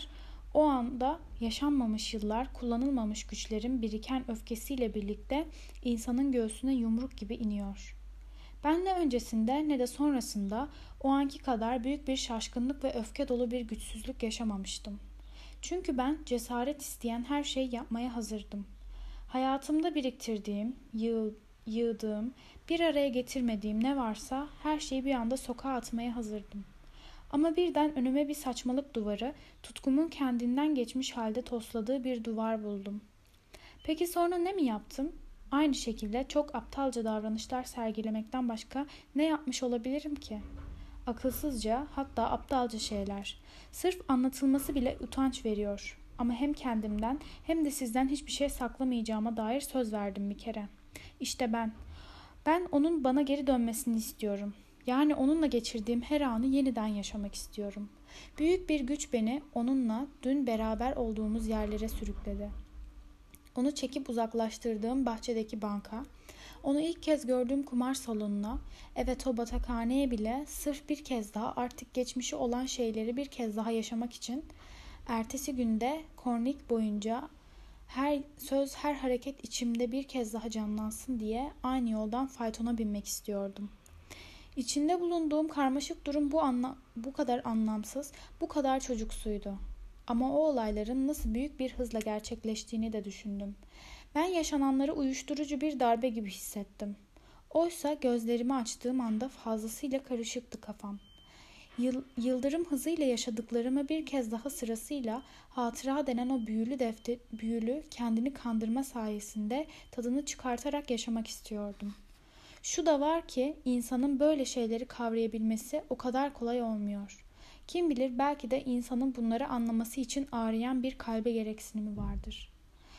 O anda yaşanmamış yıllar, kullanılmamış güçlerin biriken öfkesiyle birlikte insanın göğsüne yumruk gibi iniyor. Ben ne öncesinde ne de sonrasında o anki kadar büyük bir şaşkınlık ve öfke dolu bir güçsüzlük yaşamamıştım. Çünkü ben cesaret isteyen her şeyi yapmaya hazırdım. Hayatımda biriktirdiğim, yığ, yığdığım, bir araya getirmediğim ne varsa her şeyi bir anda sokağa atmaya hazırdım. Ama birden önüme bir saçmalık duvarı, tutkumun kendinden geçmiş halde tosladığı bir duvar buldum. Peki sonra ne mi yaptım? Aynı şekilde çok aptalca davranışlar sergilemekten başka ne yapmış olabilirim ki? Akılsızca, hatta aptalca şeyler. Sırf anlatılması bile utanç veriyor. Ama hem kendimden hem de sizden hiçbir şey saklamayacağıma dair söz verdim bir kere. İşte ben. Ben onun bana geri dönmesini istiyorum. Yani onunla geçirdiğim her anı yeniden yaşamak istiyorum. Büyük bir güç beni onunla dün beraber olduğumuz yerlere sürükledi. Onu çekip uzaklaştırdığım bahçedeki banka, onu ilk kez gördüğüm kumar salonuna, evet o batakhaneye bile sırf bir kez daha artık geçmişi olan şeyleri bir kez daha yaşamak için ertesi günde kornik boyunca her söz, her hareket içimde bir kez daha canlansın diye aynı yoldan faytona binmek istiyordum. İçinde bulunduğum karmaşık durum bu anla- bu kadar anlamsız, bu kadar çocuksuydu. Ama o olayların nasıl büyük bir hızla gerçekleştiğini de düşündüm. Ben yaşananları uyuşturucu bir darbe gibi hissettim. Oysa gözlerimi açtığım anda fazlasıyla karışıktı kafam. Yıl, yıldırım hızıyla yaşadıklarımı bir kez daha sırasıyla hatıra denen o büyülü defter, büyülü kendini kandırma sayesinde tadını çıkartarak yaşamak istiyordum. Şu da var ki insanın böyle şeyleri kavrayabilmesi o kadar kolay olmuyor. Kim bilir belki de insanın bunları anlaması için ağrıyan bir kalbe gereksinimi vardır.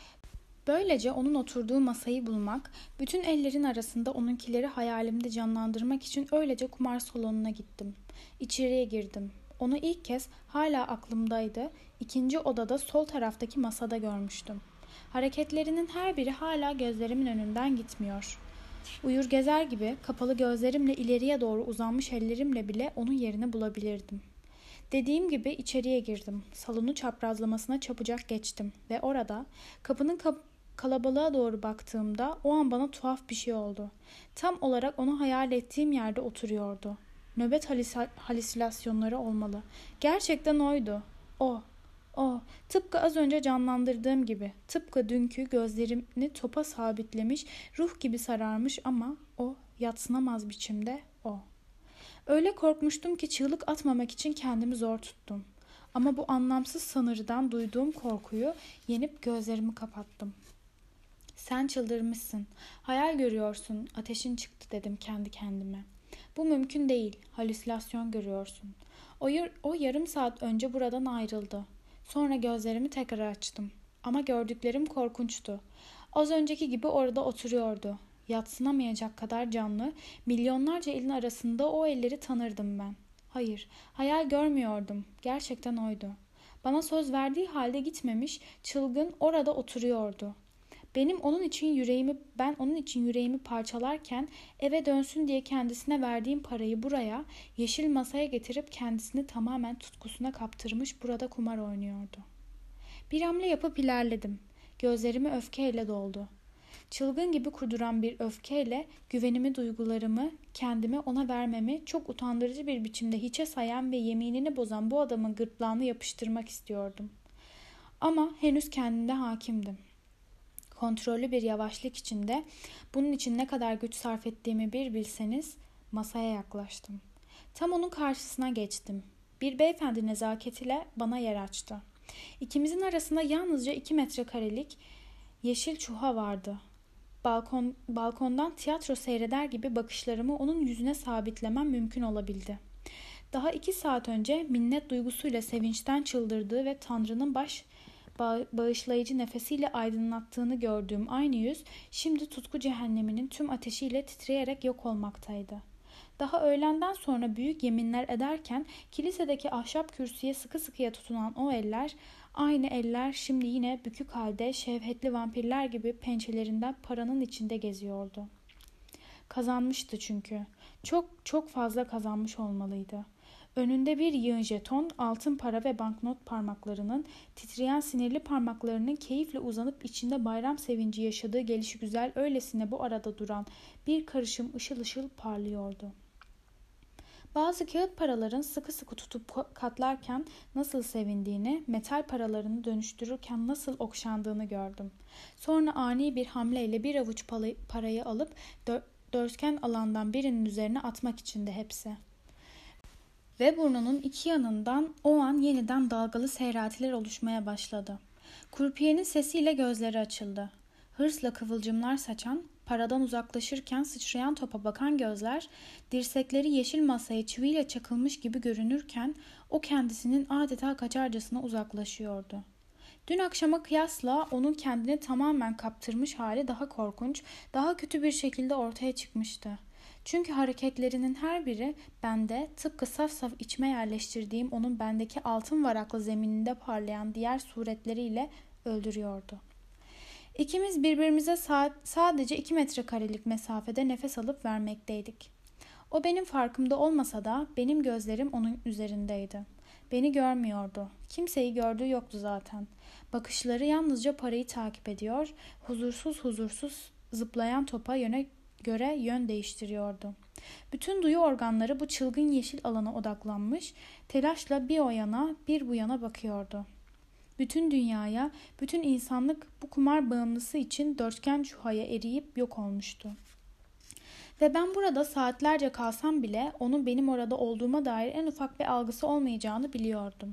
Böylece onun oturduğu masayı bulmak, bütün ellerin arasında onunkileri hayalimde canlandırmak için öylece kumar salonuna gittim. İçeriye girdim. Onu ilk kez hala aklımdaydı. İkinci odada sol taraftaki masada görmüştüm. Hareketlerinin her biri hala gözlerimin önünden gitmiyor. Uyur gezer gibi kapalı gözlerimle ileriye doğru uzanmış ellerimle bile onun yerini bulabilirdim. Dediğim gibi içeriye girdim. Salonu çaprazlamasına çabucak geçtim ve orada kapının kap- kalabalığa doğru baktığımda o an bana tuhaf bir şey oldu. Tam olarak onu hayal ettiğim yerde oturuyordu. Nöbet halis- halüsinasyonları olmalı. Gerçekten oydu. O. O. Tıpkı az önce canlandırdığım gibi. Tıpkı dünkü gözlerini topa sabitlemiş, ruh gibi sararmış ama o yadsınamaz biçimde o. Öyle korkmuştum ki çığlık atmamak için kendimi zor tuttum. Ama bu anlamsız sanırıdan duyduğum korkuyu yenip gözlerimi kapattım. Sen çıldırmışsın. Hayal görüyorsun. Ateşin çıktı dedim kendi kendime. Bu mümkün değil. Halüsinasyon görüyorsun. O, yar- o yarım saat önce buradan ayrıldı. Sonra gözlerimi tekrar açtım. Ama gördüklerim korkunçtu. Az önceki gibi orada oturuyordu. Yadsınamayacak kadar canlı, milyonlarca elin arasında o elleri tanırdım ben. Hayır, hayal görmüyordum. Gerçekten oydu. Bana söz verdiği halde gitmemiş, çılgın orada oturuyordu. Benim onun için yüreğimi, ben onun için yüreğimi parçalarken eve dönsün diye kendisine verdiğim parayı buraya, yeşil masaya getirip kendisini tamamen tutkusuna kaptırmış burada kumar oynuyordu. Bir hamle yapıp ilerledim. Gözlerimi öfkeyle doldu. Çılgın gibi kurduran bir öfkeyle güvenimi, duygularımı, kendimi ona vermemi çok utandırıcı bir biçimde hiçe sayan ve yeminini bozan bu adamın gırtlağını yapıştırmak istiyordum. Ama henüz kendimde hakimdim. Kontrollü bir yavaşlık içinde bunun için ne kadar güç sarf ettiğimi bir bilseniz masaya yaklaştım. Tam onun karşısına geçtim. Bir beyefendi nezaketiyle bana yer açtı. İkimizin arasında yalnızca iki metrekarelik yeşil çuha vardı. Balkon, balkondan tiyatro seyreder gibi bakışlarımı onun yüzüne sabitlemem mümkün olabildi. Daha iki saat önce minnet duygusuyla sevinçten çıldırdığı ve Tanrı'nın baş bağışlayıcı nefesiyle aydınlattığını gördüğüm aynı yüz, şimdi tutku cehenneminin tüm ateşiyle titreyerek yok olmaktaydı. Daha öğlenden sonra büyük yeminler ederken kilisedeki ahşap kürsüye sıkı sıkıya tutunan o eller, aynı eller şimdi yine bükük halde şevhetli vampirler gibi pençelerinden paranın içinde geziyordu. Kazanmıştı çünkü. Çok çok fazla kazanmış olmalıydı. Önünde bir yığın jeton, altın para ve banknot parmaklarının, titreyen sinirli parmaklarının keyifle uzanıp içinde bayram sevinci yaşadığı gelişigüzel öylesine bu arada duran bir karışım ışıl ışıl parlıyordu. Bazı kağıt paraların sıkı sıkı tutup katlarken nasıl sevindiğini, metal paralarını dönüştürürken nasıl okşandığını gördüm. Sonra ani bir hamleyle bir avuç parayı alıp dörtgen alandan birinin üzerine atmak içindi hepsi. Ve burnunun iki yanından o an yeniden dalgalı seyreltiler oluşmaya başladı. Kurpiyenin sesiyle gözleri açıldı. Hırsla kıvılcımlar saçan, paradan uzaklaşırken sıçrayan topa bakan gözler, dirsekleri yeşil masaya çiviyle çakılmış gibi görünürken o kendisinin adeta kaçarcasına uzaklaşıyordu. Dün akşama kıyasla onun kendini tamamen kaptırmış hali daha korkunç, daha kötü bir şekilde ortaya çıkmıştı. Çünkü hareketlerinin her biri bende tıpkı saf saf içime yerleştirdiğim onun bendeki altın varaklı zemininde parlayan diğer suretleriyle öldürüyordu. İkimiz birbirimize sadece iki metrekarelik mesafede nefes alıp vermekteydik. O benim farkımda olmasa da benim gözlerim onun üzerindeydi. Beni görmüyordu. Kimseyi gördüğü yoktu zaten. Bakışları yalnızca parayı takip ediyor, huzursuz huzursuz zıplayan topa yöne göre yön değiştiriyordu. Bütün duyu organları bu çılgın yeşil alana odaklanmış, telaşla bir o yana bir bu yana bakıyordu. Bütün dünyaya, bütün insanlık bu kumar bağımlısı için dörtgen çuhaya eriyip yok olmuştu. Ve ben burada saatlerce kalsam bile onun benim orada olduğuma dair en ufak bir algısı olmayacağını biliyordum.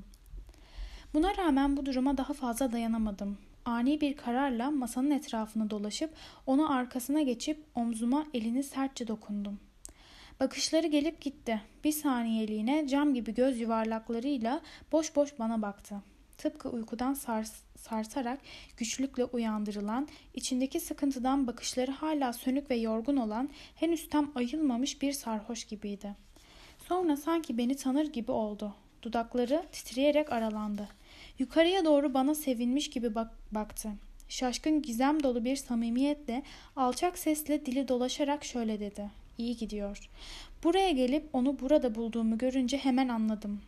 Buna rağmen bu duruma daha fazla dayanamadım. Ani bir kararla masanın etrafını dolaşıp onu arkasına geçip omzuma elini sertçe dokundum. Bakışları gelip gitti. Bir saniyeliğine cam gibi göz yuvarlaklarıyla boş boş bana baktı. Tıpkı uykudan sars, sarsarak güçlükle uyandırılan, içindeki sıkıntıdan bakışları hala sönük ve yorgun olan, henüz tam ayılmamış bir sarhoş gibiydi. Sonra sanki beni tanır gibi oldu. Dudakları titreyerek aralandı. Yukarıya doğru bana sevinmiş gibi bak- baktı. Şaşkın gizem dolu bir samimiyetle, alçak sesle dili dolaşarak şöyle dedi. İyi gidiyor. Buraya gelip onu burada bulduğumu görünce hemen anladım.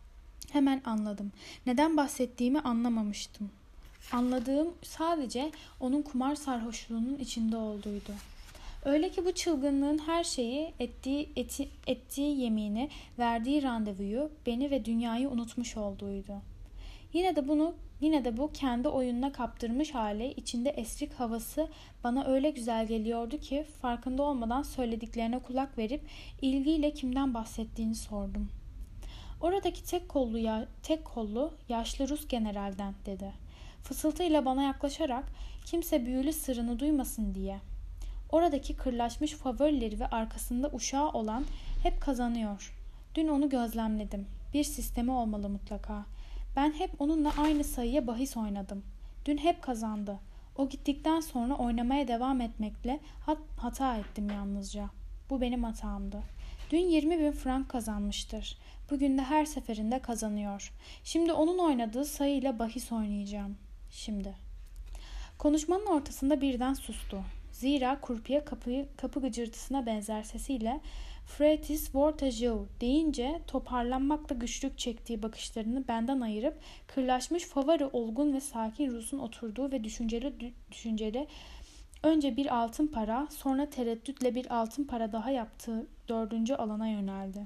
Hemen anladım. Neden bahsettiğimi anlamamıştım. Anladığım sadece onun kumar sarhoşluğunun içinde olduğuydu. Öyle ki bu çılgınlığın her şeyi, ettiği, eti, ettiği yemini, verdiği randevuyu, beni ve dünyayı unutmuş olduğuydu. Yine de bunu, yine de bu kendi oyununa kaptırmış hali, içinde esrik havası bana öyle güzel geliyordu ki farkında olmadan söylediklerine kulak verip ilgiyle kimden bahsettiğini sordum. Oradaki tek kollu, ya, tek kollu yaşlı Rus generalden dedi. Fısıltıyla bana yaklaşarak kimse büyülü sırrını duymasın diye. Oradaki kırlaşmış favorileri ve arkasında uşağı olan hep kazanıyor. Dün onu gözlemledim. Bir sistemi olmalı mutlaka. Ben hep onunla aynı sayıya bahis oynadım. Dün hep kazandı. O gittikten sonra oynamaya devam etmekle hat- hata ettim yalnızca. Bu benim hatamdı. Dün yirmi bin frank kazanmıştır. Bugün de her seferinde kazanıyor. Şimdi onun oynadığı sayıyla bahis oynayacağım. Şimdi. Konuşmanın ortasında birden sustu. Zira kurpiye kapı, kapı gıcırtısına benzer sesiyle Fretis Vortajou deyince toparlanmakla güçlük çektiği bakışlarını benden ayırıp kırlaşmış favori olgun ve sakin Rus'un oturduğu ve düşünceli düşünceli önce bir altın para, sonra tereddütle bir altın para daha yaptığı dördüncü alana yöneldi.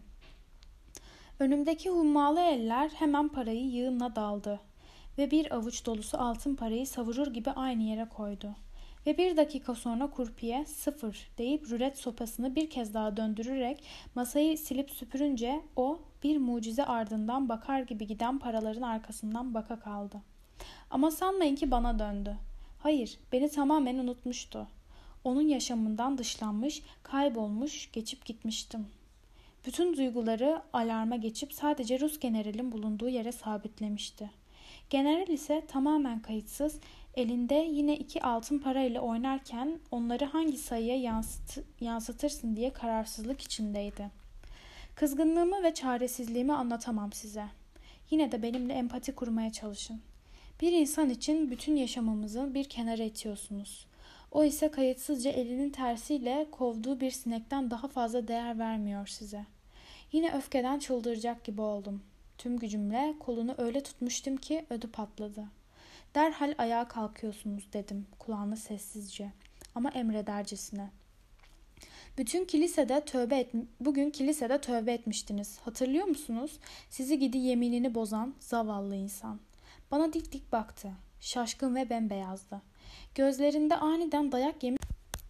Önümdeki hummalı eller hemen parayı yığınla daldı ve bir avuç dolusu altın parayı savurur gibi aynı yere koydu. Ve bir dakika sonra kurpiye sıfır deyip rulet sopasını bir kez daha döndürerek masayı silip süpürünce o bir mucize ardından bakar gibi giden paraların arkasından baka kaldı. Ama sanmayın ki bana döndü. Hayır, beni tamamen unutmuştu. Onun yaşamından dışlanmış, kaybolmuş, geçip gitmiştim. Bütün duyguları alarma geçip sadece Rus generalin bulunduğu yere sabitlemişti. General ise tamamen kayıtsız, elinde yine iki altın parayla oynarken onları hangi sayıya yansıt, yansıtırsın diye kararsızlık içindeydi. Kızgınlığımı ve çaresizliğimi anlatamam size. Yine de benimle empati kurmaya çalışın. Bir insan için bütün yaşamımızı bir kenara itiyorsunuz. O ise kayıtsızca elinin tersiyle kovduğu bir sinekten daha fazla değer vermiyor size. Yine öfkeden çıldıracak gibi oldum. Tüm gücümle kolunu öyle tutmuştum ki ödü patladı. Derhal ayağa kalkıyorsunuz dedim kulağına sessizce ama emredercesine. Bütün kilisede tövbe et, bugün kilisede tövbe etmiştiniz. Hatırlıyor musunuz? Sizi gidi yeminini bozan zavallı insan. Bana dik dik baktı. Şaşkın ve bembeyazdı. Gözlerinde aniden dayak yemiş.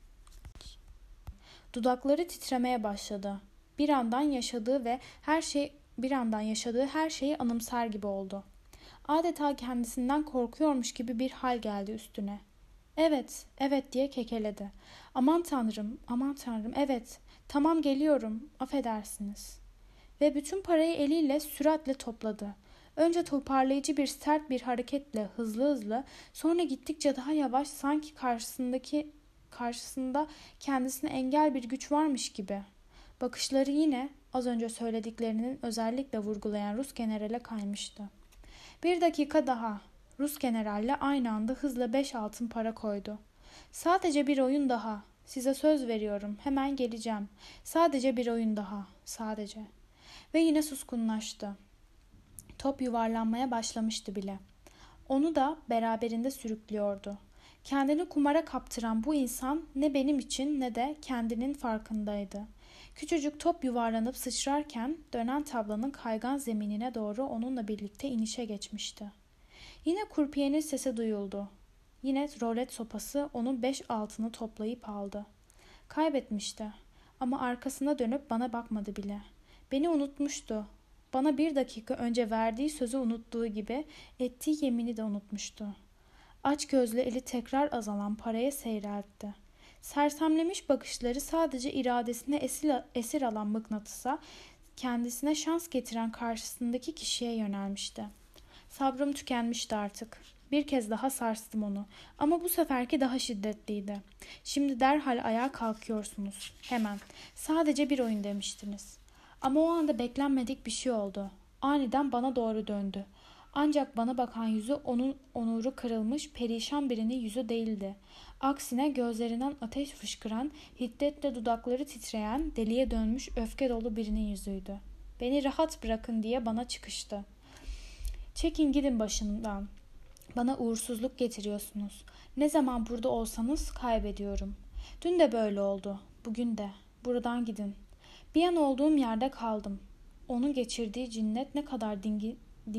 Dudakları titremeye başladı. Bir andan yaşadığı ve her şey bir andan yaşadığı her şeyi anımsar gibi oldu. Adeta kendisinden korkuyormuş gibi bir hal geldi üstüne. Evet, evet diye kekeledi. Aman tanrım, aman tanrım, evet. Tamam geliyorum, affedersiniz. Ve bütün parayı eliyle süratle topladı. Önce toparlayıcı bir sert bir hareketle hızlı hızlı, sonra gittikçe daha yavaş sanki karşısındaki karşısında kendisine engel bir güç varmış gibi. Bakışları yine az önce söylediklerinin özellikle vurgulayan Rus generale kaymıştı. Bir dakika daha. Rus generalle aynı anda hızla beş altın para koydu. Sadece bir oyun daha. Size söz veriyorum. Hemen geleceğim. Sadece bir oyun daha. Sadece. Ve yine suskunlaştı. Top yuvarlanmaya başlamıştı bile. Onu da beraberinde sürüklüyordu. Kendini kumara kaptıran bu insan ne benim için ne de kendinin farkındaydı. Küçücük top yuvarlanıp sıçrarken dönen tablanın kaygan zeminine doğru onunla birlikte inişe geçmişti. Yine kurpiyenin sesi duyuldu. Yine rolet sopası onun beş altını toplayıp aldı. Kaybetmişti ama arkasına dönüp bana bakmadı bile. Beni unutmuştu. Bana bir dakika önce verdiği sözü unuttuğu gibi ettiği yemini de unutmuştu. Aç gözlü eli tekrar azalan paraya seyreltti. Sersemlemiş bakışları sadece iradesine esir, esir alan mıknatısa kendisine şans getiren karşısındaki kişiye yönelmişti. Sabrım tükenmişti artık. Bir kez daha sarstım onu. Ama bu seferki daha şiddetliydi. Şimdi derhal ayağa kalkıyorsunuz. Hemen. Sadece bir oyun demiştiniz. Ama o anda beklenmedik bir şey oldu. Aniden bana doğru döndü. Ancak bana bakan yüzü onun onuru kırılmış, perişan birinin yüzü değildi. Aksine gözlerinden ateş fışkıran, hiddetle dudakları titreyen, deliye dönmüş öfke dolu birinin yüzüydü. Beni rahat bırakın diye bana çıkıştı. Çekin gidin başımdan. Bana uğursuzluk getiriyorsunuz. Ne zaman burada olsanız kaybediyorum. Dün de böyle oldu. Bugün de. Buradan gidin. Bir an olduğum yerde kaldım. Onun geçirdiği cinnet ne kadar dingi,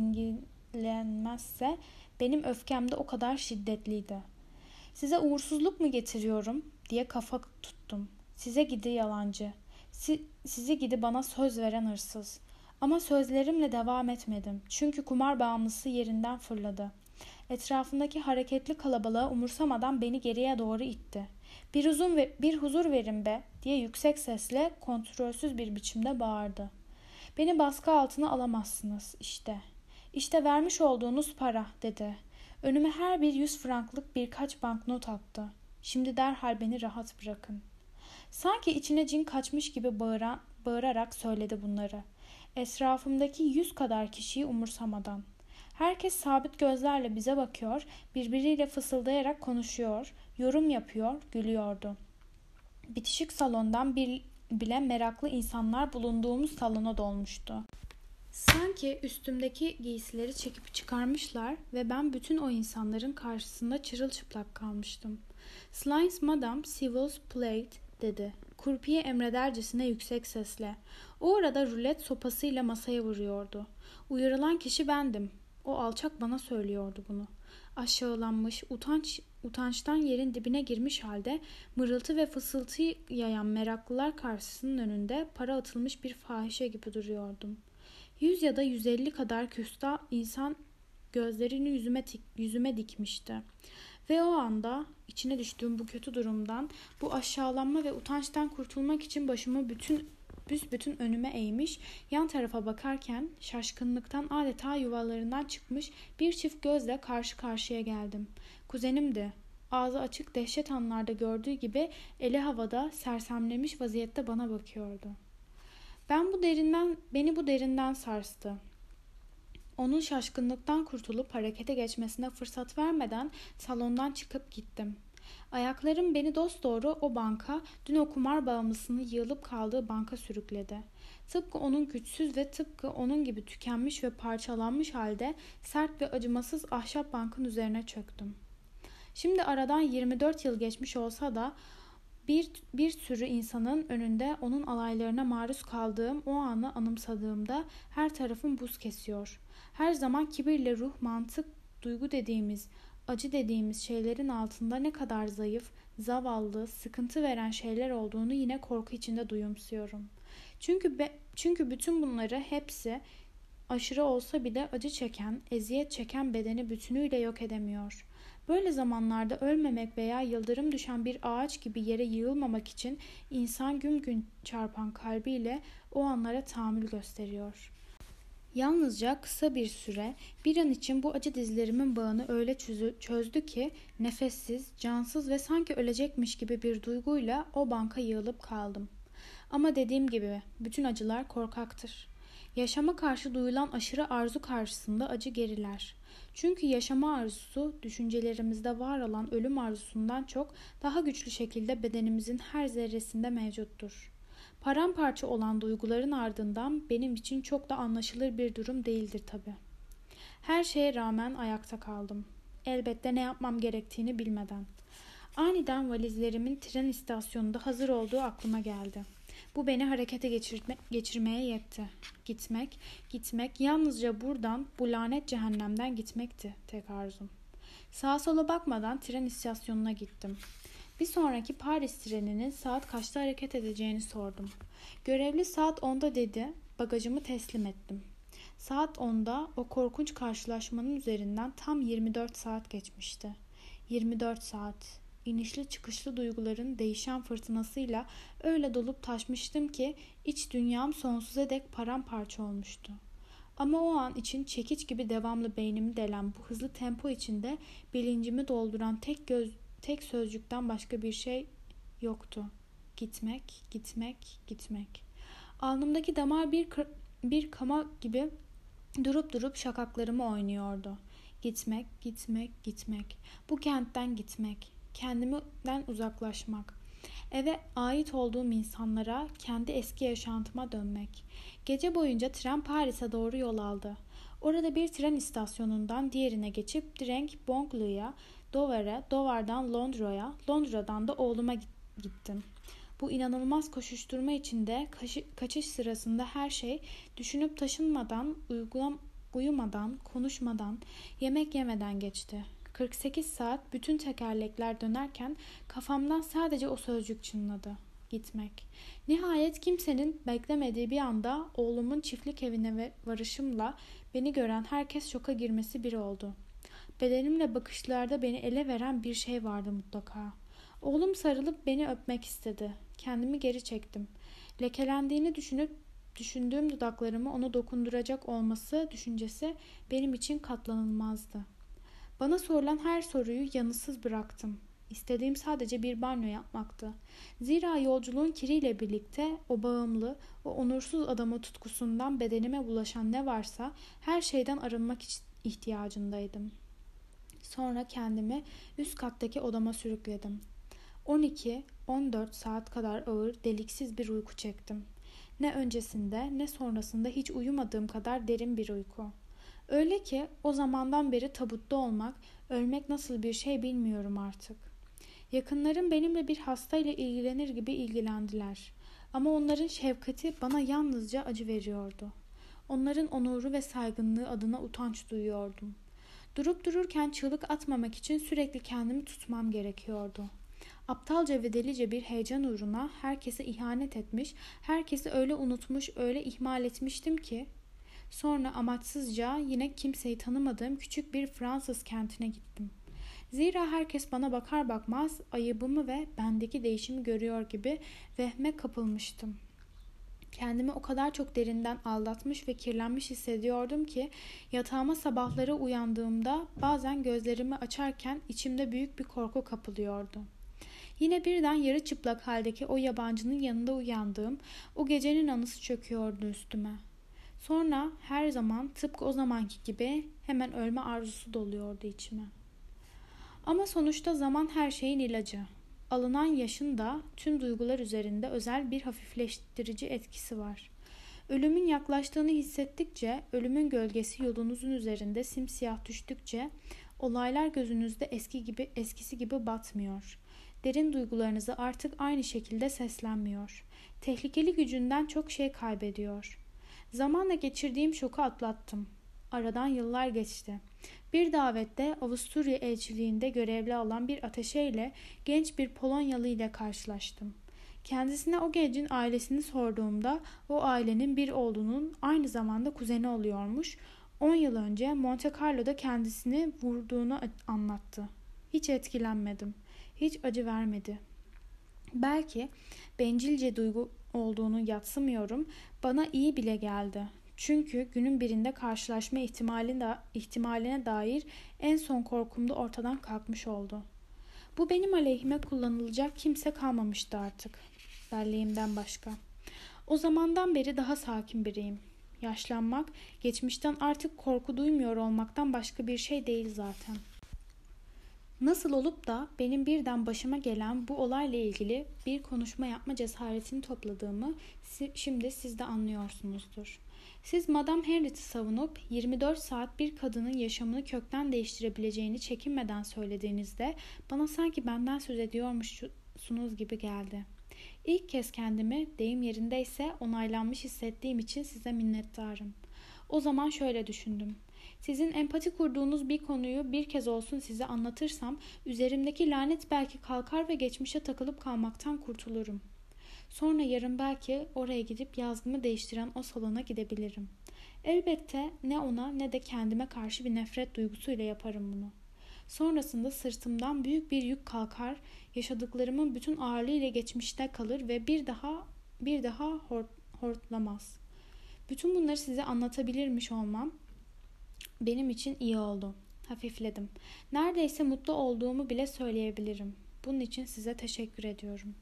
dingilenmezse benim öfkem de o kadar şiddetliydi. Size uğursuzluk mu getiriyorum diye kafa tuttum. Size gidi yalancı. Si, sizi gidi bana söz veren hırsız. Ama sözlerimle devam etmedim. Çünkü kumar bağımlısı yerinden fırladı. Etrafındaki hareketli kalabalığa umursamadan beni geriye doğru itti. Bir, uzun ve, bir huzur verin be diye yüksek sesle kontrolsüz bir biçimde bağırdı. Beni baskı altına alamazsınız işte. İşte vermiş olduğunuz para dedi. Önüme her bir yüz franklık birkaç banknot attı. Şimdi derhal beni rahat bırakın. Sanki içine cin kaçmış gibi bağıran, bağırarak söyledi bunları. Etrafımdaki yüz kadar kişiyi umursamadan. Herkes sabit gözlerle bize bakıyor, birbiriyle fısıldayarak konuşuyor, yorum yapıyor, gülüyordu. Bitişik salondan bir, bile meraklı insanlar bulunduğumuz salona dolmuştu. Sanki üstümdeki giysileri çekip çıkarmışlar ve ben bütün o insanların karşısında çırılçıplak kalmıştım. "Slines Madame Civils Plate" dedi. Kurpiye emredercesine yüksek sesle. O arada rulet sopasıyla masaya vuruyordu. Uyarılan kişi bendim. O alçak bana söylüyordu bunu. Aşağılanmış, utanç, utançtan yerin dibine girmiş halde mırıltı ve fısıltı yayan meraklılar karşısının önünde para atılmış bir fahişe gibi duruyordum. Yüz ya da yüz elli kadar küstah insan gözlerini yüzüme, yüzüme dikmişti. Ve o anda içine düştüğüm bu kötü durumdan, bu aşağılanma ve utançtan kurtulmak için başımı bütün büsbütün önüme eğmiş, yan tarafa bakarken şaşkınlıktan adeta yuvalarından çıkmış bir çift gözle karşı karşıya geldim. Kuzenimdi. Ağzı açık dehşet anlarda gördüğü gibi eli havada sersemlemiş vaziyette bana bakıyordu. Ben bu derinden, beni bu derinden sarstı. Onun şaşkınlıktan kurtulup harekete geçmesine fırsat vermeden salondan çıkıp gittim. Ayaklarım beni dosdoğru o banka, dün o kumar bağımlısını yığılıp kaldığı banka sürükledi. Tıpkı onun güçsüz ve tıpkı onun gibi tükenmiş ve parçalanmış halde sert ve acımasız ahşap bankın üzerine çöktüm. Şimdi aradan yirmi dört yıl geçmiş olsa da bir, bir sürü insanın önünde onun alaylarına maruz kaldığım o anı anımsadığımda her tarafım buz kesiyor. Her zaman kibirle ruh, mantık, duygu dediğimiz, acı dediğimiz şeylerin altında ne kadar zayıf, zavallı, sıkıntı veren şeyler olduğunu yine korku içinde duyumsuyorum. Çünkü be, çünkü bütün bunları hepsi aşırı olsa bile acı çeken, eziyet çeken bedeni bütünüyle yok edemiyor. Böyle zamanlarda ölmemek veya yıldırım düşen bir ağaç gibi yere yığılmamak için insan güm gün çarpan kalbiyle o anlara tahammül gösteriyor. Yalnızca kısa bir süre, bir an için bu acı dizlerimin bağını öyle çözdü ki nefessiz, cansız ve sanki ölecekmiş gibi bir duyguyla o banka yığılıp kaldım. Ama dediğim gibi bütün acılar korkaktır. Yaşama karşı duyulan aşırı arzu karşısında acı geriler. Çünkü yaşama arzusu düşüncelerimizde var olan ölüm arzusundan çok daha güçlü şekilde bedenimizin her zerresinde mevcuttur. Paramparça olan duyguların ardından benim için çok da anlaşılır bir durum değildir tabii. Her şeye rağmen ayakta kaldım. Elbette ne yapmam gerektiğini bilmeden. Aniden valizlerimin tren istasyonunda hazır olduğu aklıma geldi. Bu beni harekete geçirme, geçirmeye yetti. Gitmek, gitmek, yalnızca buradan, bu lanet cehennemden gitmekti tek arzum. Sağa sola bakmadan tren istasyonuna gittim. Bir sonraki Paris treninin saat kaçta hareket edeceğini sordum. Görevli saat onda dedi, bagajımı teslim ettim. Saat onda o korkunç karşılaşmanın üzerinden tam yirmi dört saat geçmişti. yirmi dört saat. İnişli çıkışlı duyguların değişen fırtınasıyla öyle dolup taşmıştım ki iç dünyam sonsuza dek paramparça olmuştu. Ama o an için çekiç gibi devamlı beynimi delen bu hızlı tempo içinde bilincimi dolduran tek göz, tek sözcükten başka bir şey yoktu. Gitmek, gitmek, gitmek. Alnımdaki damar bir, bir kama gibi durup durup şakaklarımı oynuyordu. Gitmek, gitmek, gitmek. Bu kentten gitmek. Kendimden uzaklaşmak. Eve ait olduğum insanlara, kendi eski yaşantıma dönmek. Gece boyunca tren Paris'e doğru yol aldı. Orada bir tren istasyonundan diğerine geçip direkt Bonglu'ya, Dover'e, Dover'dan Londra'ya, Londra'dan da oğluma gittim. Bu inanılmaz koşuşturma içinde kaçış sırasında her şey düşünüp taşınmadan, uygulam uyumadan, konuşmadan, yemek yemeden geçti. kırk sekiz saat bütün tekerlekler dönerken kafamdan sadece o sözcük çınladı. Gitmek. Nihayet kimsenin beklemediği bir anda oğlumun çiftlik evine varışımla beni gören herkes şoka girmesi bir oldu. Bedenimle bakışlarda beni ele veren bir şey vardı mutlaka. Oğlum sarılıp beni öpmek istedi. Kendimi geri çektim. Lekelendiğini düşünüp düşündüğüm dudaklarımı ona dokunduracak olması düşüncesi benim için katlanılmazdı. Bana sorulan her soruyu yanıtsız bıraktım. İstediğim sadece bir banyo yapmaktı. Zira yolculuğun kiriyle birlikte o bağımlı, o onursuz adamı tutkusundan bedenime bulaşan ne varsa her şeyden arınmak ihtiyacındaydım. Sonra kendimi üst kattaki odama sürükledim. on iki on dört saat kadar ağır, deliksiz bir uyku çektim. Ne öncesinde ne sonrasında hiç uyumadığım kadar derin bir uyku. Öyle ki o zamandan beri tabutta olmak, ölmek nasıl bir şey bilmiyorum artık. Yakınlarım benimle bir hastayla ilgilenir gibi ilgilendiler. Ama onların şefkati bana yalnızca acı veriyordu. Onların onuru ve saygınlığı adına utanç duyuyordum. Durup dururken çığlık atmamak için sürekli kendimi tutmam gerekiyordu. Aptalca ve delice bir heyecan uğruna herkese ihanet etmiş, herkesi öyle unutmuş, öyle ihmal etmiştim ki... Sonra amaçsızca yine kimseyi tanımadığım küçük bir Fransız kentine gittim. Zira herkes bana bakar bakmaz ayıbımı ve bendeki değişimi görüyor gibi vehme kapılmıştım. Kendimi o kadar çok derinden aldatmış ve kirlenmiş hissediyordum ki yatağıma sabahları uyandığımda bazen gözlerimi açarken içimde büyük bir korku kapılıyordu. Yine birden yarı çıplak haldeki o yabancının yanında uyandığım o gecenin anısı çöküyordu üstüme. Sonra her zaman tıpkı o zamanki gibi hemen ölme arzusu doluyordu içime. Ama sonuçta zaman her şeyin ilacı. Alınan yaşın da tüm duygular üzerinde özel bir hafifleştirici etkisi var. Ölümün yaklaştığını hissettikçe, ölümün gölgesi yolunuzun üzerinde simsiyah düştükçe olaylar gözünüzde eski gibi eskisi gibi batmıyor. Derin duygularınızı artık aynı şekilde seslenmiyor. Tehlikeli gücünden çok şey kaybediyor. Zamanla geçirdiğim şoku atlattım. Aradan yıllar geçti. Bir davette Avusturya elçiliğinde görevli olan bir ateşeyle genç bir Polonyalı ile karşılaştım. Kendisine o gencin ailesini sorduğumda o ailenin bir oğlunun aynı zamanda kuzeni oluyormuş. on yıl önce Monte Carlo'da kendisini vurduğunu anlattı. Hiç etkilenmedim. Hiç acı vermedi. Belki bencilce duygu olduğunu yadsımıyorum. Bana iyi bile geldi. Çünkü günün birinde karşılaşma ihtimaline, ihtimaline dair en son korkum da ortadan kalkmış oldu. Bu benim aleyhime kullanılacak kimse kalmamıştı artık. Belleğimden başka. O zamandan beri daha sakin biriyim. Yaşlanmak, geçmişten artık korku duymuyor olmaktan başka bir şey değil zaten. Nasıl olup da benim birden başıma gelen bu olayla ilgili bir konuşma yapma cesaretini topladığımı şimdi siz de anlıyorsunuzdur. Siz Madame Henriette'i savunup yirmi dört saat bir kadının yaşamını kökten değiştirebileceğini çekinmeden söylediğinizde bana sanki benden söz ediyormuşsunuz gibi geldi. İlk kez kendimi, deyim yerindeyse, onaylanmış hissettiğim için size minnettarım. O zaman şöyle düşündüm. Sizin empati kurduğunuz bir konuyu bir kez olsun size anlatırsam, üzerimdeki lanet belki kalkar ve geçmişe takılıp kalmaktan kurtulurum. Sonra yarın belki oraya gidip yazgımı değiştiren o salona gidebilirim. Elbette ne ona ne de kendime karşı bir nefret duygusuyla yaparım bunu. Sonrasında sırtımdan büyük bir yük kalkar, yaşadıklarımın bütün ağırlığıyla geçmişte kalır ve bir daha bir daha hort, hortlamaz. Bütün bunları size anlatabilirmiş olmam benim için iyi oldu. Hafifledim. Neredeyse mutlu olduğumu bile söyleyebilirim. Bunun için size teşekkür ediyorum.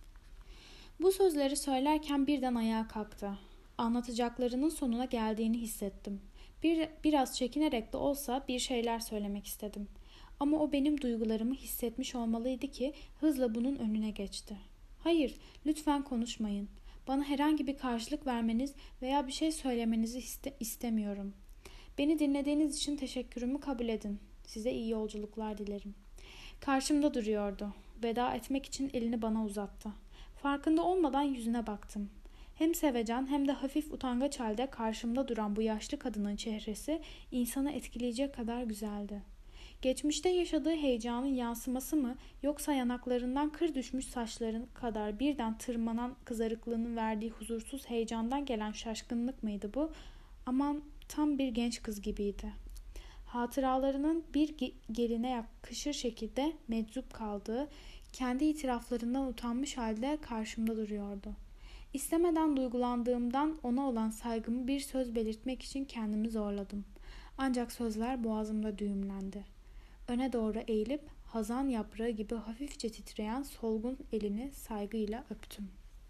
Bu sözleri söylerken birden ayağa kalktı. Anlatacaklarının sonuna geldiğini hissettim. Bir, biraz çekinerek de olsa bir şeyler söylemek istedim. Ama o benim duygularımı hissetmiş olmalıydı ki hızla bunun önüne geçti. Hayır, lütfen konuşmayın. Bana herhangi bir karşılık vermeniz veya bir şey söylemenizi iste- istemiyorum. Beni dinlediğiniz için teşekkürümü kabul edin. Size iyi yolculuklar dilerim. Karşımda duruyordu. Veda etmek için elini bana uzattı. Farkında olmadan yüzüne baktım. Hem sevecen hem de hafif utangaç halde karşımda duran bu yaşlı kadının çehresi insanı etkileyecek kadar güzeldi. Geçmişte yaşadığı heyecanın yansıması mı, yoksa yanaklarından kır düşmüş saçların kadar birden tırmanan kızarıklığının verdiği huzursuz heyecandan gelen şaşkınlık mıydı bu? Aman, tam bir genç kız gibiydi. Hatıralarının bir geline yakışır şekilde meczup kaldığı, kendi itiraflarından utanmış halde karşımda duruyordu. İstemeden duygulandığımdan ona olan saygımı bir söz belirtmek için kendimi zorladım. Ancak sözler boğazımda düğümlendi. Öne doğru eğilip hazan yaprağı gibi hafifçe titreyen solgun elini saygıyla öptüm.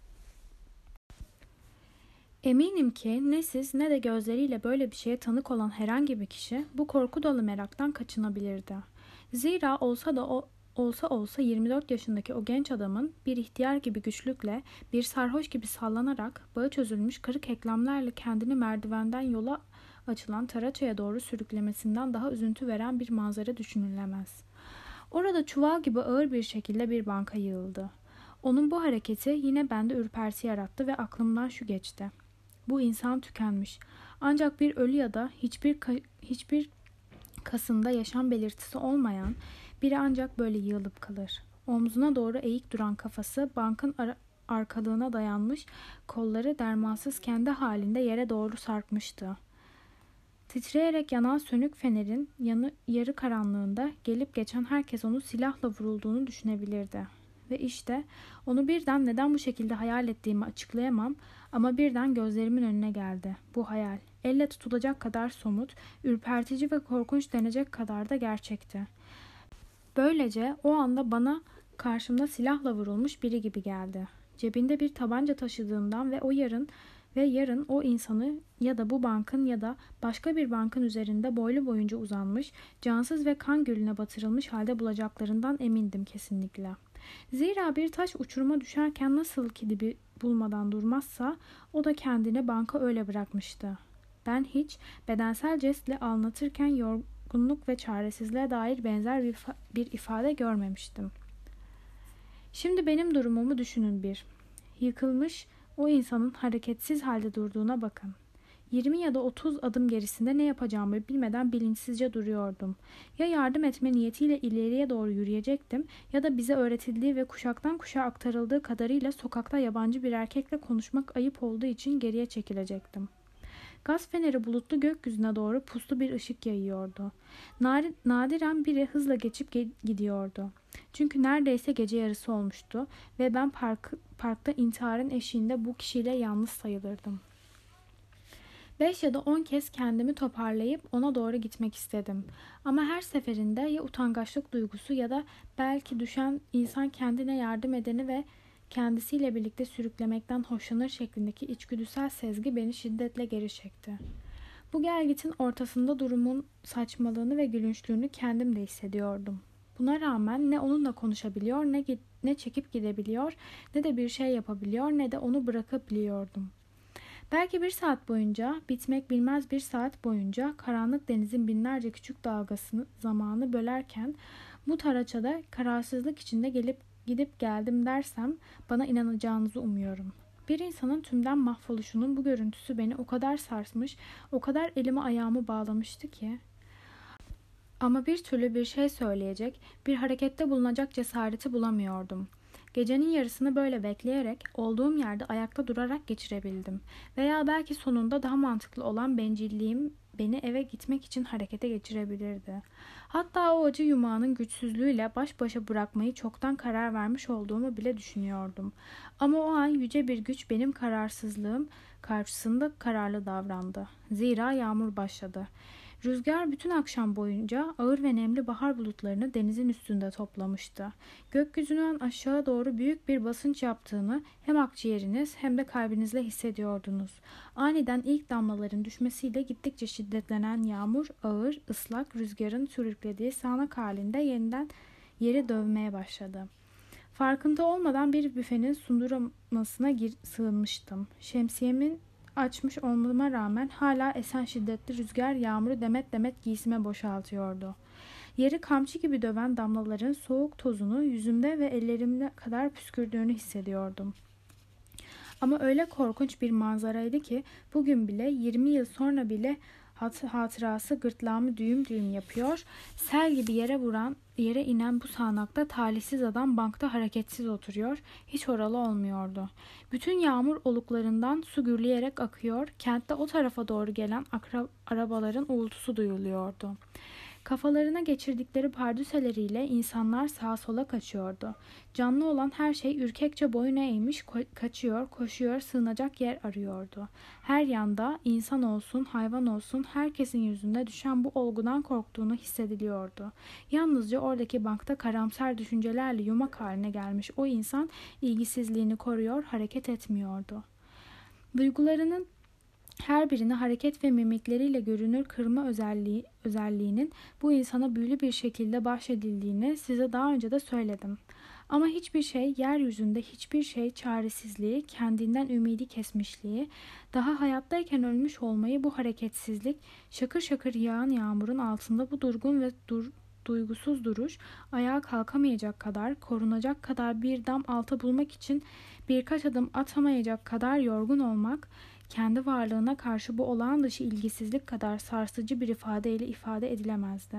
Eminim ki ne siz ne de gözleriyle böyle bir şeye tanık olan herhangi bir kişi bu korku dolu meraktan kaçınabilirdi. Zira olsa da o olsa olsa yirmi dört yaşındaki o genç adamın bir ihtiyar gibi güçlükle, bir sarhoş gibi sallanarak, bağı çözülmüş kırık eklemlerle kendini merdivenden yola açılan taraçaya doğru sürüklemesinden daha üzüntü veren bir manzara düşünülemez. Orada çuval gibi ağır bir şekilde bir banka yığıldı. Onun bu hareketi yine bende ürperti yarattı ve aklımdan şu geçti. Bu insan tükenmiş. Ancak bir ölü ya da hiçbir ka- hiçbir kasında yaşam belirtisi olmayan biri ancak böyle yığılıp kalır. Omzuna doğru eğik duran kafası bankın ara- arkalığına dayanmış, kolları dermansız kendi halinde yere doğru sarkmıştı. Titreyerek yanan sönük fenerin yanı yarı karanlığında gelip geçen herkes onu silahla vurulduğunu düşünebilirdi. Ve işte onu birden neden bu şekilde hayal ettiğimi açıklayamam ama birden gözlerimin önüne geldi. Bu hayal, elle tutulacak kadar somut, ürpertici ve korkunç denecek kadar da gerçekti. Böylece o anda bana karşımda silahla vurulmuş biri gibi geldi. Cebinde bir tabanca taşıdığımdan ve o yarın ve yarın o insanı ya da bu bankın ya da başka bir bankın üzerinde boylu boyunca uzanmış, cansız ve kan gölüne batırılmış halde bulacaklarından emindim kesinlikle. Zira bir taş uçuruma düşerken nasıl ki dibi bulmadan durmazsa, o da kendini banka öyle bırakmıştı. Ben hiç bedensel jestle anlatırken yorgunluk ve çaresizliğe dair benzer bir, bir ifade görmemiştim. Şimdi benim durumumu düşünün bir. Yıkılmış o insanın hareketsiz halde durduğuna bakın. yirmi ya da otuz adım gerisinde ne yapacağımı bilmeden bilinçsizce duruyordum. Ya yardım etme niyetiyle ileriye doğru yürüyecektim ya da bize öğretildiği ve kuşaktan kuşağa aktarıldığı kadarıyla sokakta yabancı bir erkekle konuşmak ayıp olduğu için geriye çekilecektim. Gaz feneri bulutlu gökyüzüne doğru puslu bir ışık yayıyordu. Nadiren biri hızla geçip ge- gidiyordu. Çünkü neredeyse gece yarısı olmuştu ve ben park, parkta intiharın eşiğinde bu kişiyle yalnız sayılırdım. Beş ya da on kez kendimi toparlayıp ona doğru gitmek istedim. Ama her seferinde ya utangaçlık duygusu ya da belki düşen insan kendine yardım edeni ve kendisiyle birlikte sürüklemekten hoşlanır şeklindeki içgüdüsel sezgi beni şiddetle geri çekti. Bu gelgitin ortasında durumun saçmalığını ve gülünçlüğünü kendim de hissediyordum. Buna rağmen ne onunla konuşabiliyor, ne, ne çekip gidebiliyor, ne de bir şey yapabiliyor, ne de onu bırakabiliyordum. Belki bir saat boyunca, bitmek bilmez bir saat boyunca karanlık denizin binlerce küçük dalgasını zamanı bölerken bu taraçada kararsızlık içinde gelip gidip geldim dersem bana inanacağınızı umuyorum. Bir insanın tümden mahvoluşunun bu görüntüsü beni o kadar sarsmış, o kadar elimi ayağımı bağlamıştı ki. Ama bir türlü bir şey söyleyecek, bir harekette bulunacak cesareti bulamıyordum. Gecenin yarısını böyle bekleyerek, olduğum yerde ayakta durarak geçirebildim. Veya belki sonunda daha mantıklı olan bencilliğim beni eve gitmek için harekete geçirebilirdi. Hatta o acı yumağının güçsüzlüğüyle baş başa bırakmayı çoktan karar vermiş olduğumu bile düşünüyordum. Ama o an yüce bir güç benim kararsızlığım karşısında kararlı davrandı. Zira yağmur başladı. Rüzgar bütün akşam boyunca ağır ve nemli bahar bulutlarını denizin üstünde toplamıştı. Gökyüzünden aşağı doğru büyük bir basınç yaptığını hem akciğeriniz hem de kalbinizle hissediyordunuz. Aniden ilk damlaların düşmesiyle gittikçe şiddetlenen yağmur ağır, ıslak rüzgarın sürüklediği sağanak halinde yeniden yeri dövmeye başladı. Farkında olmadan bir büfenin sundurmasına gir- sığınmıştım. Şemsiyemin açmış olmama rağmen hala esen şiddetli rüzgar yağmuru demet demet giysime boşaltıyordu. Yeri kamçı gibi döven damlaların soğuk tozunu yüzümde ve ellerimde kadar püskürdüğünü hissediyordum. Ama öyle korkunç bir manzaraydı ki bugün bile yirmi yıl sonra bile hatırası gırtlağımı düğüm düğüm yapıyor. Sel gibi yere vuran, yere inen bu sağanakta talihsiz adam bankta hareketsiz oturuyor. Hiç oralı olmuyordu. Bütün yağmur oluklarından su gürleyerek akıyor. Kentte o tarafa doğru gelen akra- arabaların uğultusu duyuluyordu. Kafalarına geçirdikleri pardüseleriyle insanlar sağa sola kaçıyordu. Canlı olan her şey ürkekçe boyun eğmiş, ko- kaçıyor, koşuyor, sığınacak yer arıyordu. Her yanda insan olsun, hayvan olsun herkesin yüzünde düşen bu olgudan korktuğunu hissediliyordu. Yalnızca oradaki bankta karamsar düşüncelerle yumak haline gelmiş o insan ilgisizliğini koruyor, hareket etmiyordu. Duygularının her birini hareket ve mimikleriyle görünür kırma özelliği, özelliğinin bu insana büyülü bir şekilde bahşedildiğini size daha önce de söyledim. Ama hiçbir şey, yeryüzünde hiçbir şey çaresizliği, kendinden ümidi kesmişliği, daha hayattayken ölmüş olmayı bu hareketsizlik, şakır şakır yağan yağmurun altında bu durgun ve dur, duygusuz duruş, ayağa kalkamayacak kadar, korunacak kadar bir dam altı bulmak için birkaç adım atamayacak kadar yorgun olmak, kendi varlığına karşı bu olağan dışı ilgisizlik kadar sarsıcı bir ifadeyle ifade edilemezdi.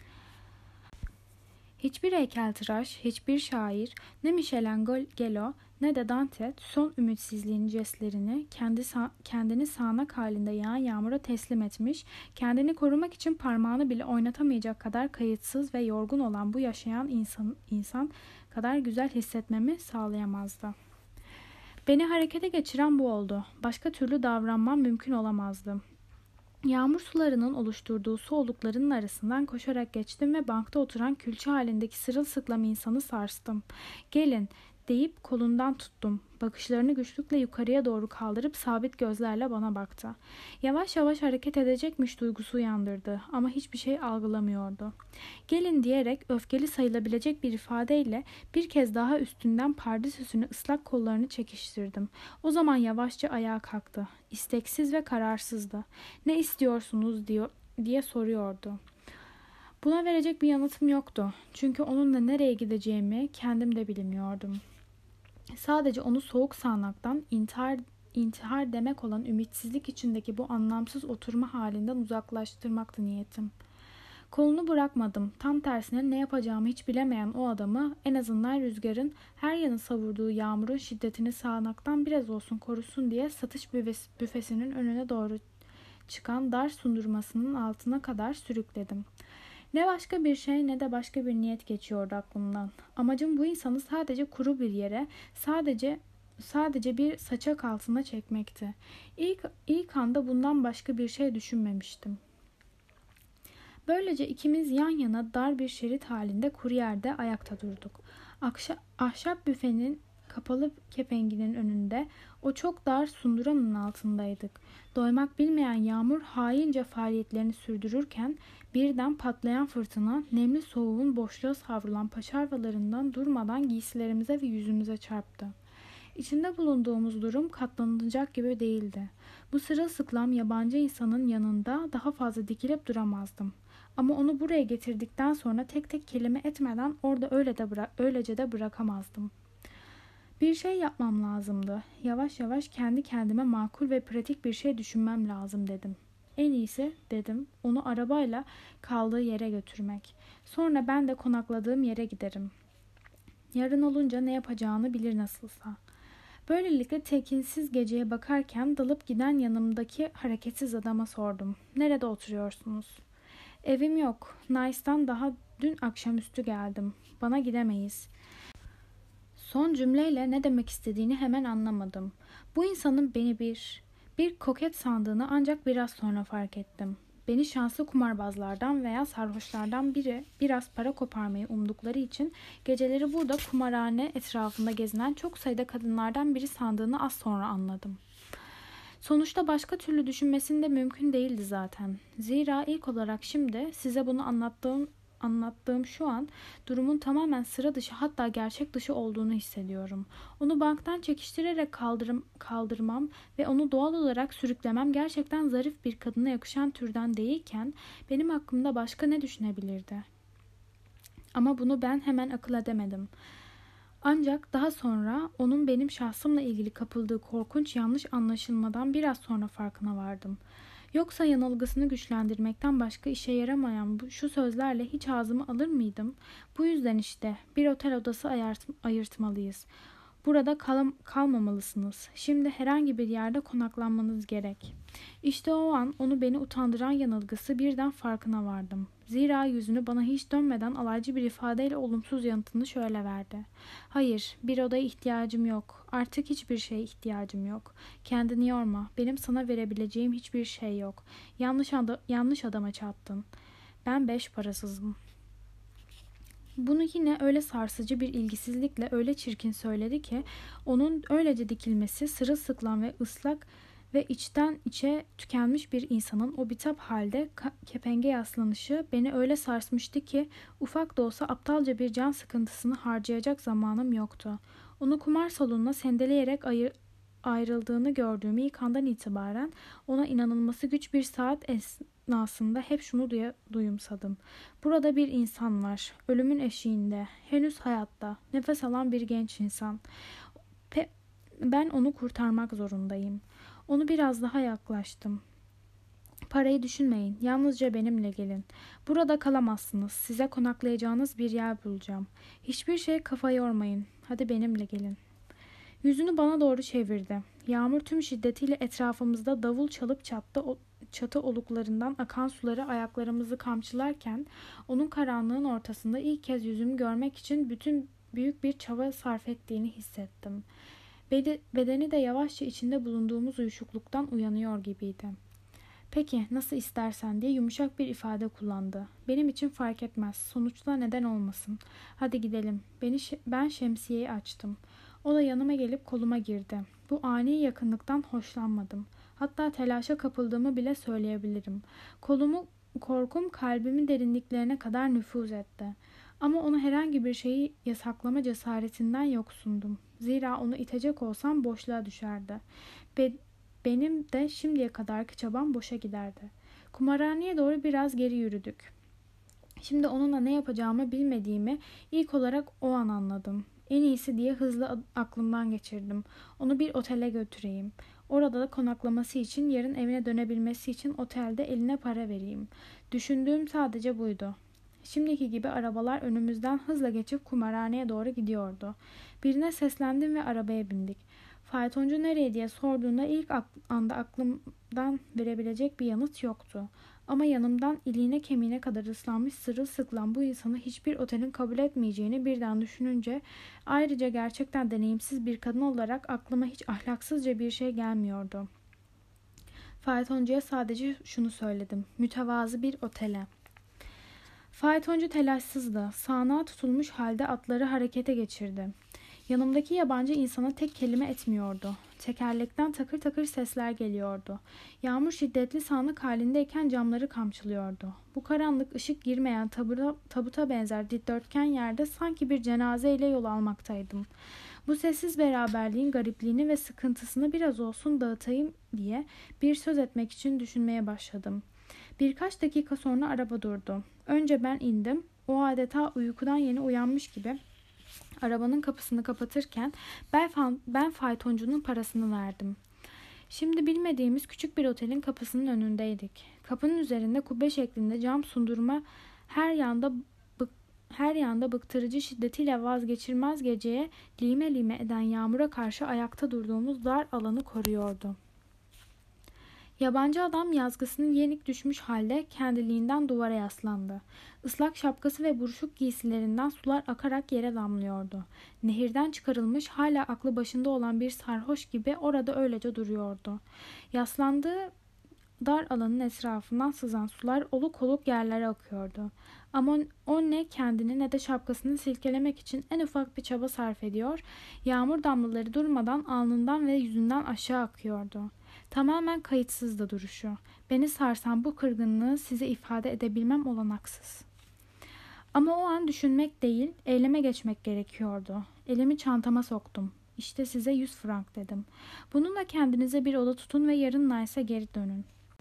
Hiçbir heykeltıraş, hiçbir şair, ne Michelangelo ne de Dante son ümitsizliğin jestlerini kendi sa- kendini sağanak halinde yağan yağmura teslim etmiş, kendini korumak için parmağını bile oynatamayacak kadar kayıtsız ve yorgun olan bu yaşayan insan, insan kadar güzel hissetmemi sağlayamazdı. Beni harekete geçiren bu oldu. Başka türlü davranmam mümkün olamazdı. Yağmur sularının oluşturduğu su oluklarının arasından koşarak geçtim ve bankta oturan külçe halindeki sırılsıklam insanı sarstım. "Gelin," deyip kolundan tuttum. Bakışlarını güçlükle yukarıya doğru kaldırıp sabit gözlerle bana baktı. Yavaş yavaş hareket edecekmiş duygusu uyandırdı ama hiçbir şey algılamıyordu. Gelin diyerek öfkeli sayılabilecek bir ifadeyle bir kez daha üstünden pardesüsünü ıslak kollarını çekiştirdim. O zaman yavaşça ayağa kalktı. İsteksiz ve kararsızdı. Ne istiyorsunuz diyor, diye soruyordu. Buna verecek bir yanıtım yoktu. Çünkü onunla nereye gideceğimi kendim de bilmiyordum. Sadece onu soğuk sağanaktan intihar, intihar demek olan ümitsizlik içindeki bu anlamsız oturma halinden uzaklaştırmaktı niyetim. Kolunu bırakmadım. Tam tersine ne yapacağımı hiç bilemeyen o adamı en azından rüzgarın her yanı savurduğu yağmurun şiddetini sağanaktan biraz olsun korusun diye satış büfesinin önüne doğru çıkan dar sundurmasının altına kadar sürükledim. Ne başka bir şey ne de başka bir niyet geçiyordu aklımdan. Amacım bu insanı sadece kuru bir yere, sadece sadece bir saçak altına çekmekti. İlk, ilk anda bundan başka bir şey düşünmemiştim. Böylece ikimiz yan yana dar bir şerit halinde kuru yerde ayakta durduk. Akşa, ahşap büfenin kapalı kepenginin önünde o çok dar sunduranın altındaydık. Doymak bilmeyen yağmur haince faaliyetlerini sürdürürken birden patlayan fırtına nemli soğuğun boşluğa savrulan paçavralarından durmadan giysilerimize ve yüzümüze çarptı. İçinde bulunduğumuz durum katlanılacak gibi değildi. Bu sırılsıklam yabancı insanın yanında daha fazla dikilip duramazdım. Ama onu buraya getirdikten sonra tek tek kelime etmeden orada öyle de bıra- öylece de bırakamazdım. Bir şey yapmam lazımdı. Yavaş yavaş kendi kendime makul ve pratik bir şey düşünmem lazım dedim. En iyisi dedim onu arabayla kaldığı yere götürmek. Sonra ben de konakladığım yere giderim. Yarın olunca ne yapacağını bilir nasılsa. Böylelikle tekinsiz geceye bakarken dalıp giden yanımdaki hareketsiz adama sordum. Nerede oturuyorsunuz? Evim yok. Nice'dan daha dün akşamüstü geldim. Bana gidemeyiz. Son cümleyle ne demek istediğini hemen anlamadım. Bu insanın beni bir, bir koket sandığını ancak biraz sonra fark ettim. Beni şanslı kumarbazlardan veya sarhoşlardan biri biraz para koparmayı umdukları için geceleri burada kumarhane etrafında gezinen çok sayıda kadınlardan biri sandığını az sonra anladım. Sonuçta başka türlü düşünmesinin de mümkün değildi zaten. Zira ilk olarak şimdi size bunu anlattığım anlattığım şu an durumun tamamen sıra dışı hatta gerçek dışı olduğunu hissediyorum. Onu banktan çekiştirerek kaldırım, kaldırmam ve onu doğal olarak sürüklemem gerçekten zarif bir kadına yakışan türden değilken benim hakkımda başka ne düşünebilirdi? Ama bunu ben hemen akıl edemedim. Ancak daha sonra onun benim şahsımla ilgili kapıldığı korkunç yanlış anlaşılmadan biraz sonra farkına vardım. Yoksa yanılgısını güçlendirmekten başka işe yaramayan bu, şu sözlerle hiç ağzımı alır mıydım? Bu yüzden işte bir otel odası ayırt, ayırtmalıyız. Burada kal kalmamalısınız. Şimdi herhangi bir yerde konaklanmanız gerek. İşte o an onu beni utandıran yanılgısı birden farkına vardım. Zira yüzünü bana hiç dönmeden alaycı bir ifadeyle olumsuz yanıtını şöyle verdi. Hayır, bir odaya ihtiyacım yok. Artık hiçbir şeye ihtiyacım yok. Kendini yorma. Benim sana verebileceğim hiçbir şey yok. Yanlış, ad yanlış adama çattın. Ben beş parasızım. Bunu yine öyle sarsıcı bir ilgisizlikle öyle çirkin söyledi ki onun öylece dikilmesi sırılsıklam ve ıslak ve içten içe tükenmiş bir insanın o bitap halde kepenge yaslanışı beni öyle sarsmıştı ki ufak da olsa aptalca bir can sıkıntısını harcayacak zamanım yoktu. Onu kumar salonuna sendeleyerek ayır, ayrıldığını gördüğüm ilk andan itibaren ona inanılması güç bir saat esnasında hep şunu duya, duyumsadım. Burada bir insan var, ölümün eşiğinde, henüz hayatta, nefes alan bir genç insan. Pe ben onu kurtarmak zorundayım. Onu biraz daha yaklaştım. Parayı düşünmeyin. Yalnızca benimle gelin. Burada kalamazsınız. Size konaklayacağınız bir yer bulacağım. Hiçbir şeye kafa yormayın. Hadi benimle gelin. Yüzünü bana doğru çevirdi. Yağmur tüm şiddetiyle etrafımızda davul çalıp çattı, çatı oluklarından akan suları ayaklarımızı kamçılarken onun karanlığın ortasında ilk kez yüzümü görmek için bütün büyük bir çaba sarf ettiğini hissettim. Bedeni de yavaşça içinde bulunduğumuz uyuşukluktan uyanıyor gibiydi. Peki nasıl istersen diye yumuşak bir ifade kullandı. Benim için fark etmez. Sonuçta neden olmasın. Hadi gidelim. Beni ben şemsiyeyi açtım. O da yanıma gelip koluma girdi. Bu ani yakınlıktan hoşlanmadım. Hatta telaşa kapıldığımı bile söyleyebilirim. Kolumu, korkum kalbimin derinliklerine kadar nüfuz etti. Ama ona herhangi bir şeyi yasaklama cesaretinden yoksundum. Zira onu itecek olsam boşluğa düşerdi. Be- benim de şimdiye kadarki çabam boşa giderdi. Kumarhaneye doğru biraz geri yürüdük. Şimdi onunla ne yapacağımı bilmediğimi ilk olarak o an anladım. En iyisi diye hızlı aklımdan geçirdim. Onu bir otele götüreyim. Orada da konaklaması için, yarın evine dönebilmesi için otelde eline para vereyim. Düşündüğüm sadece buydu. Şimdiki gibi arabalar önümüzden hızla geçip kumarhaneye doğru gidiyordu. Birine seslendim ve arabaya bindik. Faytoncu nereye diye sorduğunda ilk anda aklımdan verebilecek bir yanıt yoktu. Ama yanımdan iliğine kemiğine kadar ıslanmış sırılsıklam bu insanı hiçbir otelin kabul etmeyeceğini birden düşününce, ayrıca gerçekten deneyimsiz bir kadın olarak aklıma hiç ahlaksızca bir şey gelmiyordu. Faytoncuya sadece şunu söyledim: mütevazı bir otele. Faytoncu telaşsızdı. Sağanağa tutulmuş halde atları harekete geçirdi. Yanımdaki yabancı insana tek kelime etmiyordu. Tekerlekten takır takır sesler geliyordu. Yağmur şiddetli sağanak halindeyken camları kamçılıyordu. Bu karanlık, ışık girmeyen tabuta, tabuta benzer dikdörtgen yerde sanki bir cenazeyle yol almaktaydım. Bu sessiz beraberliğin garipliğini ve sıkıntısını biraz olsun dağıtayım diye bir söz etmek için düşünmeye başladım. Birkaç dakika sonra araba durdu. Önce ben indim. O adeta uykudan yeni uyanmış gibi arabanın kapısını kapatırken ben, ben faytoncunun parasını verdim. Şimdi bilmediğimiz küçük bir otelin kapısının önündeydik. Kapının üzerinde kubbe şeklinde cam sundurma her yanda bık, her yanda bıktırıcı şiddetiyle vazgeçilmez geceye lime lime eden yağmura karşı ayakta durduğumuz dar alanı koruyordu. Yabancı adam yazgısının yenik düşmüş halde kendiliğinden duvara yaslandı. Islak şapkası ve buruşuk giysilerinden sular akarak yere damlıyordu. Nehirden çıkarılmış, hala aklı başında olan bir sarhoş gibi orada öylece duruyordu. Yaslandığı dar alanın etrafından sızan sular oluk oluk yerlere akıyordu. Ama o ne kendini ne de şapkasını silkelemek için en ufak bir çaba sarf ediyor, yağmur damlaları durmadan alnından ve yüzünden aşağı akıyordu. Tamamen kayıtsızdı duruşu. Beni sarsan bu kırgınlığı size ifade edebilmem olanaksız. Ama o an düşünmek değil, eyleme geçmek gerekiyordu. Elimi çantama soktum. İşte size yüz frank dedim. Bununla kendinize bir oda tutun ve yarın Nice'a geri dönün.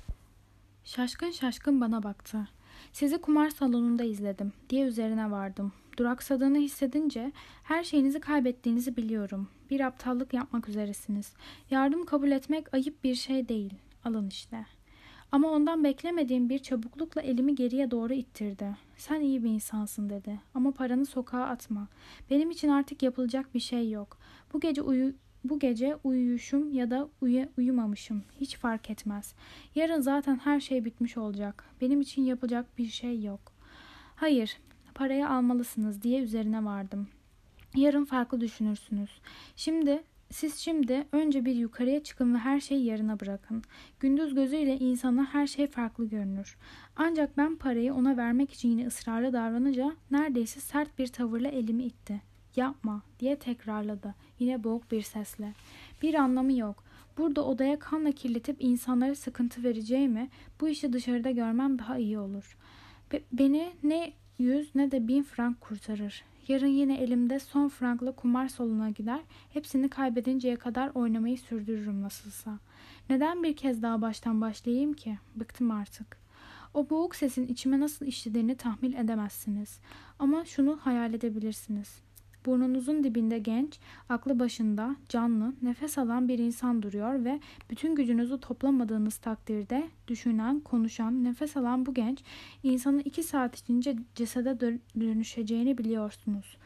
Şaşkın şaşkın bana baktı. Sizi kumar salonunda izledim diye üzerine vardım. Duraksadığını hissedince her şeyinizi kaybettiğinizi biliyorum. Bir aptallık yapmak üzeresiniz. Yardım kabul etmek ayıp bir şey değil. Alın işte. Ama ondan beklemediğim bir çabuklukla elimi geriye doğru ittirdi. Sen iyi bir insansın dedi. Ama paranı sokağa atma. Benim için artık yapılacak bir şey yok. Bu gece uyu Bu gece uyuyuşum ya da uyu uyumamışım. Hiç fark etmez. Yarın zaten her şey bitmiş olacak. Benim için yapacak bir şey yok. Hayır, parayı almalısınız diye üzerine vardım. Yarın farklı düşünürsünüz. Şimdi, siz şimdi önce bir yukarıya çıkın ve her şeyi yarına bırakın. Gündüz gözüyle insana her şey farklı görünür. Ancak ben parayı ona vermek için yine ısrarlı davranınca neredeyse sert bir tavırla elimi itti. Yapma diye tekrarladı. Yine boğuk bir sesle. Bir anlamı yok. Burada odaya kanla kirletip insanlara sıkıntı vereceğime bu işi dışarıda görmem daha iyi olur. Be- beni ne yüz ne de bin frank kurtarır. Yarın yine elimde son frankla kumar salonuna gider, hepsini kaybedinceye kadar oynamayı sürdürürüm nasılsa. Neden bir kez daha baştan başlayayım ki? Bıktım artık. O boğuk sesin içime nasıl işlediğini tahmin edemezsiniz. Ama şunu hayal edebilirsiniz. Burnunuzun dibinde genç, aklı başında, canlı, nefes alan bir insan duruyor ve bütün gücünüzü toplamadığınız takdirde düşünen, konuşan, nefes alan bu genç insanın iki saat içinde cesede dönüşeceğini biliyorsunuz.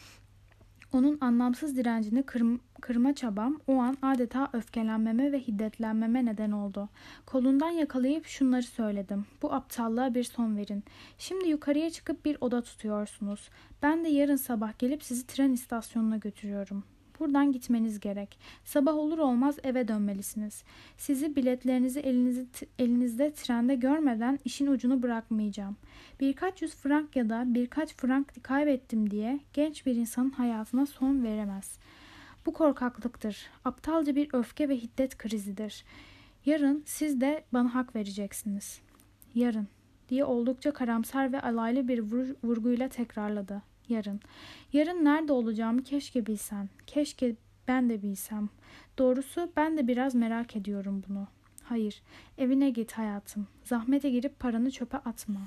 Onun anlamsız direncini kırm kırma çabam o an adeta öfkelenmeme ve hiddetlenmeme neden oldu. Kolundan yakalayıp şunları söyledim. Bu aptallığa bir son verin. Şimdi yukarıya çıkıp bir oda tutuyorsunuz. Ben de yarın sabah gelip sizi tren istasyonuna götürüyorum. Buradan gitmeniz gerek. Sabah olur olmaz eve dönmelisiniz. Sizi biletlerinizi elinizi, elinizde trende görmeden işin ucunu bırakmayacağım. Birkaç yüz frank ya da birkaç frank kaybettim diye genç bir insanın hayatına son veremez. Bu korkaklıktır. Aptalca bir öfke ve hiddet krizidir. Yarın siz de bana hak vereceksiniz. Yarın diye oldukça karamsar ve alaylı bir vurguyla tekrarladı. Yarın. Yarın nerede olacağımı keşke bilsen. Keşke ben de bilsem. Doğrusu ben de biraz merak ediyorum bunu. Hayır, evine git hayatım. Zahmete girip paranı çöpe atma.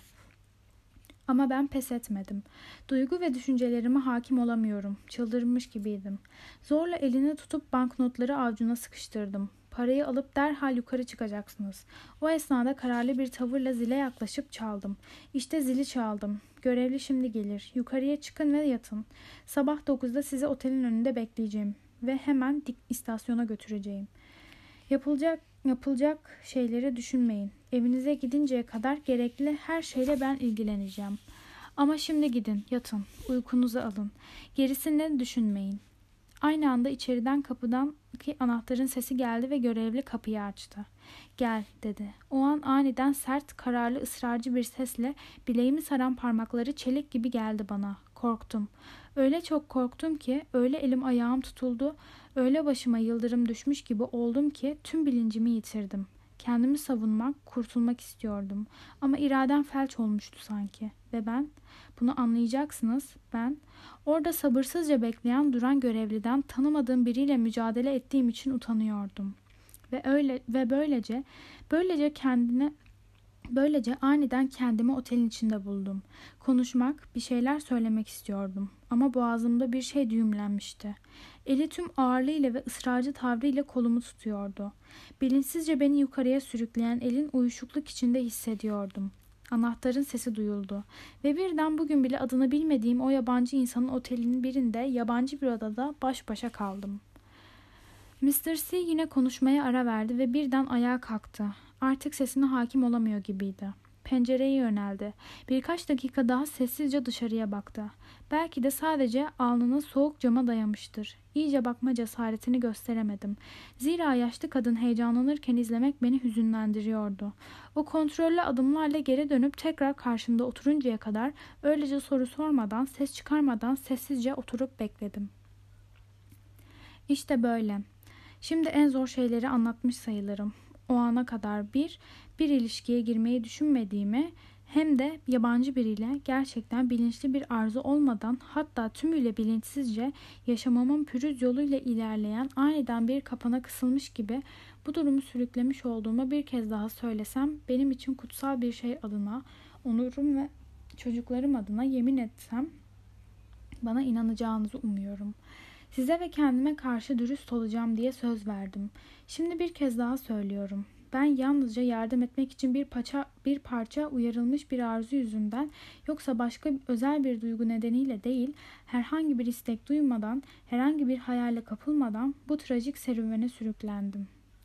Ama ben pes etmedim. Duygu ve düşüncelerime hakim olamıyorum. Çıldırmış gibiydim. Zorla elini tutup banknotları avcuna sıkıştırdım. Parayı alıp derhal yukarı çıkacaksınız. O esnada kararlı bir tavırla zile yaklaşıp çaldım. İşte zili çaldım. Görevli şimdi gelir. Yukarıya çıkın ve yatın. Sabah dokuzda sizi otelin önünde bekleyeceğim. Ve hemen dik istasyona götüreceğim. Yapılacak yapılacak şeyleri düşünmeyin. Evinize gidinceye kadar gerekli her şeyle ben ilgileneceğim. Ama şimdi gidin, yatın, uykunuzu alın. Gerisini düşünmeyin. Aynı anda içeriden kapıdan ki anahtarın sesi geldi ve görevli kapıyı açtı. Gel dedi. O an aniden sert, kararlı, ısrarcı bir sesle bileğimi saran parmakları çelik gibi geldi bana. Korktum. Öyle çok korktum ki, öyle elim ayağım tutuldu, öyle başıma yıldırım düşmüş gibi oldum ki tüm bilincimi yitirdim. Kendimi savunmak, kurtulmak istiyordum. Ama iradem felç olmuştu sanki. Ve ben, bunu anlayacaksınız, ben, orada sabırsızca bekleyen duran görevliden tanımadığım biriyle mücadele ettiğim için utanıyordum. Ve öyle ve böylece, böylece kendine Böylece aniden kendimi otelin içinde buldum. Konuşmak, bir şeyler söylemek istiyordum. Ama boğazımda bir şey düğümlenmişti. Eli tüm ağırlığıyla ve ısrarcı tavrıyla kolumu tutuyordu. Bilinçsizce beni yukarıya sürükleyen elin uyuşukluk içinde hissediyordum. Anahtarın sesi duyuldu. Ve birden bugün bile adını bilmediğim o yabancı insanın otelinin birinde yabancı bir odada baş başa kaldım. mister C yine konuşmaya ara verdi ve birden ayağa kalktı. Artık sesine hakim olamıyor gibiydi. Pencereye yöneldi. Birkaç dakika daha sessizce dışarıya baktı. Belki de sadece alnını soğuk cama dayamıştır. İyice bakma cesaretini gösteremedim. Zira yaşlı kadın heyecanlanırken izlemek beni hüzünlendiriyordu. O kontrollü adımlarla geri dönüp tekrar karşımda oturuncaya kadar öylece soru sormadan, ses çıkarmadan sessizce oturup bekledim. İşte böyle. Şimdi en zor şeyleri anlatmış sayılırım. O ana kadar bir, bir ilişkiye girmeyi düşünmediğimi hem de yabancı biriyle gerçekten bilinçli bir arzu olmadan hatta tümüyle bilinçsizce yaşamamın pürüz yoluyla ilerleyen aniden bir kapana kısılmış gibi bu durumu sürüklemiş olduğumu bir kez daha söylesem benim için kutsal bir şey adına, onurum ve çocuklarım adına yemin etsem bana inanacağınızı umuyorum. Size ve kendime karşı dürüst olacağım diye söz verdim. Şimdi bir kez daha söylüyorum. Ben yalnızca yardım etmek için bir parça, bir parça uyarılmış bir arzu yüzünden yoksa başka özel bir duygu nedeniyle değil, herhangi bir istek duymadan, herhangi bir hayale kapılmadan bu trajik serüvene sürüklendim.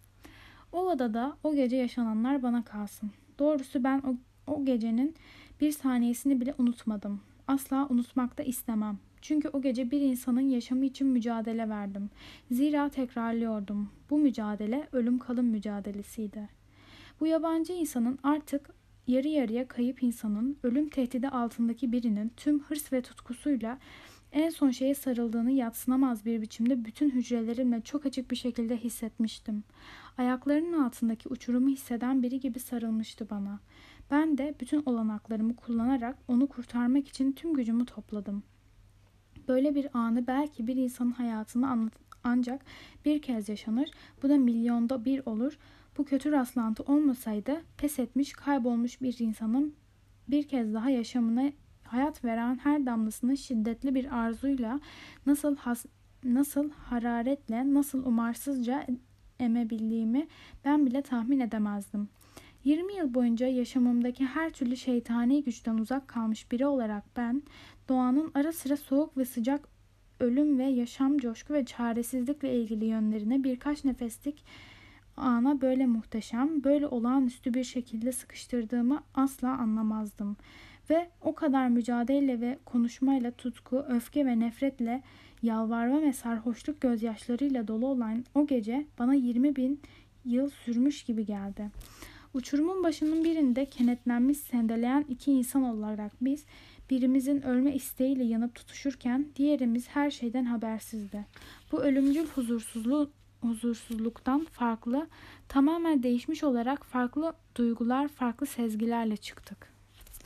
O odada o gece yaşananlar bana kalsın. Doğrusu ben o, o gecenin bir saniyesini bile unutmadım. Asla unutmak da istemem. Çünkü o gece bir insanın yaşamı için mücadele verdim. Zira tekrarlıyordum. Bu mücadele ölüm kalım mücadelesiydi. Bu yabancı insanın artık yarı yarıya kayıp insanın ölüm tehdidi altındaki birinin tüm hırs ve tutkusuyla en son şeye sarıldığını yadsınamaz bir biçimde bütün hücrelerimle çok açık bir şekilde hissetmiştim. Ayaklarının altındaki uçurumu hisseden biri gibi sarılmıştı bana. Ben de bütün olanaklarımı kullanarak onu kurtarmak için tüm gücümü topladım. Böyle bir anı belki bir insanın hayatını anlat ancak bir kez yaşanır, bu da milyonda bir olur. Bu kötü rastlantı olmasaydı pes etmiş, kaybolmuş bir insanın bir kez daha yaşamına hayat veren her damlasını şiddetli bir arzuyla nasıl has, nasıl hararetle, nasıl umarsızca emebildiğimi ben bile tahmin edemezdim. yirmi yıl boyunca yaşamımdaki her türlü şeytani güçten uzak kalmış biri olarak ben, doğanın ara sıra soğuk ve sıcak ölüm ve yaşam, coşku ve çaresizlikle ilgili yönlerine birkaç nefeslik ana böyle muhteşem, böyle olağanüstü bir şekilde sıkıştırdığımı asla anlamazdım. Ve o kadar mücadele ve konuşmayla, tutku, öfke ve nefretle, yalvarma ve sarhoşluk gözyaşlarıyla dolu olan o gece bana yirmi bin yıl sürmüş gibi geldi. Uçurumun başının birinde kenetlenmiş, sendeleyen iki insan olarak biz Birimizin ölme isteğiyle yanıp tutuşurken diğerimiz her şeyden habersizdi. Bu ölümcül huzursuzluğu, huzursuzluktan farklı, tamamen değişmiş olarak farklı duygular, farklı sezgilerle çıktık.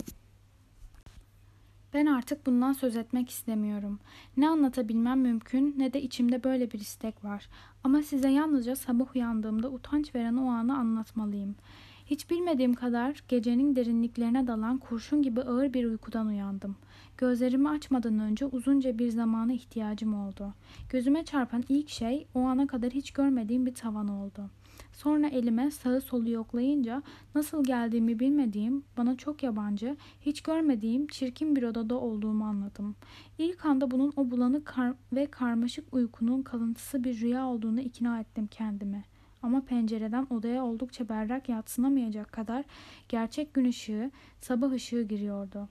Ben artık bundan söz etmek istemiyorum. Ne anlatabilmem mümkün ne de içimde böyle bir istek var. Ama size yalnızca sabah uyandığımda utanç veren o anı anlatmalıyım. Hiç bilmediğim kadar gecenin derinliklerine dalan kurşun gibi ağır bir uykudan uyandım. Gözlerimi açmadan önce uzunca bir zamana ihtiyacım oldu. Gözüme çarpan ilk şey o ana kadar hiç görmediğim bir tavan oldu. Sonra elime sağı solu yoklayınca nasıl geldiğimi bilmediğim, bana çok yabancı, hiç görmediğim çirkin bir odada olduğumu anladım. İlk anda bunun o bulanık kar ve karmaşık uykunun kalıntısı bir rüya olduğunu ikna ettim kendimi. Ama pencereden odaya oldukça berrak yadsınamayacak kadar gerçek gün ışığı, sabah ışığı giriyordu.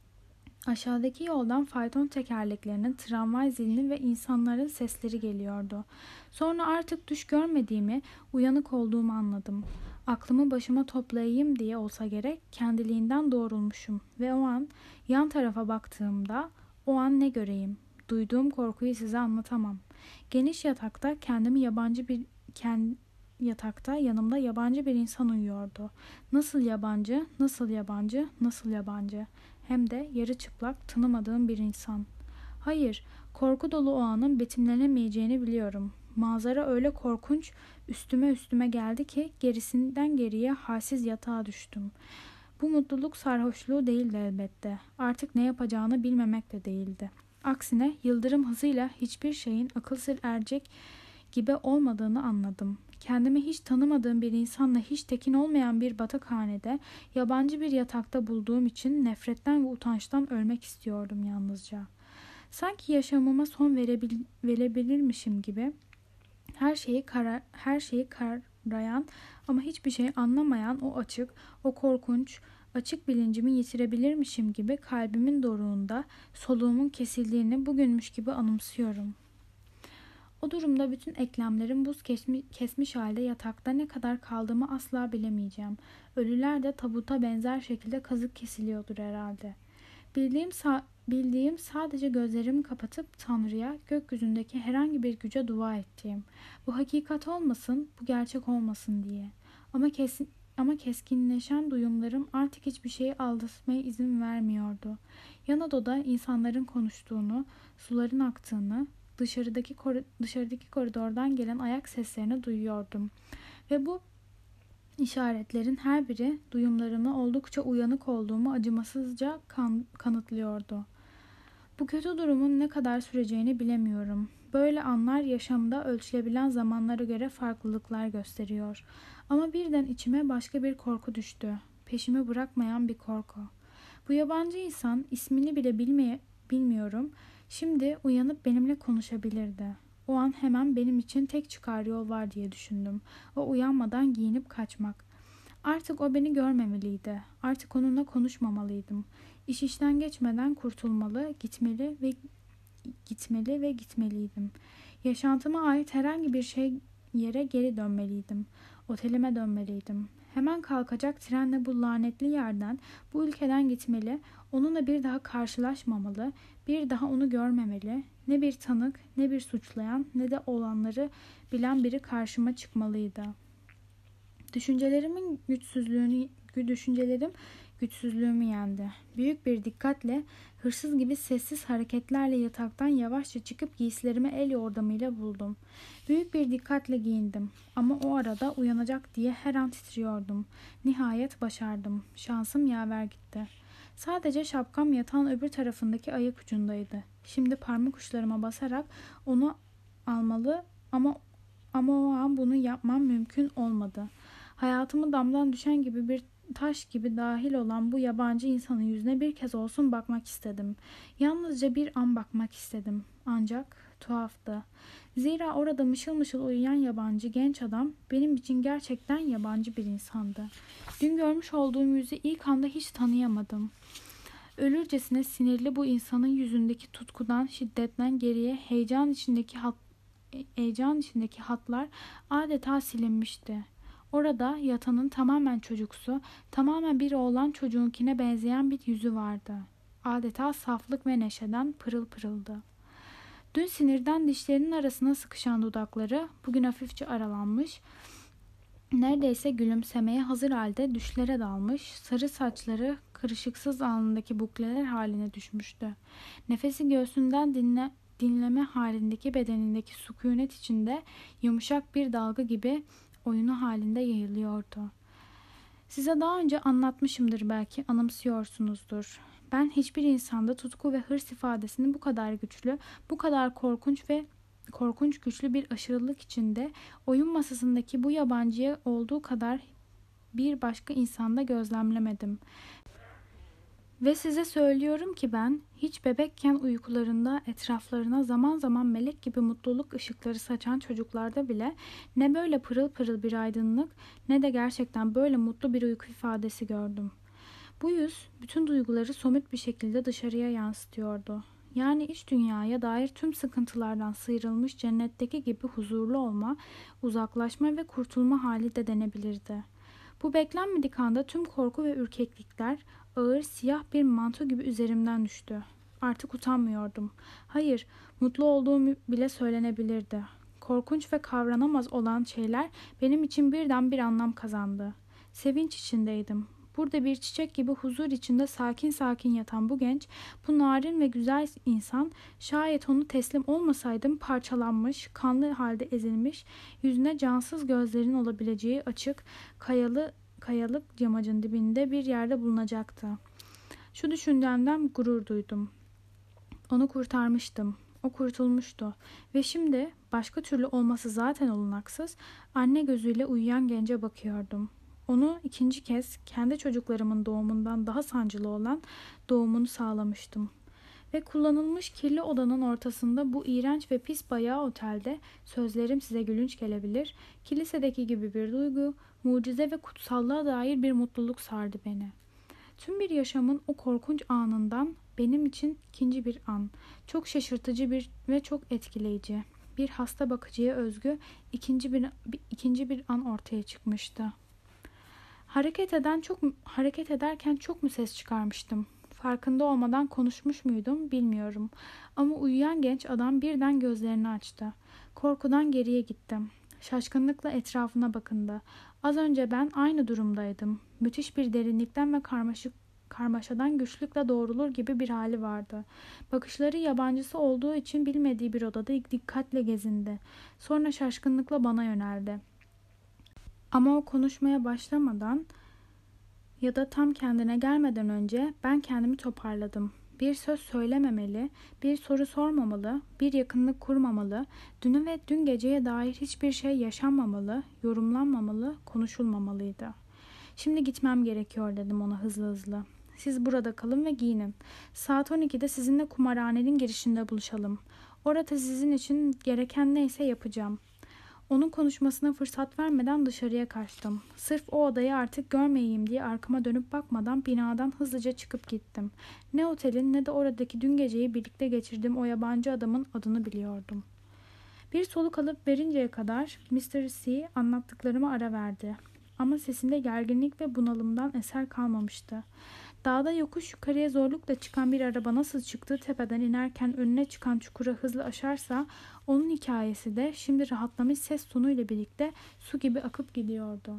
Aşağıdaki yoldan fayton tekerleklerinin, tramvay zilinin ve insanların sesleri geliyordu. Sonra artık düş görmediğimi, uyanık olduğumu anladım. Aklımı başıma toplayayım diye olsa gerek kendiliğinden doğrulmuşum ve o an yan tarafa baktığımda o an ne göreyim? Duyduğum korkuyu size anlatamam. Geniş yatakta kendimi yabancı bir kend, yatakta yanımda yabancı bir insan uyuyordu. Nasıl yabancı, nasıl yabancı, nasıl yabancı? Hem de yarı çıplak, tanımadığım bir insan. Hayır, korku dolu o anın betimlenemeyeceğini biliyorum. Manzara öyle korkunç, üstüme üstüme geldi ki gerisinden geriye halsiz yatağa düştüm. Bu mutluluk sarhoşluğu değildi elbette. Artık ne yapacağını bilmemek de değildi. Aksine yıldırım hızıyla hiçbir şeyin akıl sır erecek gibi olmadığını anladım. Kendimi hiç tanımadığım bir insanla hiç tekin olmayan bir batakhanede, yabancı bir yatakta bulduğum için nefretten ve utançtan ölmek istiyordum yalnızca. Sanki yaşamıma son verebil verebilirmişim gibi her şeyi kara her şeyi karayan ama hiçbir şey anlamayan o açık, o korkunç, açık bilincimi yitirebilirmişim gibi kalbimin doruğunda soluğumun kesildiğini bugünmüş gibi anımsıyorum. O durumda bütün eklemlerim buz kesmiş, kesmiş halde yatakta ne kadar kaldığımı asla bilemeyeceğim. Ölüler de tabuta benzer şekilde kazık kesiliyordur herhalde. Bildiğim, sa- bildiğim sadece gözlerimi kapatıp Tanrı'ya, gökyüzündeki herhangi bir güce dua ettiğim. Bu hakikat olmasın, bu gerçek olmasın diye. Ama kesin ama keskinleşen duyumlarım artık hiçbir şeyi aldatmaya izin vermiyordu. Yan odada insanların konuştuğunu, suların aktığını, Dışarıdaki kor- dışarıdaki koridordan gelen ayak seslerini duyuyordum. Ve bu işaretlerin her biri duyumlarımı oldukça uyanık olduğumu acımasızca kan- kanıtlıyordu. Bu kötü durumun ne kadar süreceğini bilemiyorum. Böyle anlar yaşamda ölçülebilen zamanlara göre farklılıklar gösteriyor. Ama birden içime başka bir korku düştü. Peşimi bırakmayan bir korku. Bu yabancı insan, ismini bile bilmeye, bilmiyorum, şimdi uyanıp benimle konuşabilirdi. O an hemen benim için tek çıkar yol var diye düşündüm. O uyanmadan giyinip kaçmak. Artık o beni görmemeliydi. Artık onunla konuşmamalıydım. İş işten geçmeden kurtulmalı, gitmeli ve gitmeli ve gitmeliydim. Yaşantıma ait herhangi bir şey yere geri dönmeliydim. Otelime dönmeliydim. Hemen kalkacak trenle bu lanetli yerden, bu ülkeden gitmeli, onunla bir daha karşılaşmamalı, bir daha onu görmemeli, ne bir tanık, ne bir suçlayan, ne de olanları bilen biri karşıma çıkmalıydı. Düşüncelerimin güçsüzlüğünü, düşüncelerim güçsüzlüğümü yendi. Büyük bir dikkatle, hırsız gibi sessiz hareketlerle yataktan yavaşça çıkıp giysilerimi el yordamıyla buldum. Büyük bir dikkatle giyindim ama o arada uyanacak diye her an titriyordum. Nihayet başardım. Şansım yaver gitti. Sadece şapkam yatağın öbür tarafındaki ayak ucundaydı. Şimdi parmak uçlarıma basarak onu almalı ama ama o an bunu yapmam mümkün olmadı. Hayatımı damdan düşen gibi bir taş gibi dahil olan bu yabancı insanın yüzüne bir kez olsun bakmak istedim. Yalnızca bir an bakmak istedim. Ancak tuhaftı. Zira orada mışıl mışıl uyuyan yabancı genç adam benim için gerçekten yabancı bir insandı. Dün görmüş olduğum yüzü ilk anda hiç tanıyamadım. Ölürcesine sinirli bu insanın yüzündeki tutkudan, şiddetten geriye heyecan içindeki hat, heyecan içindeki hatlar adeta silinmişti. Orada yatanın tamamen çocuksu, tamamen bir oğlan çocuğunkine benzeyen bir yüzü vardı. Adeta saflık ve neşeden pırıl pırıldı. Dün sinirden dişlerinin arasına sıkışan dudakları bugün hafifçe aralanmış, neredeyse gülümsemeye hazır halde düşlere dalmış, sarı saçları kırışıksız alnındaki bukleler haline düşmüştü. Nefesi göğsünden dinle, dinleme halindeki bedenindeki sükunet içinde yumuşak bir dalga gibi oyunu halinde yayılıyordu. Size daha önce anlatmışımdır, belki anımsıyorsunuzdur. Ben hiçbir insanda tutku ve hırs ifadesini bu kadar güçlü, bu kadar korkunç ve korkunç güçlü bir aşırılık içinde oyun masasındaki bu yabancıya olduğu kadar bir başka insanda gözlemlemedim. Ve size söylüyorum ki ben hiç bebekken uykularında etraflarına zaman zaman melek gibi mutluluk ışıkları saçan çocuklarda bile ne böyle pırıl pırıl bir aydınlık ne de gerçekten böyle mutlu bir uyku ifadesi gördüm. Bu yüz bütün duyguları somut bir şekilde dışarıya yansıtıyordu. Yani iç dünyaya dair tüm sıkıntılardan sıyrılmış cennetteki gibi huzurlu olma, uzaklaşma ve kurtulma hali de denebilirdi. Bu beklenmedik anda tüm korku ve ürkeklikler ağır siyah bir manto gibi üzerimden düştü. Artık utanmıyordum. Hayır, mutlu olduğum bile söylenebilirdi. Korkunç ve kavranamaz olan şeyler benim için birden bir anlam kazandı. Sevinç içindeydim. Burada bir çiçek gibi huzur içinde sakin sakin yatan bu genç, bu narin ve güzel insan, şayet onu teslim olmasaydım parçalanmış, kanlı halde ezilmiş, yüzüne cansız gözlerin olabileceği açık, kayalı kayalık yamacın dibinde bir yerde bulunacaktı. Şu düşündüğümden gurur duydum. Onu kurtarmıştım. O kurtulmuştu. Ve şimdi başka türlü olması zaten olunaksız, anne gözüyle uyuyan gence bakıyordum. Onu ikinci kez kendi çocuklarımın doğumundan daha sancılı olan doğumunu sağlamıştım. Ve kullanılmış kirli odanın ortasında bu iğrenç ve pis bayağı otelde, sözlerim size gülünç gelebilir, kilisedeki gibi bir duygu, mucize ve kutsallığa dair bir mutluluk sardı beni. Tüm bir yaşamın o korkunç anından benim için ikinci bir an, çok şaşırtıcı bir ve çok etkileyici, bir hasta bakıcıya özgü ikinci bir, ikinci bir an ortaya çıkmıştı. Hareket eden çok hareket ederken çok mu ses çıkarmıştım? Farkında olmadan konuşmuş muydum bilmiyorum. Ama uyuyan genç adam birden gözlerini açtı. Korkudan geriye gittim. Şaşkınlıkla etrafına bakındı. Az önce ben aynı durumdaydım. Müthiş bir derinlikten ve karmaşık karmaşadan güçlükle doğrulur gibi bir hali vardı. Bakışları yabancısı olduğu için bilmediği bir odada dikkatle gezindi. Sonra şaşkınlıkla bana yöneldi. Ama o konuşmaya başlamadan ya da tam kendine gelmeden önce ben kendimi toparladım. Bir söz söylememeli, bir soru sormamalı, bir yakınlık kurmamalı, dünü ve dün geceye dair hiçbir şey yaşanmamalı, yorumlanmamalı, konuşulmamalıydı. Şimdi gitmem gerekiyor dedim ona hızlı hızlı. Siz burada kalın ve giyinin. Saat on ikide sizinle kumarhanenin girişinde buluşalım. Orada sizin için gereken neyse yapacağım. Onun konuşmasına fırsat vermeden dışarıya kaçtım. Sırf o odayı artık görmeyeyim diye arkama dönüp bakmadan binadan hızlıca çıkıp gittim. Ne otelin ne de oradaki dün geceyi birlikte geçirdiğim o yabancı adamın adını biliyordum. Bir soluk alıp verinceye kadar mister C anlattıklarıma ara verdi. Ama sesinde gerginlik ve bunalımdan eser kalmamıştı. Dağda yokuş yukarıya zorlukla çıkan bir araba nasıl çıktığı tepeden inerken önüne çıkan çukura hızlı aşarsa onun hikayesi de şimdi rahatlamış ses tonuyla birlikte su gibi akıp gidiyordu.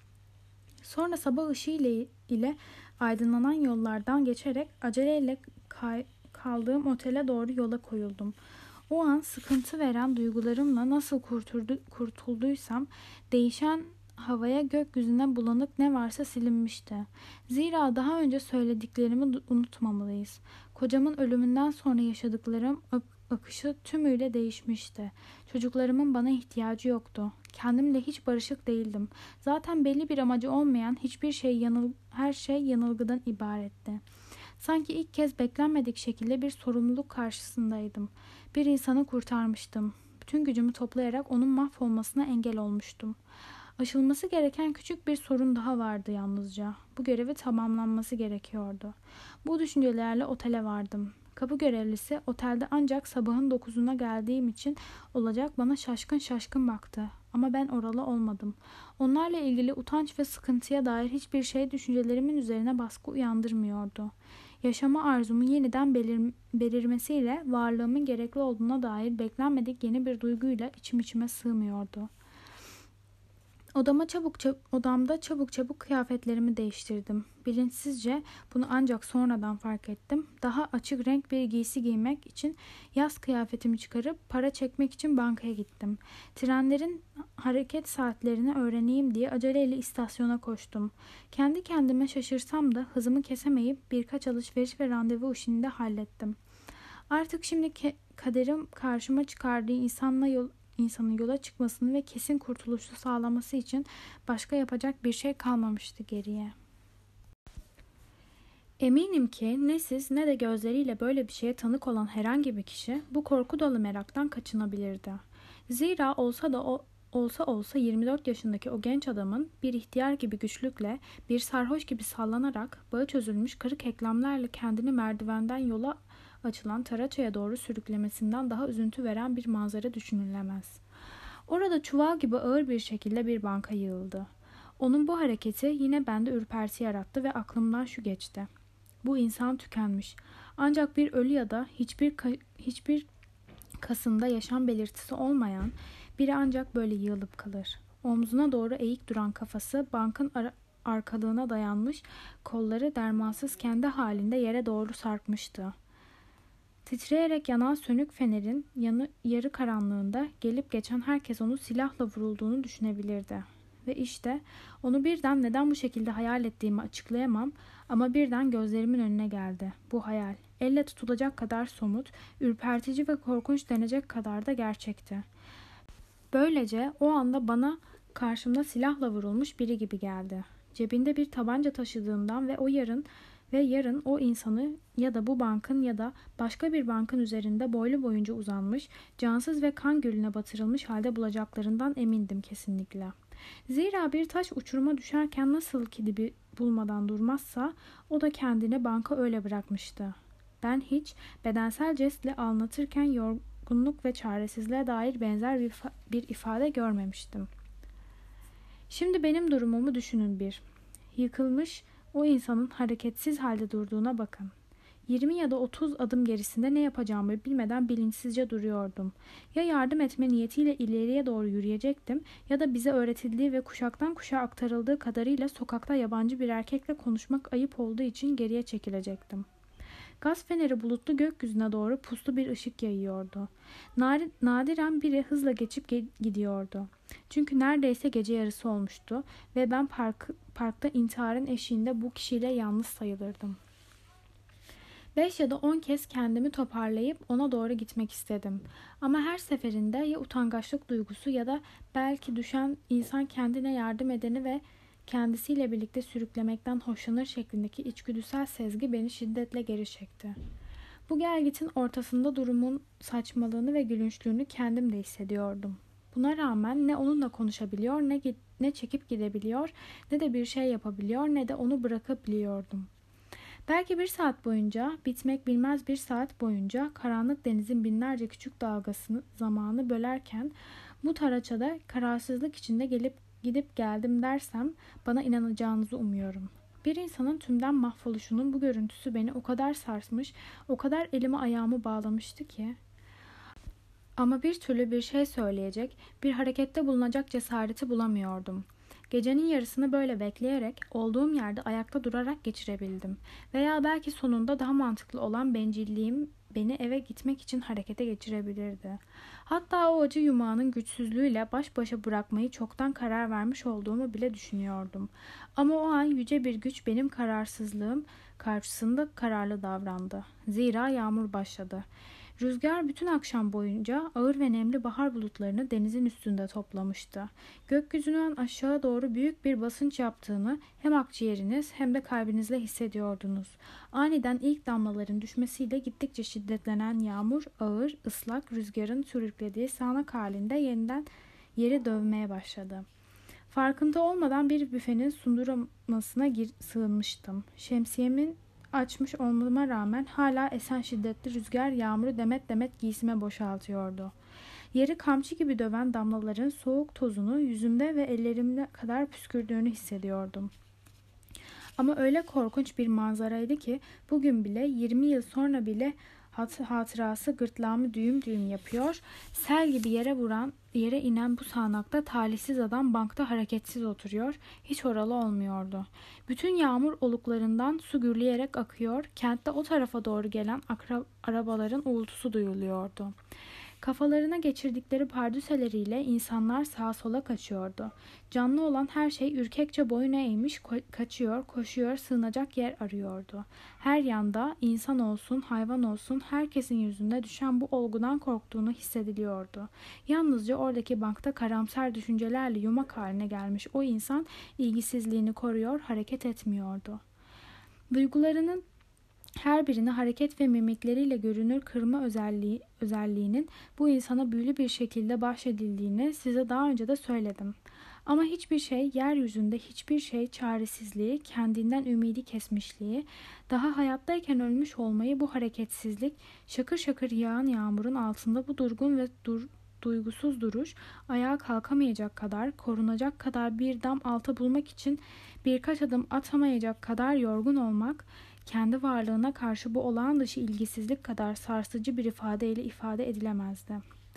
Sonra sabah ışığı ile, ile aydınlanan yollardan geçerek aceleyle kay, kaldığım otele doğru yola koyuldum. O an sıkıntı veren duygularımla nasıl kurtuldu, kurtulduysam değişen havaya gökyüzüne bulanık ne varsa silinmişti. Zira daha önce söylediklerimi unutmamalıyız. Kocamın ölümünden sonra yaşadıklarım akışı tümüyle değişmişti. Çocuklarımın bana ihtiyacı yoktu. Kendimle hiç barışık değildim. Zaten belli bir amacı olmayan hiçbir şey yanıl her şey yanılgıdan ibaretti. Sanki ilk kez beklenmedik şekilde bir sorumluluk karşısındaydım. Bir insanı kurtarmıştım. Bütün gücümü toplayarak onun mahvolmasına engel olmuştum. Aşılması gereken küçük bir sorun daha vardı yalnızca. Bu görevi tamamlanması gerekiyordu. Bu düşüncelerle otele vardım. Kapı görevlisi otelde ancak sabahın dokuzuna geldiğim için olacak bana şaşkın şaşkın baktı. Ama ben oralı olmadım. Onlarla ilgili utanç ve sıkıntıya dair hiçbir şey düşüncelerimin üzerine baskı uyandırmıyordu. yaşama arzumun yeniden belir belirmesiyle varlığımın gerekli olduğuna dair beklenmedik yeni bir duyguyla içim içime sığmıyordu. Odama çabuk, çab odamda çabuk çabuk kıyafetlerimi değiştirdim. Bilinçsizce bunu ancak sonradan fark ettim. Daha açık renk bir giysi giymek için yaz kıyafetimi çıkarıp para çekmek için bankaya gittim. Trenlerin hareket saatlerini öğreneyim diye aceleyle istasyona koştum. Kendi kendime şaşırsam da hızımı kesemeyip birkaç alışveriş ve randevu işini de hallettim. Artık şimdi kaderim karşıma çıkardığı insanla yol insanın yola çıkmasını ve kesin kurtuluşu sağlaması için başka yapacak bir şey kalmamıştı geriye. Eminim ki ne siz ne de gözleriyle böyle bir şeye tanık olan herhangi bir kişi bu korku dolu meraktan kaçınabilirdi. Zira olsa da o olsa olsa yirmi dört yaşındaki o genç adamın bir ihtiyar gibi güçlükle, bir sarhoş gibi sallanarak, bağı çözülmüş kırık eklemlerle kendini merdivenden yola açılan taraçaya doğru sürüklemesinden daha üzüntü veren bir manzara düşünülemez. Orada çuval gibi ağır bir şekilde bir banka yığıldı. Onun bu hareketi yine bende ürperti yarattı ve aklımdan şu geçti: bu insan tükenmiş. Ancak bir ölü ya da hiçbir hiçbir kasında yaşam belirtisi olmayan biri ancak böyle yığılıp kalır. Omzuna doğru eğik duran kafası bankın ara arkalığına dayanmış, kolları dermansız kendi halinde yere doğru sarkmıştı. Titreyerek yanan sönük fenerin yanı yarı karanlığında gelip geçen herkes onu silahla vurulduğunu düşünebilirdi. Ve işte onu birden neden bu şekilde hayal ettiğimi açıklayamam ama birden gözlerimin önüne geldi. Bu hayal, elle tutulacak kadar somut, ürpertici ve korkunç denecek kadar da gerçekti. Böylece o anda bana karşımda silahla vurulmuş biri gibi geldi. Cebinde bir tabanca taşıdığından ve o yarın ve yarın o insanı ya da bu bankın ya da başka bir bankın üzerinde boylu boyunca uzanmış, cansız ve kan gölüne batırılmış halde bulacaklarından emindim kesinlikle. Zira bir taş uçuruma düşerken nasıl ki dibi bulmadan durmazsa o da kendini banka öyle bırakmıştı. Ben hiç bedensel jestle anlatırken yorgunluk ve çaresizliğe dair benzer bir, bir ifade görmemiştim. Şimdi benim durumumu düşünün bir. Yıkılmış o insanın hareketsiz halde durduğuna bakın. yirmi ya da otuz adım gerisinde ne yapacağımı bilmeden bilinçsizce duruyordum. Ya yardım etme niyetiyle ileriye doğru yürüyecektim ya da bize öğretildiği ve kuşaktan kuşağa aktarıldığı kadarıyla sokakta yabancı bir erkekle konuşmak ayıp olduğu için geriye çekilecektim. Gaz feneri bulutlu gökyüzüne doğru puslu bir ışık yayıyordu. Nadiren biri hızla geçip ge- gidiyordu. Çünkü neredeyse gece yarısı olmuştu ve ben park, parkta intiharın eşiğinde bu kişiyle yalnız sayılırdım. Beş ya da on kez kendimi toparlayıp ona doğru gitmek istedim. Ama her seferinde ya utangaçlık duygusu ya da belki düşen insan kendine yardım edeni ve kendisiyle birlikte sürüklemekten hoşlanır şeklindeki içgüdüsel sezgi beni şiddetle geri çekti. Bu gelgitin ortasında durumun saçmalığını ve gülünçlüğünü kendim de hissediyordum. Buna rağmen ne onunla konuşabiliyor, ne, ne çekip gidebiliyor, ne de bir şey yapabiliyor, ne de onu bırakabiliyordum. Belki bir saat boyunca, bitmek bilmez bir saat boyunca karanlık denizin binlerce küçük dalgasını zamanı bölerken bu taraçada kararsızlık içinde gelip gidip geldim dersem bana inanacağınızı umuyorum. Bir insanın tümden mahvoluşunun bu görüntüsü beni o kadar sarsmış, o kadar elimi ayağımı bağlamıştı ki. Ama bir türlü bir şey söyleyecek, bir harekette bulunacak cesareti bulamıyordum. Gecenin yarısını böyle bekleyerek, olduğum yerde ayakta durarak geçirebildim. Veya belki sonunda daha mantıklı olan bencilliğim beni eve gitmek için harekete geçirebilirdi. Hatta o acı yumağının güçsüzlüğüyle baş başa bırakmayı çoktan karar vermiş olduğumu bile düşünüyordum. Ama o an yüce bir güç benim kararsızlığım karşısında kararlı davrandı. Zira yağmur başladı. Rüzgar bütün akşam boyunca ağır ve nemli bahar bulutlarını denizin üstünde toplamıştı. Gökyüzünden aşağı doğru büyük bir basınç yaptığını hem akciğeriniz hem de kalbinizle hissediyordunuz. Aniden ilk damlaların düşmesiyle gittikçe şiddetlenen yağmur ağır, ıslak rüzgarın sürüklediği sağanak halinde yeniden yeri dövmeye başladı. Farkında olmadan bir büfenin sundurmasına gir- sığınmıştım. Şemsiyemin açmış olmama rağmen hala esen şiddetli rüzgar yağmuru demet demet giysime boşaltıyordu. Yeri kamçı gibi döven damlaların soğuk tozunu yüzümde ve ellerimde kadar püskürdüğünü hissediyordum. Ama öyle korkunç bir manzaraydı ki bugün bile, yirmi yıl sonra bile hatırası gırtlağımı düğüm düğüm yapıyor. Sel gibi yere vuran, yere inen bu sağanakta talihsiz adam bankta hareketsiz oturuyor. Hiç oralı olmuyordu. Bütün yağmur oluklarından su gürleyerek akıyor. Kentte o tarafa doğru gelen akra- arabaların uğultusu duyuluyordu. Kafalarına geçirdikleri pardüseleriyle insanlar sağa sola kaçıyordu. Canlı olan her şey ürkekçe boyun eğmiş, ko- kaçıyor, koşuyor, sığınacak yer arıyordu. Her yanda insan olsun, hayvan olsun herkesin yüzünde düşen bu olgudan korktuğunu hissediliyordu. Yalnızca oradaki bankta karamsar düşüncelerle yumak haline gelmiş o insan ilgisizliğini koruyor, hareket etmiyordu. Duygularının her birini hareket ve mimikleriyle görünür kırma özelliği, özelliğinin bu insana büyülü bir şekilde bahşedildiğini size daha önce de söyledim. Ama hiçbir şey, yeryüzünde hiçbir şey çaresizliği, kendinden ümidi kesmişliği, daha hayattayken ölmüş olmayı bu hareketsizlik, şakır şakır yağan yağmurun altında bu durgun ve dur, duygusuz duruş, ayağa kalkamayacak kadar, korunacak kadar bir dam altı bulmak için birkaç adım atamayacak kadar yorgun olmak, kendi varlığına karşı bu olağan dışı ilgisizlik kadar sarsıcı bir ifadeyle ifade edilemezdi.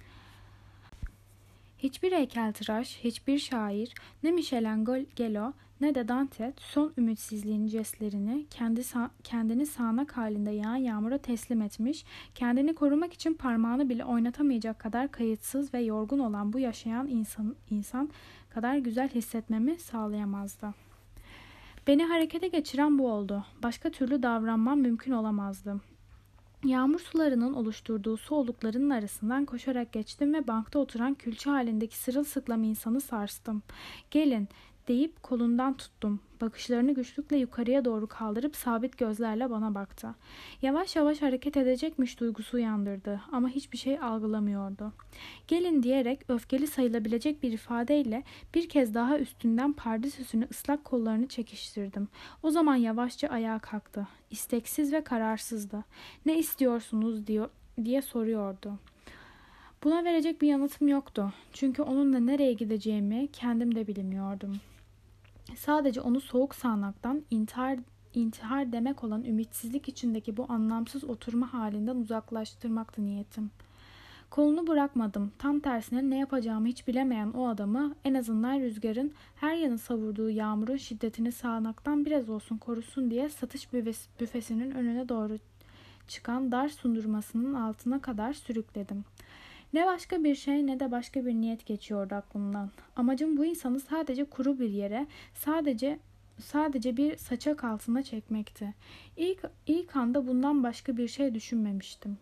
Hiçbir heykeltıraş, hiçbir şair, ne Michelangelo ne de Dante son ümitsizliğin jestlerini kendi kendini sağanak halinde yağan yağmura teslim etmiş, kendini korumak için parmağını bile oynatamayacak kadar kayıtsız ve yorgun olan bu yaşayan insan, insan kadar güzel hissetmemi sağlayamazdı. Beni harekete geçiren bu oldu. Başka türlü davranmam mümkün olamazdı. Yağmur sularının oluşturduğu su oluklarının arasından koşarak geçtim ve bankta oturan külçe halindeki sırılsıklam insanı sarstım. "Gelin," deyip kolundan tuttum. Bakışlarını güçlükle yukarıya doğru kaldırıp sabit gözlerle bana baktı. Yavaş yavaş hareket edecekmiş duygusu uyandırdı ama hiçbir şey algılamıyordu. "Gelin," diyerek öfkeli sayılabilecek bir ifadeyle bir kez daha üstünden pardesüsünü ıslak kollarını çekiştirdim. O zaman yavaşça ayağa kalktı. İsteksiz ve kararsızdı. "Ne istiyorsunuz?" diyor, diye soruyordu. Buna verecek bir yanıtım yoktu. Çünkü onunla nereye gideceğimi kendim de bilmiyordum. Sadece onu soğuk sağanaktan intihar, intihar demek olan ümitsizlik içindeki bu anlamsız oturma halinden uzaklaştırmaktı niyetim. Kolunu bırakmadım. Tam tersine ne yapacağımı hiç bilemeyen o adamı en azından rüzgarın her yanı savurduğu yağmurun şiddetini sağanaktan biraz olsun korusun diye satış büfesinin önüne doğru çıkan dar sundurmasının altına kadar sürükledim. Ne başka bir şey ne de başka bir niyet geçiyordu aklımdan. Amacım bu insanı sadece kuru bir yere, sadece sadece bir saçak altına çekmekti. İlk, ilk anda bundan başka bir şey düşünmemiştim.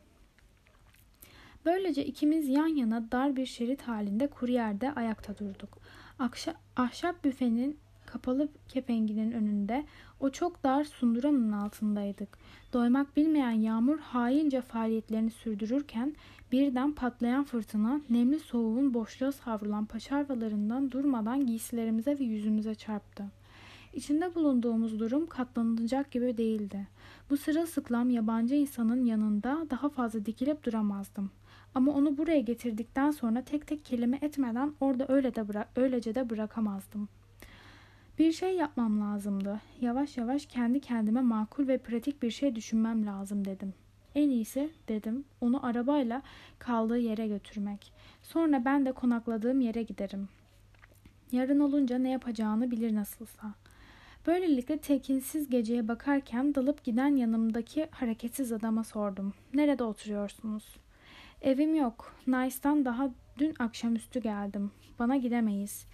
Böylece ikimiz yan yana dar bir şerit halinde kuru yerde ayakta durduk. Akşa, ahşap büfenin kapalı kepenginin önünde o çok dar sunduranın altındaydık. Doymak bilmeyen yağmur haince faaliyetlerini sürdürürken birden patlayan fırtına nemli soğuğun boşluğa savrulan paçavralarından durmadan giysilerimize ve yüzümüze çarptı. İçinde bulunduğumuz durum katlanılacak gibi değildi. Bu sırılsıklam yabancı insanın yanında daha fazla dikilip duramazdım. Ama onu buraya getirdikten sonra tek tek kelime etmeden orada öyle de bıra- öylece de bırakamazdım. Bir şey yapmam lazımdı. Yavaş yavaş kendi kendime makul ve pratik bir şey düşünmem lazım dedim. En iyisi, dedim, onu arabayla kaldığı yere götürmek. Sonra ben de konakladığım yere giderim. Yarın olunca ne yapacağını bilir nasılsa. Böylelikle tekinsiz geceye bakarken dalıp giden yanımdaki hareketsiz adama sordum. "Nerede oturuyorsunuz?" "Evim yok. Nice'dan daha dün akşamüstü geldim. Bana gidemeyiz."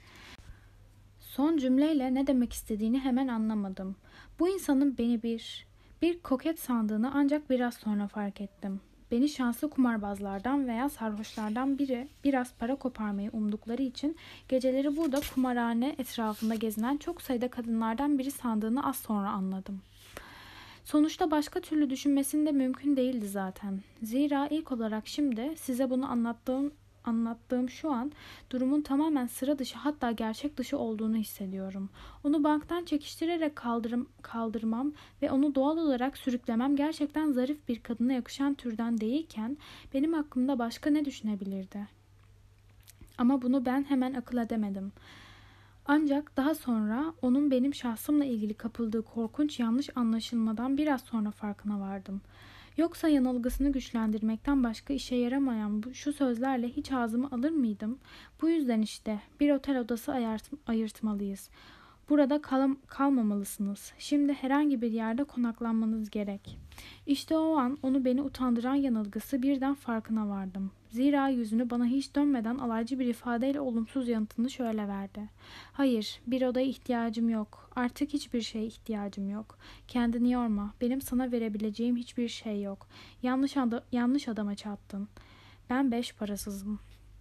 Son cümleyle ne demek istediğini hemen anlamadım. Bu insanın beni bir, bir koket sandığını ancak biraz sonra fark ettim. Beni şanslı kumarbazlardan veya sarhoşlardan biri biraz para koparmayı umdukları için geceleri burada kumarhane etrafında gezinen çok sayıda kadınlardan biri sandığını az sonra anladım. Sonuçta başka türlü düşünmesinin de mümkün değildi zaten. Zira ilk olarak şimdi size bunu anlattığım Anlattığım şu an durumun tamamen sıra dışı hatta gerçek dışı olduğunu hissediyorum. Onu banktan çekiştirerek kaldırım, kaldırmam ve onu doğal olarak sürüklemem gerçekten zarif bir kadına yakışan türden değilken benim hakkımda başka ne düşünebilirdi? Ama bunu ben hemen akıl edemedim. Ancak daha sonra onun benim şahsımla ilgili kapıldığı korkunç yanlış anlaşılmadan biraz sonra farkına vardım. Yoksa yanılgısını güçlendirmekten başka işe yaramayan bu, şu sözlerle hiç ağzımı alır mıydım? Bu yüzden işte bir otel odası ayırt, ayırtmalıyız. Burada kal kalmamalısınız. Şimdi herhangi bir yerde konaklanmanız gerek. İşte o an onu beni utandıran yanılgısı birden farkına vardım. Zira yüzünü bana hiç dönmeden alaycı bir ifadeyle olumsuz yanıtını şöyle verdi. Hayır, bir odaya ihtiyacım yok. Artık hiçbir şeye ihtiyacım yok. Kendini yorma. Benim sana verebileceğim hiçbir şey yok. Yanlış, ad yanlış adama çattın. Ben beş parasızım.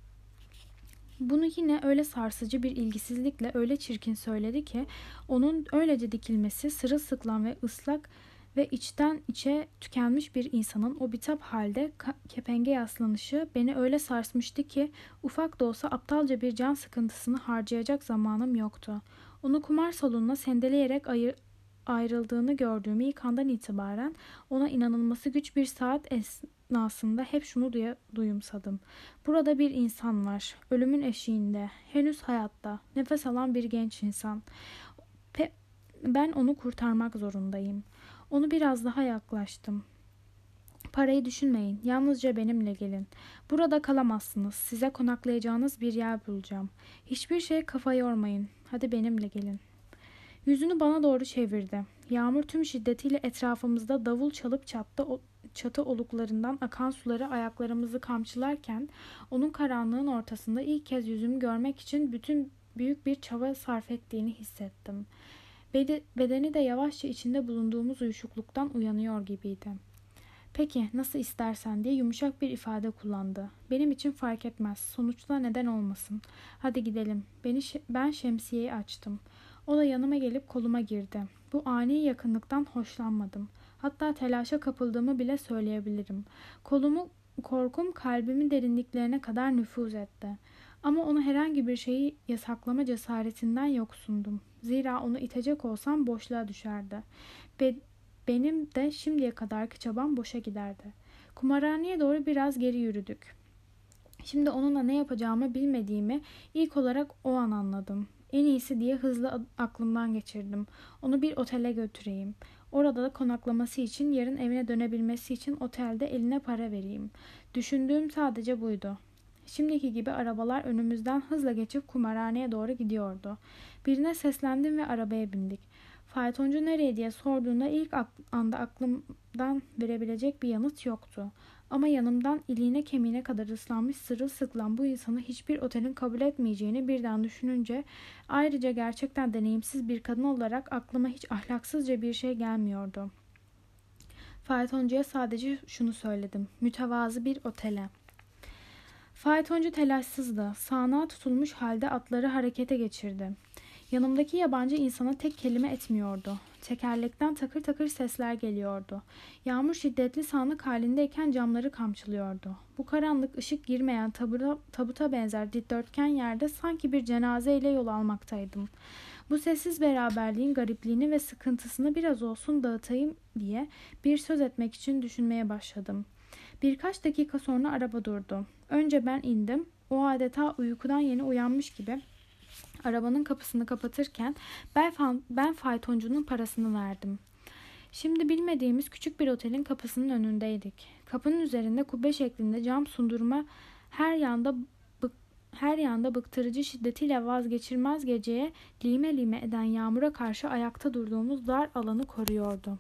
Bunu yine öyle sarsıcı bir ilgisizlikle öyle çirkin söyledi ki onun öylece dikilmesi sırılsıklam ve ıslak ve içten içe tükenmiş bir insanın o bitap halde kepenge yaslanışı beni öyle sarsmıştı ki ufak da olsa aptalca bir can sıkıntısını harcayacak zamanım yoktu. Onu kumar salonuna sendeleyerek ayır, ayrıldığını gördüğüm ilk andan itibaren ona inanılması güç bir saat esnasında hep şunu duya, duyumsadım. Burada bir insan var, ölümün eşiğinde, henüz hayatta, nefes alan bir genç insan. Pe ben onu kurtarmak zorundayım. Onu biraz daha yaklaştım. Parayı düşünmeyin, yalnızca benimle gelin. Burada kalamazsınız, size konaklayacağınız bir yer bulacağım. Hiçbir şeye kafa yormayın, hadi benimle gelin. Yüzünü bana doğru çevirdi. Yağmur tüm şiddetiyle etrafımızda davul çalıp çattı, çatı oluklarından akan suları ayaklarımızı kamçılarken onun karanlığın ortasında ilk kez yüzümü görmek için bütün büyük bir çaba sarf ettiğini hissettim. Bedeni de yavaşça içinde bulunduğumuz uyuşukluktan uyanıyor gibiydi. Peki nasıl istersen diye yumuşak bir ifade kullandı. Benim için fark etmez. Sonuçta neden olmasın. Hadi gidelim. Beni ben şemsiyeyi açtım. O da yanıma gelip koluma girdi. Bu ani yakınlıktan hoşlanmadım. Hatta telaşa kapıldığımı bile söyleyebilirim. Kolumu, korkum kalbimin derinliklerine kadar nüfuz etti. Ama onu herhangi bir şeyi yasaklama cesaretinden yoksundum. Zira onu itecek olsam boşluğa düşerdi. Be benim de şimdiye kadarki çabam boşa giderdi. Kumarhaneye doğru biraz geri yürüdük. Şimdi onunla ne yapacağımı bilmediğimi ilk olarak o an anladım. En iyisi diye hızlı aklımdan geçirdim. Onu bir otele götüreyim. Orada da konaklaması için, yarın evine dönebilmesi için otelde eline para vereyim. Düşündüğüm sadece buydu. Şimdiki gibi arabalar önümüzden hızla geçip kumarhaneye doğru gidiyordu. Birine seslendim ve arabaya bindik. Faytoncu nereye diye sorduğunda ilk anda aklımdan verebilecek bir yanıt yoktu. Ama yanımdan iliğine kemiğine kadar ıslanmış sırılsıklam bu insanı hiçbir otelin kabul etmeyeceğini birden düşününce, ayrıca gerçekten deneyimsiz bir kadın olarak aklıma hiç ahlaksızca bir şey gelmiyordu. Faytoncuya sadece şunu söyledim: mütevazı bir otele. Faytoncu telaşsızdı. Sağanağa tutulmuş halde atları harekete geçirdi. Yanımdaki yabancı insana tek kelime etmiyordu. Tekerlekten takır takır sesler geliyordu. Yağmur şiddetli sağanak halindeyken camları kamçılıyordu. Bu karanlık, ışık girmeyen tabuta, tabuta benzer dikdörtgen yerde sanki bir cenazeyle yol almaktaydım. Bu sessiz beraberliğin garipliğini ve sıkıntısını biraz olsun dağıtayım diye bir söz etmek için düşünmeye başladım. Birkaç dakika sonra araba durdu. Önce ben indim. O adeta uykudan yeni uyanmış gibi arabanın kapısını kapatırken ben, ben faytoncunun parasını verdim. Şimdi bilmediğimiz küçük bir otelin kapısının önündeydik. Kapının üzerinde kubbe şeklinde cam sundurma her yanda bık, her yanda bıktırıcı şiddetiyle vazgeçilmez geceye lime lime eden yağmura karşı ayakta durduğumuz dar alanı koruyordu.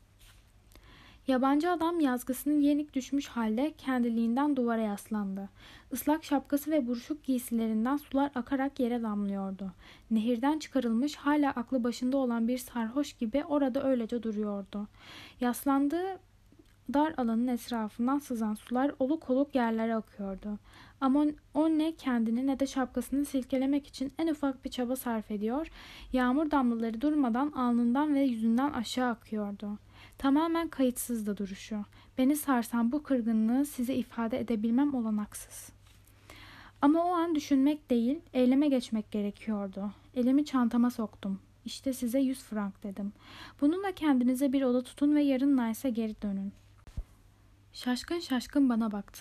Yabancı adam yazgısının yenik düşmüş halde kendiliğinden duvara yaslandı. Islak şapkası ve buruşuk giysilerinden sular akarak yere damlıyordu. Nehirden çıkarılmış, hala aklı başında olan bir sarhoş gibi orada öylece duruyordu. Yaslandığı dar alanın etrafından sızan sular oluk oluk yerlere akıyordu. Ama o ne kendini ne de şapkasını silkelemek için en ufak bir çaba sarf ediyor, yağmur damlaları durmadan alnından ve yüzünden aşağı akıyordu. Tamamen kayıtsızdı duruşu. Beni sarsan bu kırgınlığı size ifade edebilmem olanaksız. Ama o an düşünmek değil, eyleme geçmek gerekiyordu. Elimi çantama soktum. İşte size yüz frank dedim. Bununla kendinize bir oda tutun ve yarın Nice'a geri dönün. Şaşkın şaşkın bana baktı.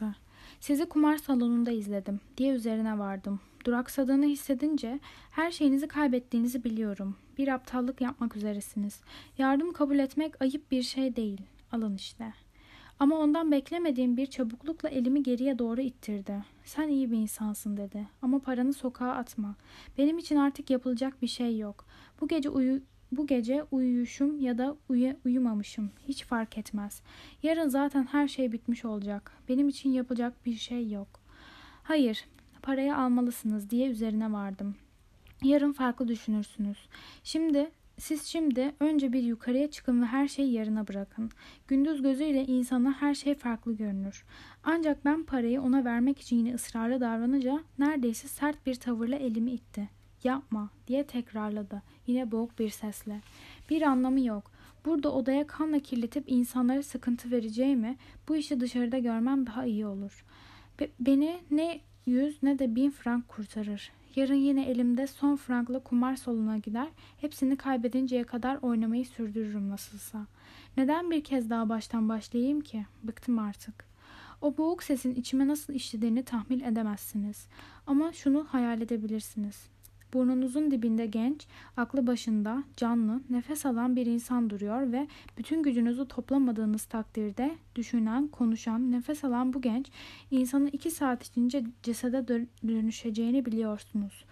Sizi kumar salonunda izledim diye üzerine vardım. Duraksadığını hissedince her şeyinizi kaybettiğinizi biliyorum. Bir aptallık yapmak üzeresiniz. Yardım kabul etmek ayıp bir şey değil. Alın işte. Ama ondan beklemediğim bir çabuklukla elimi geriye doğru ittirdi. Sen iyi bir insansın dedi. Ama paranı sokağa atma. Benim için artık yapılacak bir şey yok. Bu gece uyu bu gece uyuyuşum ya da uyu uyumamışım. Hiç fark etmez. Yarın zaten her şey bitmiş olacak. Benim için yapacak bir şey yok. Hayır, parayı almalısınız diye üzerine vardım. Yarın farklı düşünürsünüz. Şimdi siz şimdi önce bir yukarıya çıkın ve her şeyi yarına bırakın. Gündüz gözüyle insana her şey farklı görünür. Ancak ben parayı ona vermek için yine ısrarlı davranınca neredeyse sert bir tavırla elimi itti. Yapma diye tekrarladı. Yine boğuk bir sesle. Bir anlamı yok. Burada odaya kanla kirletip insanlara sıkıntı vereceğimi bu işi dışarıda görmem daha iyi olur. Be- beni ne yüz ne de bin frank kurtarır. Yarın yine elimde son frankla kumar salonuna gider, hepsini kaybedinceye kadar oynamayı sürdürürüm nasılsa. Neden bir kez daha baştan başlayayım ki? Bıktım artık. O boğuk sesin içime nasıl işlediğini tahmin edemezsiniz. Ama şunu hayal edebilirsiniz. Burnunuzun dibinde genç, aklı başında, canlı, nefes alan bir insan duruyor ve bütün gücünüzü toplamadığınız takdirde düşünen, konuşan, nefes alan bu genç insanın iki saat içince cesede dönüşeceğini biliyorsunuz.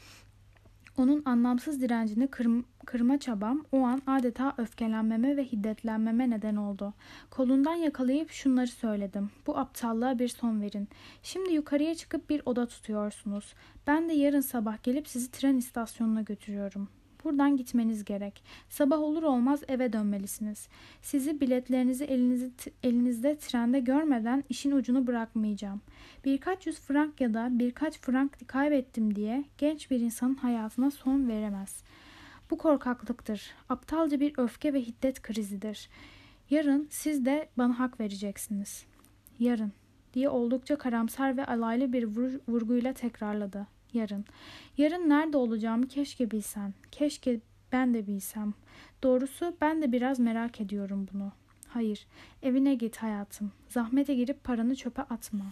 Onun anlamsız direncini kırm kırma çabam o an adeta öfkelenmeme ve hiddetlenmeme neden oldu. Kolundan yakalayıp şunları söyledim. Bu aptallığa bir son verin. Şimdi yukarıya çıkıp bir oda tutuyorsunuz. Ben de yarın sabah gelip sizi tren istasyonuna götürüyorum. Buradan gitmeniz gerek. Sabah olur olmaz eve dönmelisiniz. Sizi biletlerinizi elinizi, elinizde trende görmeden işin ucunu bırakmayacağım. Birkaç yüz frank ya da birkaç frank kaybettim diye genç bir insanın hayatına son veremez. Bu korkaklıktır. Aptalca bir öfke ve hiddet krizidir. Yarın siz de bana hak vereceksiniz. Yarın diye oldukça karamsar ve alaylı bir vur, vurguyla tekrarladı. Yarın. Yarın nerede olacağımı keşke bilsen. Keşke ben de bilsem. Doğrusu ben de biraz merak ediyorum bunu. Hayır, evine git hayatım. Zahmete girip paranı çöpe atma.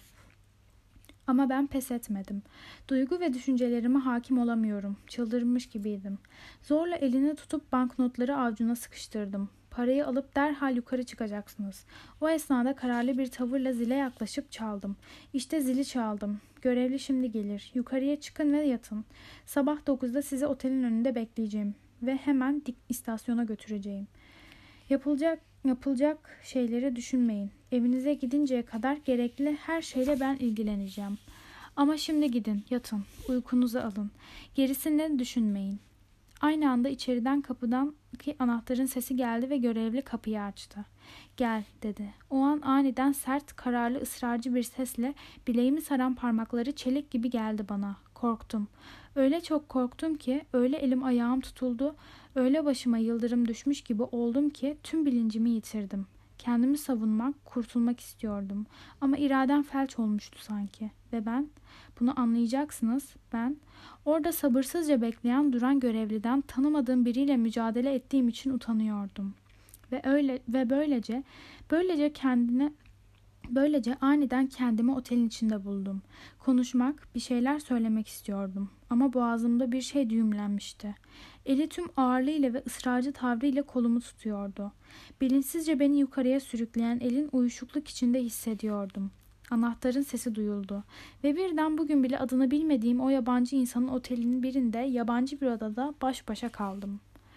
Ama ben pes etmedim. Duygu ve düşüncelerime hakim olamıyorum. Çıldırmış gibiydim. Zorla elini tutup banknotları avcuna sıkıştırdım. Parayı alıp derhal yukarı çıkacaksınız. O esnada kararlı bir tavırla zile yaklaşıp çaldım. İşte zili çaldım. Görevli şimdi gelir. Yukarıya çıkın ve yatın. Sabah dokuzda sizi otelin önünde bekleyeceğim. Ve hemen dik istasyona götüreceğim. Yapılacak, yapılacak şeyleri düşünmeyin. Evinize gidinceye kadar gerekli her şeyle ben ilgileneceğim. Ama şimdi gidin, yatın, uykunuzu alın. Gerisini düşünmeyin. Aynı anda içeriden kapıdan ki anahtarın sesi geldi ve görevli kapıyı açtı. Gel dedi. O an aniden sert, kararlı, ısrarcı bir sesle bileğimi saran parmakları çelik gibi geldi bana. Korktum. Öyle çok korktum ki, öyle elim ayağım tutuldu, öyle başıma yıldırım düşmüş gibi oldum ki tüm bilincimi yitirdim. Kendimi savunmak, kurtulmak istiyordum. Ama iradem felç olmuştu sanki. Ve ben, bunu anlayacaksınız, ben orada sabırsızca bekleyen duran görevliden tanımadığım biriyle mücadele ettiğim için utanıyordum. Ve öyle ve böylece böylece kendine böylece aniden kendimi otelin içinde buldum. Konuşmak, bir şeyler söylemek istiyordum ama boğazımda bir şey düğümlenmişti. Eli tüm ağırlığıyla ve ısrarcı tavrıyla kolumu tutuyordu. Bilinçsizce beni yukarıya sürükleyen elin uyuşukluk içinde hissediyordum. Anahtarın sesi duyuldu ve birden bugün bile adını bilmediğim o yabancı insanın otelinin birinde yabancı bir odada baş başa kaldım.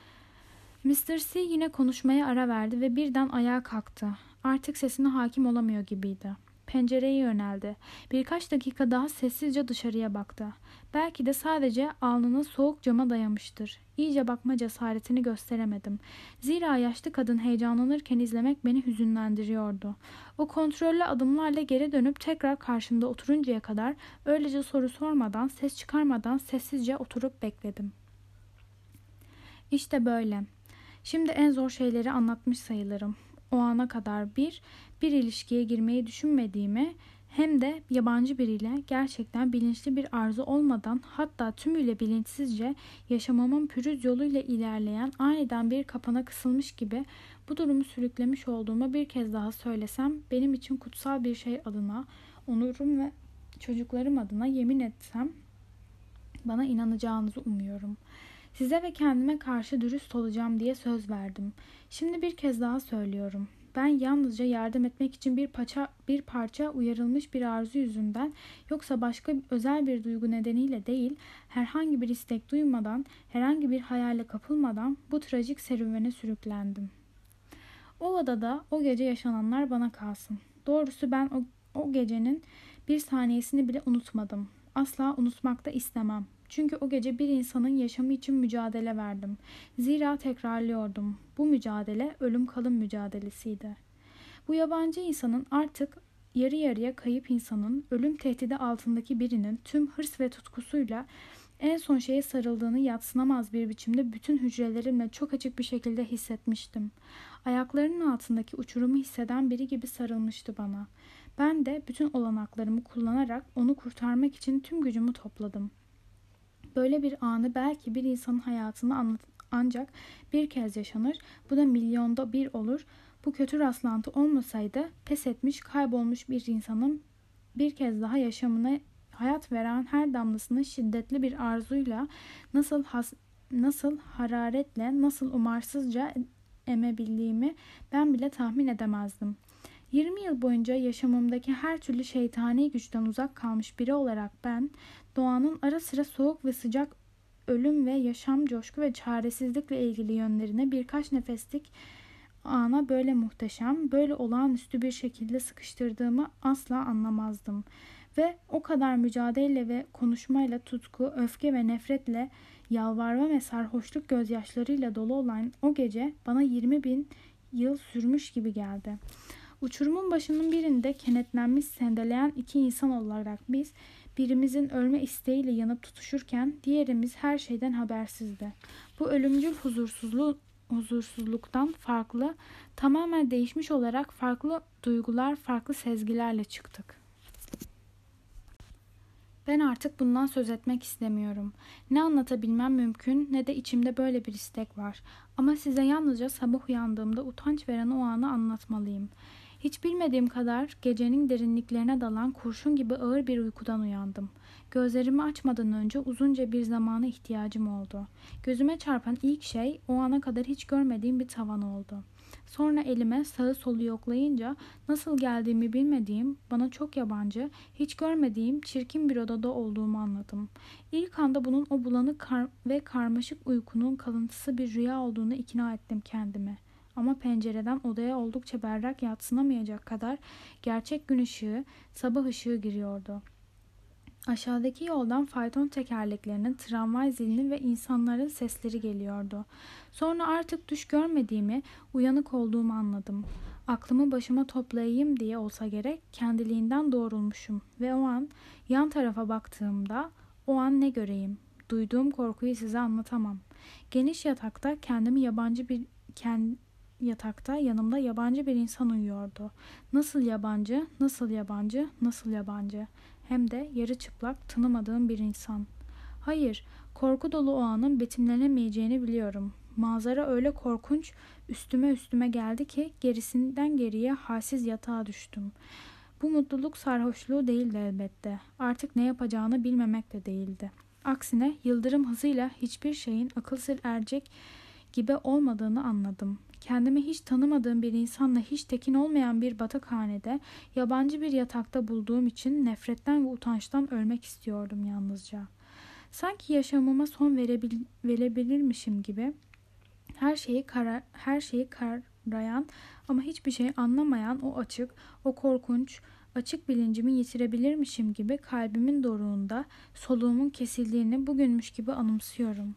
mister C yine konuşmaya ara verdi ve birden ayağa kalktı. Artık sesine hakim olamıyor gibiydi. Pencereye yöneldi. Birkaç dakika daha sessizce dışarıya baktı. Belki de sadece alnını soğuk cama dayamıştır. İyice bakma cesaretini gösteremedim. Zira yaşlı kadın heyecanlanırken izlemek beni hüzünlendiriyordu. O kontrollü adımlarla geri dönüp tekrar karşımda oturuncaya kadar öylece soru sormadan, ses çıkarmadan sessizce oturup bekledim. İşte böyle. Şimdi en zor şeyleri anlatmış sayılırım. o ana kadar bir, bir ilişkiye girmeyi düşünmediğimi hem de yabancı biriyle gerçekten bilinçli bir arzu olmadan hatta tümüyle bilinçsizce yaşamamın pürüz yoluyla ilerleyen aniden bir kapana kısılmış gibi bu durumu sürüklemiş olduğumu bir kez daha söylesem benim için kutsal bir şey adına, onurum ve çocuklarım adına yemin etsem bana inanacağınızı umuyorum. Size ve kendime karşı dürüst olacağım diye söz verdim. Şimdi bir kez daha söylüyorum. Ben yalnızca yardım etmek için bir parça, bir parça uyarılmış bir arzu yüzünden yoksa başka özel bir duygu nedeniyle değil, herhangi bir istek duymadan, herhangi bir hayale kapılmadan bu trajik serüvene sürüklendim. O odada o gece yaşananlar bana kalsın. Doğrusu ben o, o gecenin bir saniyesini bile unutmadım. Asla unutmak da istemem. Çünkü o gece bir insanın yaşamı için mücadele verdim. Zira tekrarlıyordum. Bu mücadele ölüm kalım mücadelesiydi. Bu yabancı insanın artık yarı yarıya kayıp insanın ölüm tehdidi altındaki birinin tüm hırs ve tutkusuyla en son şeye sarıldığını yadsınamaz bir biçimde bütün hücrelerimle çok açık bir şekilde hissetmiştim. Ayaklarının altındaki uçurumu hisseden biri gibi sarılmıştı bana. Ben de bütün olanaklarımı kullanarak onu kurtarmak için tüm gücümü topladım. Böyle bir anı belki bir insanın hayatında anlat ancak bir kez yaşanır, bu da milyonda bir olur. Bu kötü rastlantı olmasaydı pes etmiş, kaybolmuş bir insanın bir kez daha yaşamına hayat veren her damlasını şiddetli bir arzuyla nasıl has, nasıl hararetle, nasıl umarsızca emebildiğimi ben bile tahmin edemezdim. yirmi yıl boyunca yaşamımdaki her türlü şeytani güçten uzak kalmış biri olarak ben, doğanın ara sıra soğuk ve sıcak ölüm ve yaşam, coşku ve çaresizlikle ilgili yönlerine birkaç nefeslik ana böyle muhteşem, böyle olağanüstü bir şekilde sıkıştırdığımı asla anlamazdım. Ve o kadar mücadele ve konuşmayla, tutku, öfke ve nefretle, yalvarma ve sarhoşluk gözyaşlarıyla dolu olan o gece bana yirmi bin yıl sürmüş gibi geldi. Uçurumun başının birinde kenetlenmiş sendeleyen iki insan olarak biz birimizin ölme isteğiyle yanıp tutuşurken diğerimiz her şeyden habersizdi. Bu ölümcül huzursuzluğu, huzursuzluktan farklı, tamamen değişmiş olarak farklı duygular, farklı sezgilerle çıktık. Ben artık bundan söz etmek istemiyorum. Ne anlatabilmem mümkün ne de içimde böyle bir istek var. Ama size yalnızca sabah uyandığımda utanç veren o anı anlatmalıyım. Hiç bilmediğim kadar gecenin derinliklerine dalan kurşun gibi ağır bir uykudan uyandım. Gözlerimi açmadan önce uzunca bir zamana ihtiyacım oldu. Gözüme çarpan ilk şey o ana kadar hiç görmediğim bir tavan oldu. Sonra elime sağı solu yoklayınca nasıl geldiğimi bilmediğim, bana çok yabancı, hiç görmediğim çirkin bir odada olduğumu anladım. İlk anda bunun o bulanık kar ve karmaşık uykunun kalıntısı bir rüya olduğunu ikna ettim kendime. Ama pencereden odaya oldukça berrak yadsınamayacak kadar gerçek gün ışığı, sabah ışığı giriyordu. Aşağıdaki yoldan fayton tekerleklerinin, tramvay zilini ve insanların sesleri geliyordu. Sonra artık düş görmediğimi, uyanık olduğumu anladım. Aklımı başıma toplayayım diye olsa gerek kendiliğinden doğrulmuşum ve o an yan tarafa baktığımda o an ne göreyim? Duyduğum korkuyu size anlatamam. Geniş yatakta kendimi yabancı bir kend, yatakta yanımda yabancı bir insan uyuyordu. Nasıl yabancı, nasıl yabancı, nasıl yabancı? Hem de yarı çıplak, tanımadığım bir insan. Hayır, korku dolu o anın betimlenemeyeceğini biliyorum. Manzara öyle korkunç, üstüme üstüme geldi ki gerisinden geriye halsiz yatağa düştüm. Bu mutluluk sarhoşluğu değildi elbette. Artık ne yapacağını bilmemek de değildi. Aksine yıldırım hızıyla hiçbir şeyin akıl sır erecek gibi olmadığını anladım. Kendimi hiç tanımadığım bir insanla hiç tekin olmayan bir batakhanede, yabancı bir yatakta bulduğum için nefretten ve utançtan ölmek istiyordum yalnızca. Sanki yaşamıma son verebil verebilirmişim gibi her şeyi kara her şeyi karayan ama hiçbir şey anlamayan o açık, o korkunç, açık bilincimi yitirebilirmişim gibi kalbimin doruğunda soluğumun kesildiğini bugünmüş gibi anımsıyorum.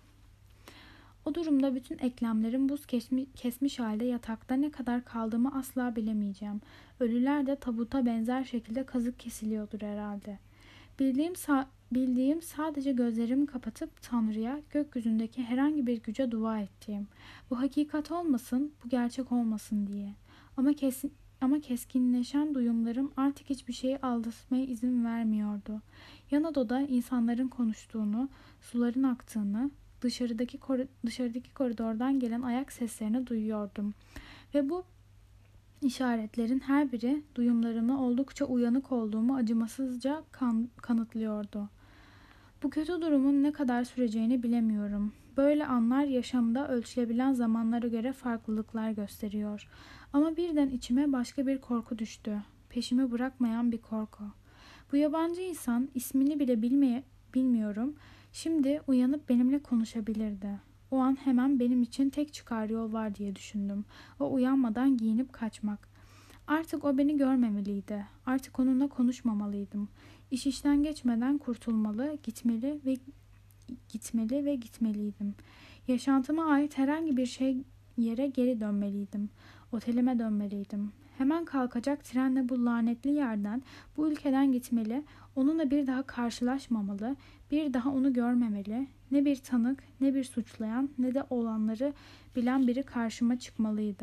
O durumda bütün eklemlerim buz kesmiş, kesmiş halde yatakta ne kadar kaldığımı asla bilemeyeceğim. Ölüler de tabuta benzer şekilde kazık kesiliyordur herhalde. Bildiğim, sa- bildiğim sadece gözlerimi kapatıp Tanrı'ya, gökyüzündeki herhangi bir güce dua ettiğim. Bu hakikat olmasın, bu gerçek olmasın diye. Ama kesin ama keskinleşen duyumlarım artık hiçbir şeyi aldatmaya izin vermiyordu. Yan odada insanların konuştuğunu, suların aktığını, dışarıdaki kor- dışarıdaki koridordan gelen ayak seslerini duyuyordum. Ve bu işaretlerin her biri duyumlarımı oldukça uyanık olduğumu acımasızca kan- kanıtlıyordu. Bu kötü durumun ne kadar süreceğini bilemiyorum. Böyle anlar yaşamda ölçülebilen zamanlara göre farklılıklar gösteriyor. Ama birden içime başka bir korku düştü. Peşimi bırakmayan bir korku. Bu yabancı insan, ismini bile bilmeye, bilmiyorum, şimdi uyanıp benimle konuşabilirdi. O an hemen benim için tek çıkar yol var diye düşündüm. O uyanmadan giyinip kaçmak. Artık o beni görmemeliydi. Artık onunla konuşmamalıydım. İş işten geçmeden kurtulmalı, gitmeli ve gitmeli ve gitmeliydim. Yaşantıma ait herhangi bir şey yere geri dönmeliydim. Otelime dönmeliydim. Hemen kalkacak trenle bu lanetli yerden, bu ülkeden gitmeli, onunla bir daha karşılaşmamalı, bir daha onu görmemeli, ne bir tanık, ne bir suçlayan, ne de olanları bilen biri karşıma çıkmalıydı.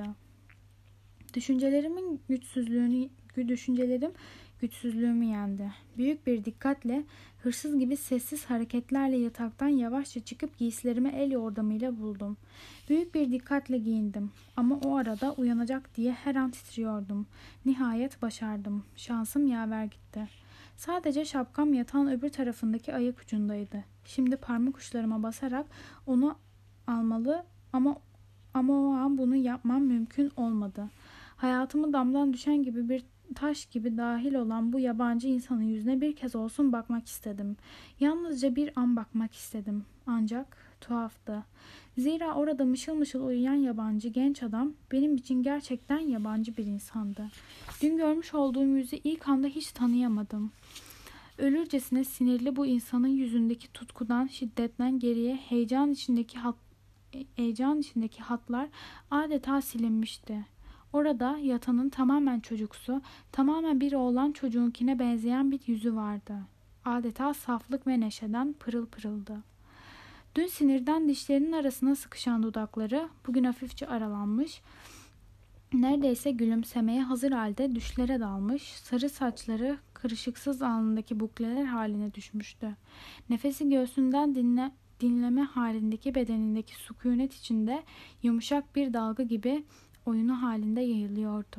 Düşüncelerimin güçsüzlüğünü, düşüncelerim güçsüzlüğümü yendi. Büyük bir dikkatle, hırsız gibi sessiz hareketlerle yataktan yavaşça çıkıp giysilerimi el yordamıyla buldum. Büyük bir dikkatle giyindim ama o arada uyanacak diye her an titriyordum. Nihayet başardım. Şansım yaver gitti. Sadece şapkam yatağın öbür tarafındaki ayak ucundaydı. Şimdi parmak uçlarıma basarak onu almalı ama ama o an bunu yapmam mümkün olmadı. Hayatımı damdan düşen gibi bir taş gibi dahil olan bu yabancı insanın yüzüne bir kez olsun bakmak istedim. Yalnızca bir an bakmak istedim. Ancak tuhaftı. Zira orada mışıl mışıl uyuyan yabancı genç adam benim için gerçekten yabancı bir insandı. Dün görmüş olduğum yüzü ilk anda hiç tanıyamadım. Ölürcesine sinirli bu insanın yüzündeki tutkudan, şiddetten geriye heyecan içindeki hat, heyecan içindeki hatlar adeta silinmişti. Orada yatanın tamamen çocuksu, tamamen bir oğlan çocuğunkine benzeyen bir yüzü vardı. Adeta saflık ve neşeden pırıl pırıldı. Dün sinirden dişlerinin arasına sıkışan dudakları bugün hafifçe aralanmış, neredeyse gülümsemeye hazır halde düşlere dalmış, sarı saçları kırışıksız alnındaki bukleler haline düşmüştü. Nefesi göğsünden dinle, dinleme halindeki bedenindeki sükunet içinde yumuşak bir dalga gibi oyunu halinde yayılıyordu.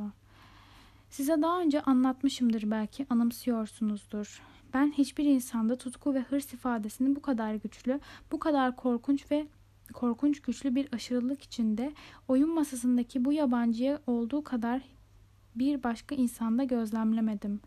Size daha önce anlatmışımdır, belki anımsıyorsunuzdur. Ben hiçbir insanda tutku ve hırs ifadesini bu kadar güçlü, bu kadar korkunç ve korkunç güçlü bir aşırılık içinde oyun masasındaki bu yabancıya olduğu kadar bir başka insanda gözlemlemedim.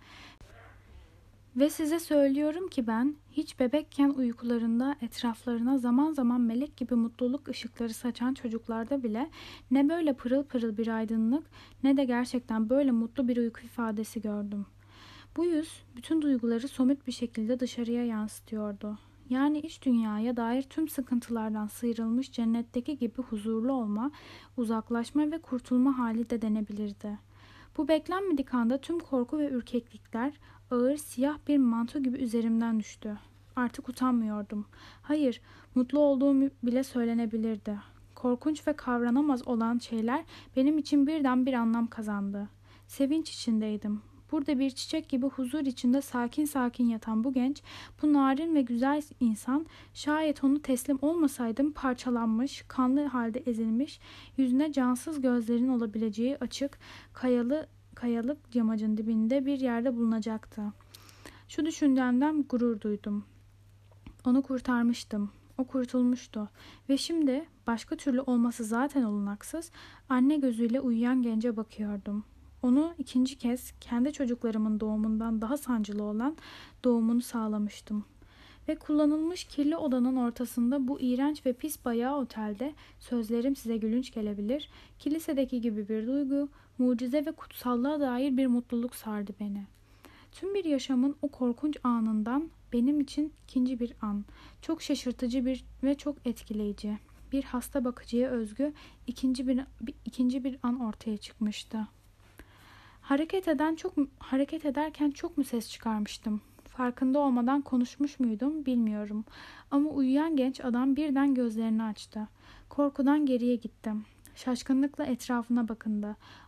Ve size söylüyorum ki ben hiç bebekken uykularında etraflarına zaman zaman melek gibi mutluluk ışıkları saçan çocuklarda bile ne böyle pırıl pırıl bir aydınlık ne de gerçekten böyle mutlu bir uyku ifadesi gördüm. Bu yüz bütün duyguları somut bir şekilde dışarıya yansıtıyordu. Yani iç dünyaya dair tüm sıkıntılardan sıyrılmış cennetteki gibi huzurlu olma, uzaklaşma ve kurtulma hali de denebilirdi. Bu beklenmedik anda tüm korku ve ürkeklikler ağır siyah bir manto gibi üzerimden düştü. Artık utanmıyordum. Hayır, mutlu olduğum bile söylenebilirdi. Korkunç ve kavranamaz olan şeyler benim için birden bir anlam kazandı. Sevinç içindeydim. Burada bir çiçek gibi huzur içinde sakin sakin yatan bu genç, bu narin ve güzel insan, şayet onu teslim olmasaydım parçalanmış, kanlı halde ezilmiş, yüzüne cansız gözlerin olabileceği açık, kayalı kayalık yamacın dibinde bir yerde bulunacaktı. Şu düşüncemden gurur duydum. Onu kurtarmıştım. O kurtulmuştu. Ve şimdi başka türlü olması zaten olunaksız anne gözüyle uyuyan gence bakıyordum. Onu ikinci kez kendi çocuklarımın doğumundan daha sancılı olan doğumunu sağlamıştım. Ve kullanılmış kirli odanın ortasında bu iğrenç ve pis bayağı otelde, sözlerim size gülünç gelebilir, kilisedeki gibi bir duygu, mucize ve kutsallığa dair bir mutluluk sardı beni. Tüm bir yaşamın o korkunç anından benim için ikinci bir an, çok şaşırtıcı bir ve çok etkileyici, bir hasta bakıcıya özgü ikinci bir, ikinci bir an ortaya çıkmıştı. Hareket eden çok hareket ederken çok mu ses çıkarmıştım? Farkında olmadan konuşmuş muydum bilmiyorum. Ama uyuyan genç adam birden gözlerini açtı. Korkudan geriye gittim. Şaşkınlıkla etrafına bakındı.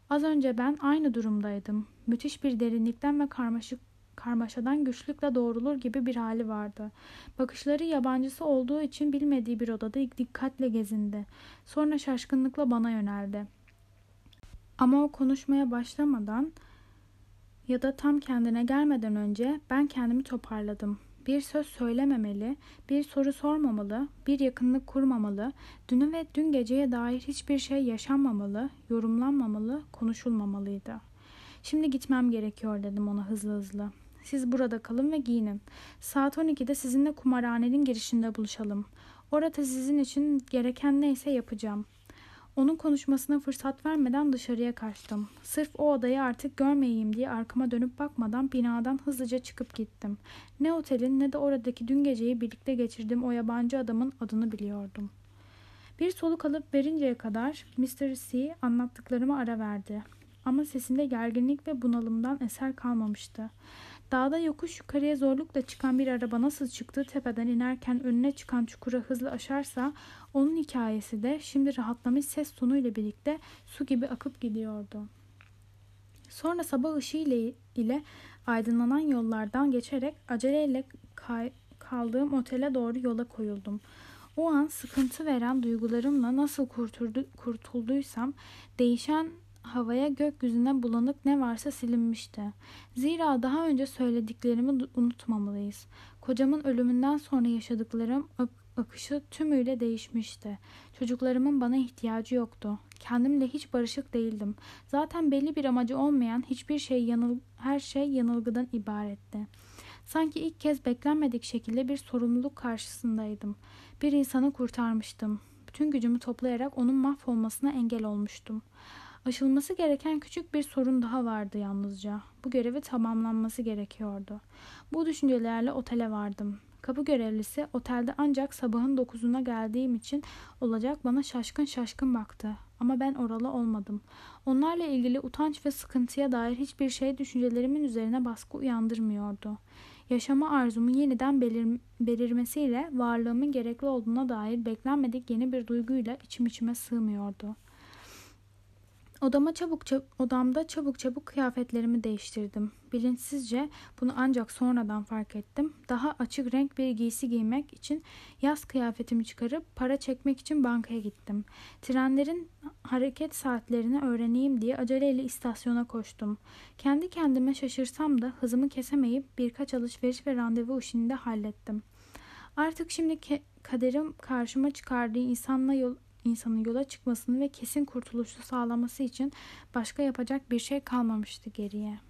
Az önce ben aynı durumdaydım. Müthiş bir derinlikten ve karmaşık karmaşadan güçlükle doğrulur gibi bir hali vardı. Bakışları yabancısı olduğu için bilmediği bir odada dikkatle gezindi. Sonra şaşkınlıkla bana yöneldi. Ama o konuşmaya başlamadan ya da tam kendine gelmeden önce ben kendimi toparladım. Bir söz söylememeli, bir soru sormamalı, bir yakınlık kurmamalı, dünü ve dün geceye dair hiçbir şey yaşanmamalı, yorumlanmamalı, konuşulmamalıydı. Şimdi gitmem gerekiyor dedim ona hızlı hızlı. Siz burada kalın ve giyinin. Saat on ikide sizinle kumarhanenin girişinde buluşalım. Orada sizin için gereken neyse yapacağım. Onun konuşmasına fırsat vermeden dışarıya kaçtım. Sırf o odayı artık görmeyeyim diye arkama dönüp bakmadan binadan hızlıca çıkıp gittim. Ne otelin ne de oradaki dün geceyi birlikte geçirdiğim o yabancı adamın adını biliyordum. Bir soluk alıp verinceye kadar mister C anlattıklarıma ara verdi. Ama sesinde gerginlik ve bunalımdan eser kalmamıştı. Dağda yokuş yukarıya zorlukla çıkan bir araba nasıl çıktığı tepeden inerken önüne çıkan çukura hızlı aşarsa onun hikayesi de şimdi rahatlamış ses tonuyla birlikte su gibi akıp gidiyordu. Sonra sabah ışığı ile, ile aydınlanan yollardan geçerek aceleyle kay, kaldığım otele doğru yola koyuldum. O an sıkıntı veren duygularımla nasıl kurtuldu, kurtulduysam değişen havaya gökyüzüne bulanık ne varsa silinmişti. Zira daha önce söylediklerimi unutmamalıyız. Kocamın ölümünden sonra yaşadıklarım akışı tümüyle değişmişti. Çocuklarımın bana ihtiyacı yoktu. Kendimle hiç barışık değildim. Zaten belli bir amacı olmayan hiçbir şey yanıl her şey yanılgıdan ibaretti. Sanki ilk kez beklenmedik şekilde bir sorumluluk karşısındaydım. Bir insanı kurtarmıştım. Bütün gücümü toplayarak onun mahvolmasına engel olmuştum. Aşılması gereken küçük bir sorun daha vardı yalnızca. Bu görevi tamamlanması gerekiyordu. Bu düşüncelerle otele vardım. Kapı görevlisi otelde ancak sabahın dokuzuna geldiğim için olacak bana şaşkın şaşkın baktı. Ama ben oralı olmadım. Onlarla ilgili utanç ve sıkıntıya dair hiçbir şey düşüncelerimin üzerine baskı uyandırmıyordu. Yaşama arzumun yeniden belir belirmesiyle varlığımın gerekli olduğuna dair beklenmedik yeni bir duyguyla içim içime sığmıyordu. Odama çabuk, çabuk, odamda çabuk çabuk kıyafetlerimi değiştirdim. Bilinçsizce bunu ancak sonradan fark ettim. Daha açık renk bir giysi giymek için yaz kıyafetimi çıkarıp para çekmek için bankaya gittim. Trenlerin hareket saatlerini öğreneyim diye aceleyle istasyona koştum. Kendi kendime şaşırsam da hızımı kesemeyip birkaç alışveriş ve randevu işini de hallettim. Artık şimdi ke- kaderim karşıma çıkardığı insanla yol insanın yola çıkmasını ve kesin kurtuluşu sağlaması için başka yapacak bir şey kalmamıştı geriye.